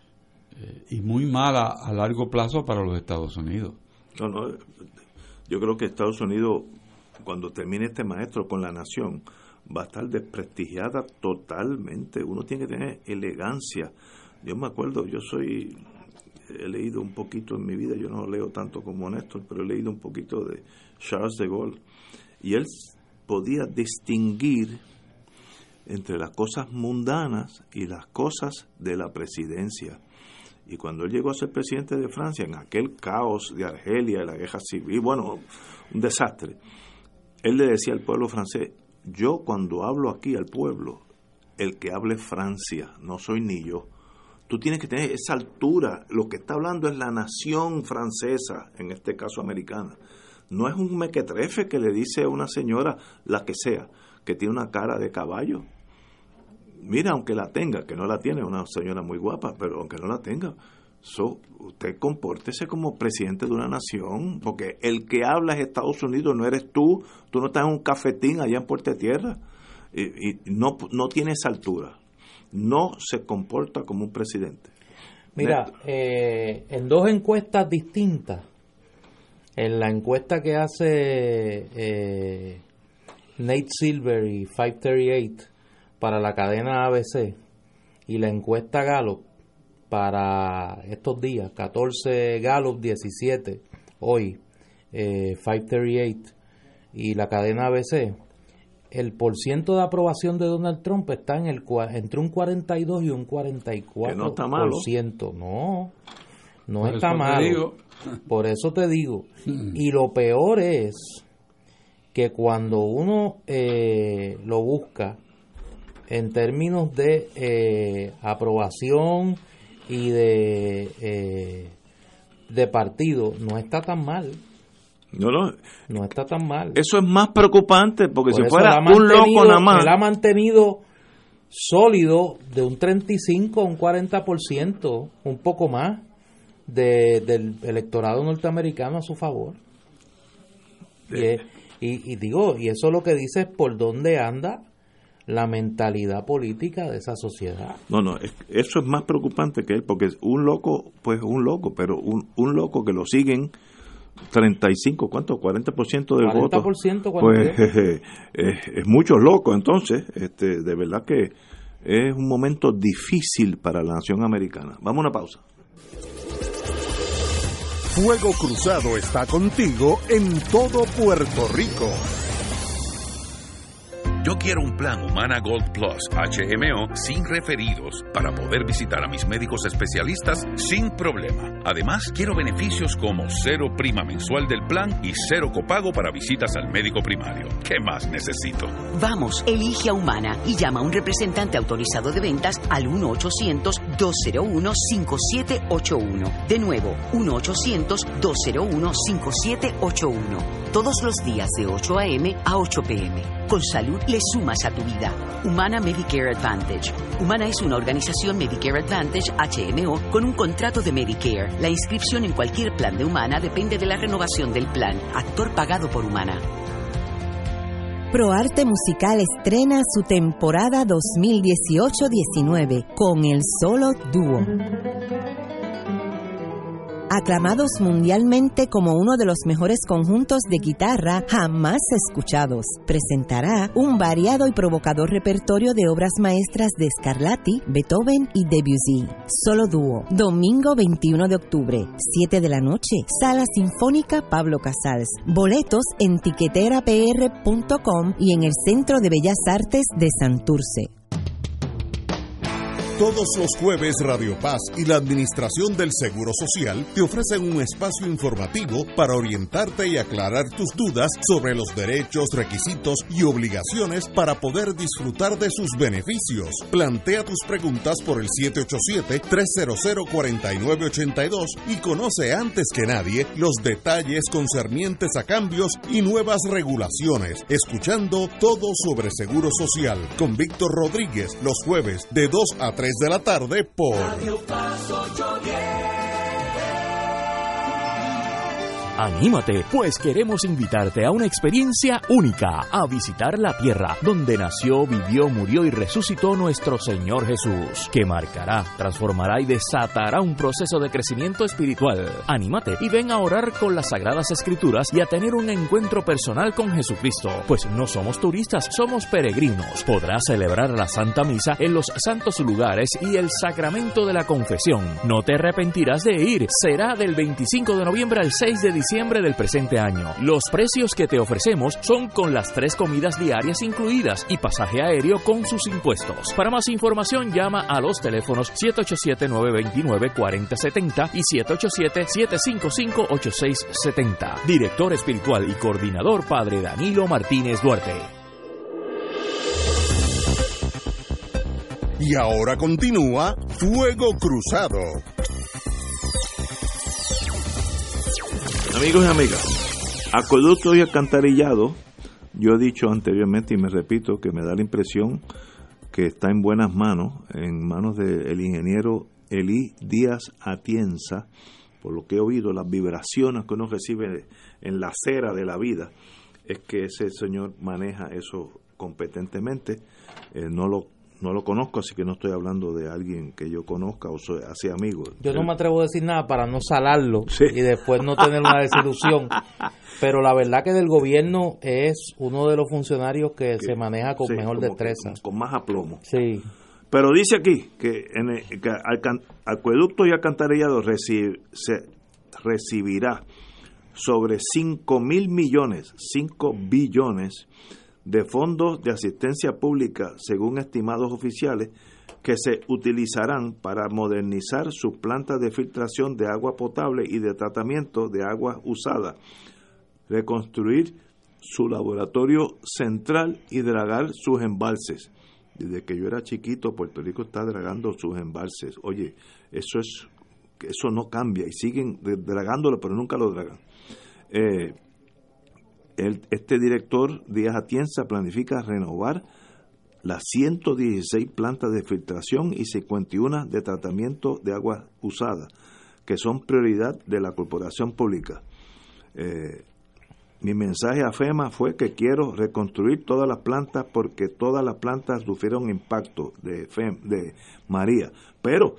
eh, y muy mala a largo plazo para los Estados Unidos. No, no, yo creo que Estados Unidos, cuando termine este maestro con la nación, va a estar desprestigiada totalmente. Uno tiene que tener elegancia. Yo me acuerdo, yo soy, he leído un poquito en mi vida, yo no leo tanto como Néstor, pero he leído un poquito de Charles de Gaulle, y él podía distinguir entre las cosas mundanas y las cosas de la presidencia. Y cuando él llegó a ser presidente de Francia, en aquel caos de Argelia, la guerra civil, bueno, un desastre, él le decía al pueblo francés: yo cuando hablo aquí al pueblo, el que hable Francia, no soy ni yo. Tú tienes que tener esa altura. Lo que está hablando es la nación francesa, en este caso americana. No es un mequetrefe que le dice a una señora, la que sea, que tiene una cara de caballo. Mira, aunque la tenga, que no la tiene, una señora muy guapa, pero aunque no la tenga, so, usted compórtese como presidente de una nación, porque el que habla es Estados Unidos, no eres tú. Tú no estás en un cafetín allá en Puerto Tierra, y, y no, no tiene esa altura. No se comporta como un presidente. Mira, eh, en dos encuestas distintas, en la encuesta que hace eh, Nate Silver y quinientos treinta y ocho para la cadena A B C, y la encuesta Gallup para estos días, catorce Gallup, diecisiete hoy, eh, quinientos treinta y ocho y la cadena A B C, el porciento de aprobación de Donald Trump está en el entre un cuarenta y dos y un cuarenta y cuatro por ciento. Que no está malo. No, no Por está eso malo. te digo. Por eso te digo. Y lo peor es que cuando uno eh, lo busca en términos de eh, aprobación y de eh, de partido, no está tan mal. No, no. No está tan mal. Eso es más preocupante, porque Por si eso fuera él ha un loco nada más. Él ha mantenido sólido de un treinta y cinco a un cuarenta por ciento, un poco más, de, del electorado norteamericano a su favor. Y, es, y, y digo, y eso lo que dice es por dónde anda la mentalidad política de esa sociedad. No, no, es, eso es más preocupante que él, porque un loco, pues un loco, pero un, un loco que lo siguen treinta y cinco, ¿cuánto? cuarenta por ciento del cuarenta por ciento, voto. Pues eh, eh, es muchos locos, entonces, este, de verdad que es un momento difícil para la nación americana. Vamos a una pausa. Fuego Cruzado está contigo en todo Puerto Rico. Yo quiero un plan Humana Gold Plus H M O sin referidos para poder visitar a mis médicos especialistas sin problema. Además, quiero beneficios como cero prima mensual del plan y cero copago para visitas al médico primario. ¿Qué más necesito? Vamos, elige a Humana y llama a un representante autorizado de ventas al uno ochocientos dos cero uno cinco siete ocho uno. De nuevo, uno ochocientos dos cero uno cinco siete ocho uno. Todos los días de ocho a eme a ocho pe eme. Con salud le sumas a tu vida. Humana Medicare Advantage. Humana es una organización Medicare Advantage H M O con un contrato de Medicare. La inscripción en cualquier plan de Humana depende de la renovación del plan. Actor pagado por Humana. ProArte Musical estrena su temporada dos mil dieciocho diecinueve con el solo dúo. Aclamados mundialmente como uno de los mejores conjuntos de guitarra jamás escuchados, presentará un variado y provocador repertorio de obras maestras de Scarlatti, Beethoven y Debussy. Solo dúo, domingo veintiuno de octubre, siete de la noche, Sala Sinfónica Pablo Casals. Boletos en tiquetera p r punto com y en el Centro de Bellas Artes de Santurce. Todos los jueves Radio Paz y la Administración del Seguro Social te ofrecen un espacio informativo para orientarte y aclarar tus dudas sobre los derechos, requisitos y obligaciones para poder disfrutar de sus beneficios. Plantea tus preguntas por el siete ocho siete, tres cero cero, cuatro nueve ocho dos y conoce antes que nadie los detalles concernientes a cambios y nuevas regulaciones, escuchando Todo sobre Seguro Social con Víctor Rodríguez los jueves de dos a tres de la tarde por Radio Paz ochocientos diez. Anímate, pues queremos invitarte a una experiencia única, a visitar la tierra donde nació, vivió, murió y resucitó nuestro Señor Jesús, que marcará, transformará y desatará un proceso de crecimiento espiritual. Anímate y ven a orar con las Sagradas Escrituras y a tener un encuentro personal con Jesucristo, pues no somos turistas, somos peregrinos. Podrás celebrar la Santa Misa en los santos lugares y el sacramento de la confesión. No te arrepentirás de ir, será del veinticinco de noviembre al seis de diciembre del presente año. Los precios que te ofrecemos son con las tres comidas diarias incluidas y pasaje aéreo con sus impuestos. Para más información llama a los teléfonos siete ocho siete, nueve dos nueve, cuatro cero siete cero y siete ocho siete, siete cinco cinco, ocho seis siete cero. Director espiritual y coordinador Padre Danilo Martínez Duarte. Y ahora continúa Fuego Cruzado. Amigos y amigas, acueducto y alcantarillado, yo he dicho anteriormente y me repito que me da la impresión que está en buenas manos, en manos del ingeniero Elí Díaz Atienza, por lo que he oído, las vibraciones que uno recibe en la acera de la vida, es que ese señor maneja eso competentemente. Eh, no lo No lo conozco, así que no estoy hablando de alguien que yo conozca o soy así amigo. Yo no me atrevo a decir nada para no salarlo, sí, y después no tener una desilusión. Pero la verdad que del gobierno es uno de los funcionarios que, que se maneja con sí, mejor destreza. Con, con más aplomo. Sí. Pero dice aquí que, en el, que acueducto y alcantarillado recibe, se recibirá sobre cinco mil millones, cinco billones de fondos de asistencia pública, según estimados oficiales, que se utilizarán para modernizar sus plantas de filtración de agua potable y de tratamiento de agua usada, reconstruir su laboratorio central y dragar sus embalses. Desde que yo era chiquito, Puerto Rico está dragando sus embalses. Oye, eso es eso no cambia y siguen dragándolo, pero nunca lo dragan. Eh, El, este director Díaz Atienza planifica renovar las ciento dieciséis plantas de filtración y cincuenta y uno de tratamiento de agua usada, que son prioridad de la corporación pública. Eh, mi mensaje a FEMA fue que quiero reconstruir todas las plantas porque todas las plantas sufrieron impacto de, FEM, de María. Pero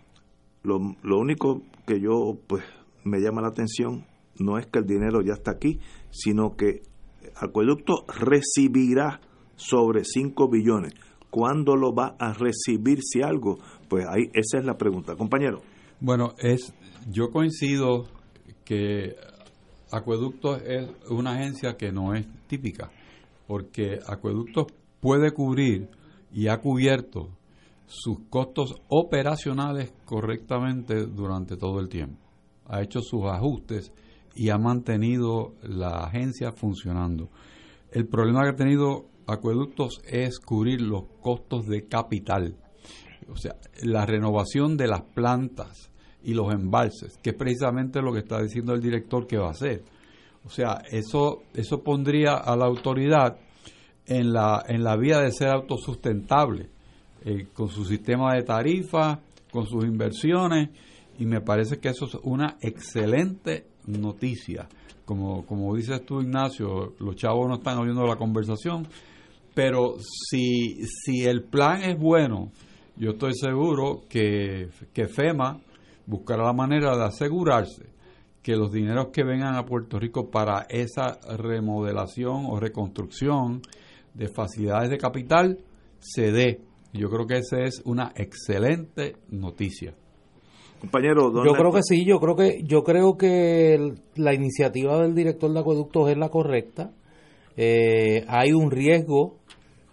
lo, lo único que yo pues me llama la atención no es que el dinero ya está aquí, sino que Acueducto recibirá sobre cinco billones. ¿Cuándo lo va a recibir, si algo? Pues ahí esa es la pregunta. Compañero. Bueno, es yo coincido que Acueducto es una agencia que no es típica, porque Acueducto puede cubrir y ha cubierto sus costos operacionales correctamente durante todo el tiempo. Ha hecho sus ajustes y ha mantenido la agencia funcionando. El problema que ha tenido Acueductos es cubrir los costos de capital, o sea, la renovación de las plantas y los embalses, que es precisamente lo que está diciendo el director que va a hacer. O sea, eso eso pondría a la autoridad en la en la vía de ser autosustentable, eh, con su sistema de tarifas, con sus inversiones, y me parece que eso es una excelente noticia. Como, como dices tú, Ignacio, los chavos no están oyendo la conversación, pero si, si el plan es bueno, yo estoy seguro que, que FEMA buscará la manera de asegurarse que los dineros que vengan a Puerto Rico para esa remodelación o reconstrucción de facilidades de capital se dé. Yo creo que esa es una excelente noticia. Compañero, yo creo que sí, yo creo que yo creo que el, la iniciativa del director de Acueductos es la correcta. Eh, hay un riesgo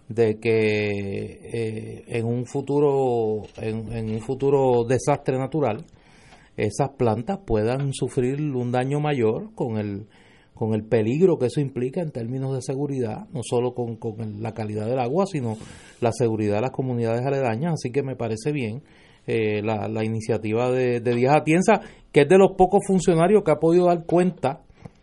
de que eh, en un futuro en, en un futuro desastre natural esas plantas puedan sufrir un daño mayor con el con el peligro que eso implica en términos de seguridad, no solo con, con el, la calidad del agua, sino la seguridad de las comunidades aledañas. Así que me parece bien eh, la, la iniciativa de, de Díaz Atienza, que es de los pocos funcionarios que ha podido dar cuenta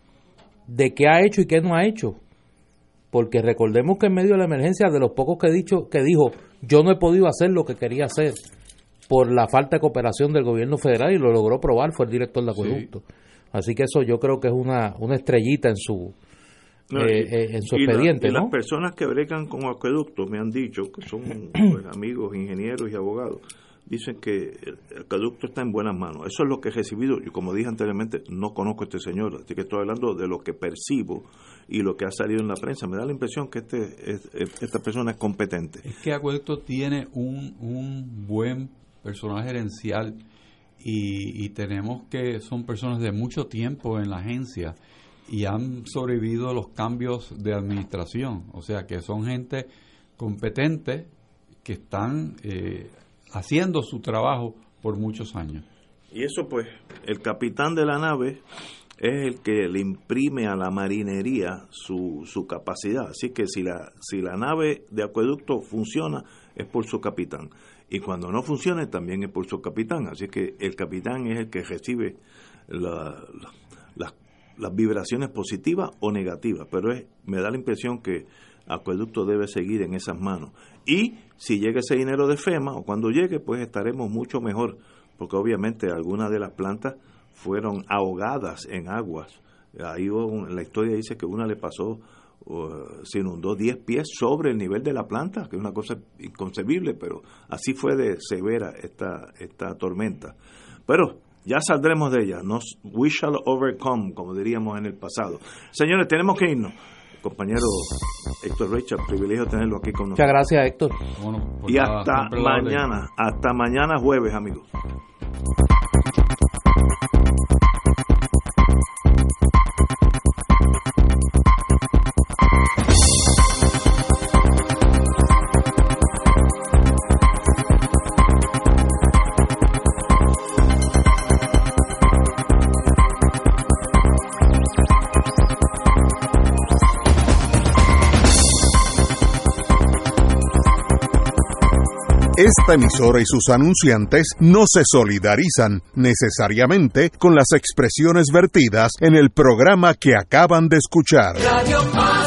de qué ha hecho y qué no ha hecho. Porque recordemos que en medio de la emergencia, de los pocos que, he dicho, que dijo, yo no he podido hacer lo que quería hacer por la falta de cooperación del gobierno federal, y lo logró probar, fue el director de Acueducto. Sí. Así que eso yo creo que es una, una estrellita en su no, eh, y, en su expediente, y la, ¿no? Y las personas que bregan con acueductos me han dicho, que son pues, amigos, ingenieros y abogados, dicen que el acueducto está en buenas manos. Eso es lo que he recibido. Y como dije anteriormente, no conozco a este señor, así que estoy hablando de lo que percibo y lo que ha salido en la prensa. Me da la impresión que este, esta persona es competente. Es que Acueducto tiene un, un buen personal gerencial y, y tenemos que son personas de mucho tiempo en la agencia y han sobrevivido a los cambios de administración. O sea que son gente competente que están eh, haciendo su trabajo por muchos años. Y eso pues, el capitán de la nave es el que le imprime a la marinería su, su capacidad. Así que si la, si la nave de acueducto funciona, es por su capitán. Y cuando no funcione, también es por su capitán. Así que el capitán es el que recibe la, la, la, las vibraciones positivas o negativas. Pero es, me da la impresión que Acueducto debe seguir en esas manos. Y si llega ese dinero de FEMA, o cuando llegue, pues estaremos mucho mejor. Porque obviamente algunas de las plantas fueron ahogadas en aguas. Ahí hubo, en la historia dice que una le pasó, uh, se inundó diez pies sobre el nivel de la planta, que es una cosa inconcebible, pero así fue de severa esta, esta tormenta. Pero ya saldremos de ella. Nos, we shall overcome, como diríamos en el pasado. Señores, tenemos que irnos. Compañero Héctor Richard, privilegio tenerlo aquí con nosotros. Muchas gracias, Héctor. Bueno, pues y nada, hasta mañana, hasta mañana jueves, amigos. Esta emisora y sus anunciantes no se solidarizan necesariamente con las expresiones vertidas en el programa que acaban de escuchar. Radio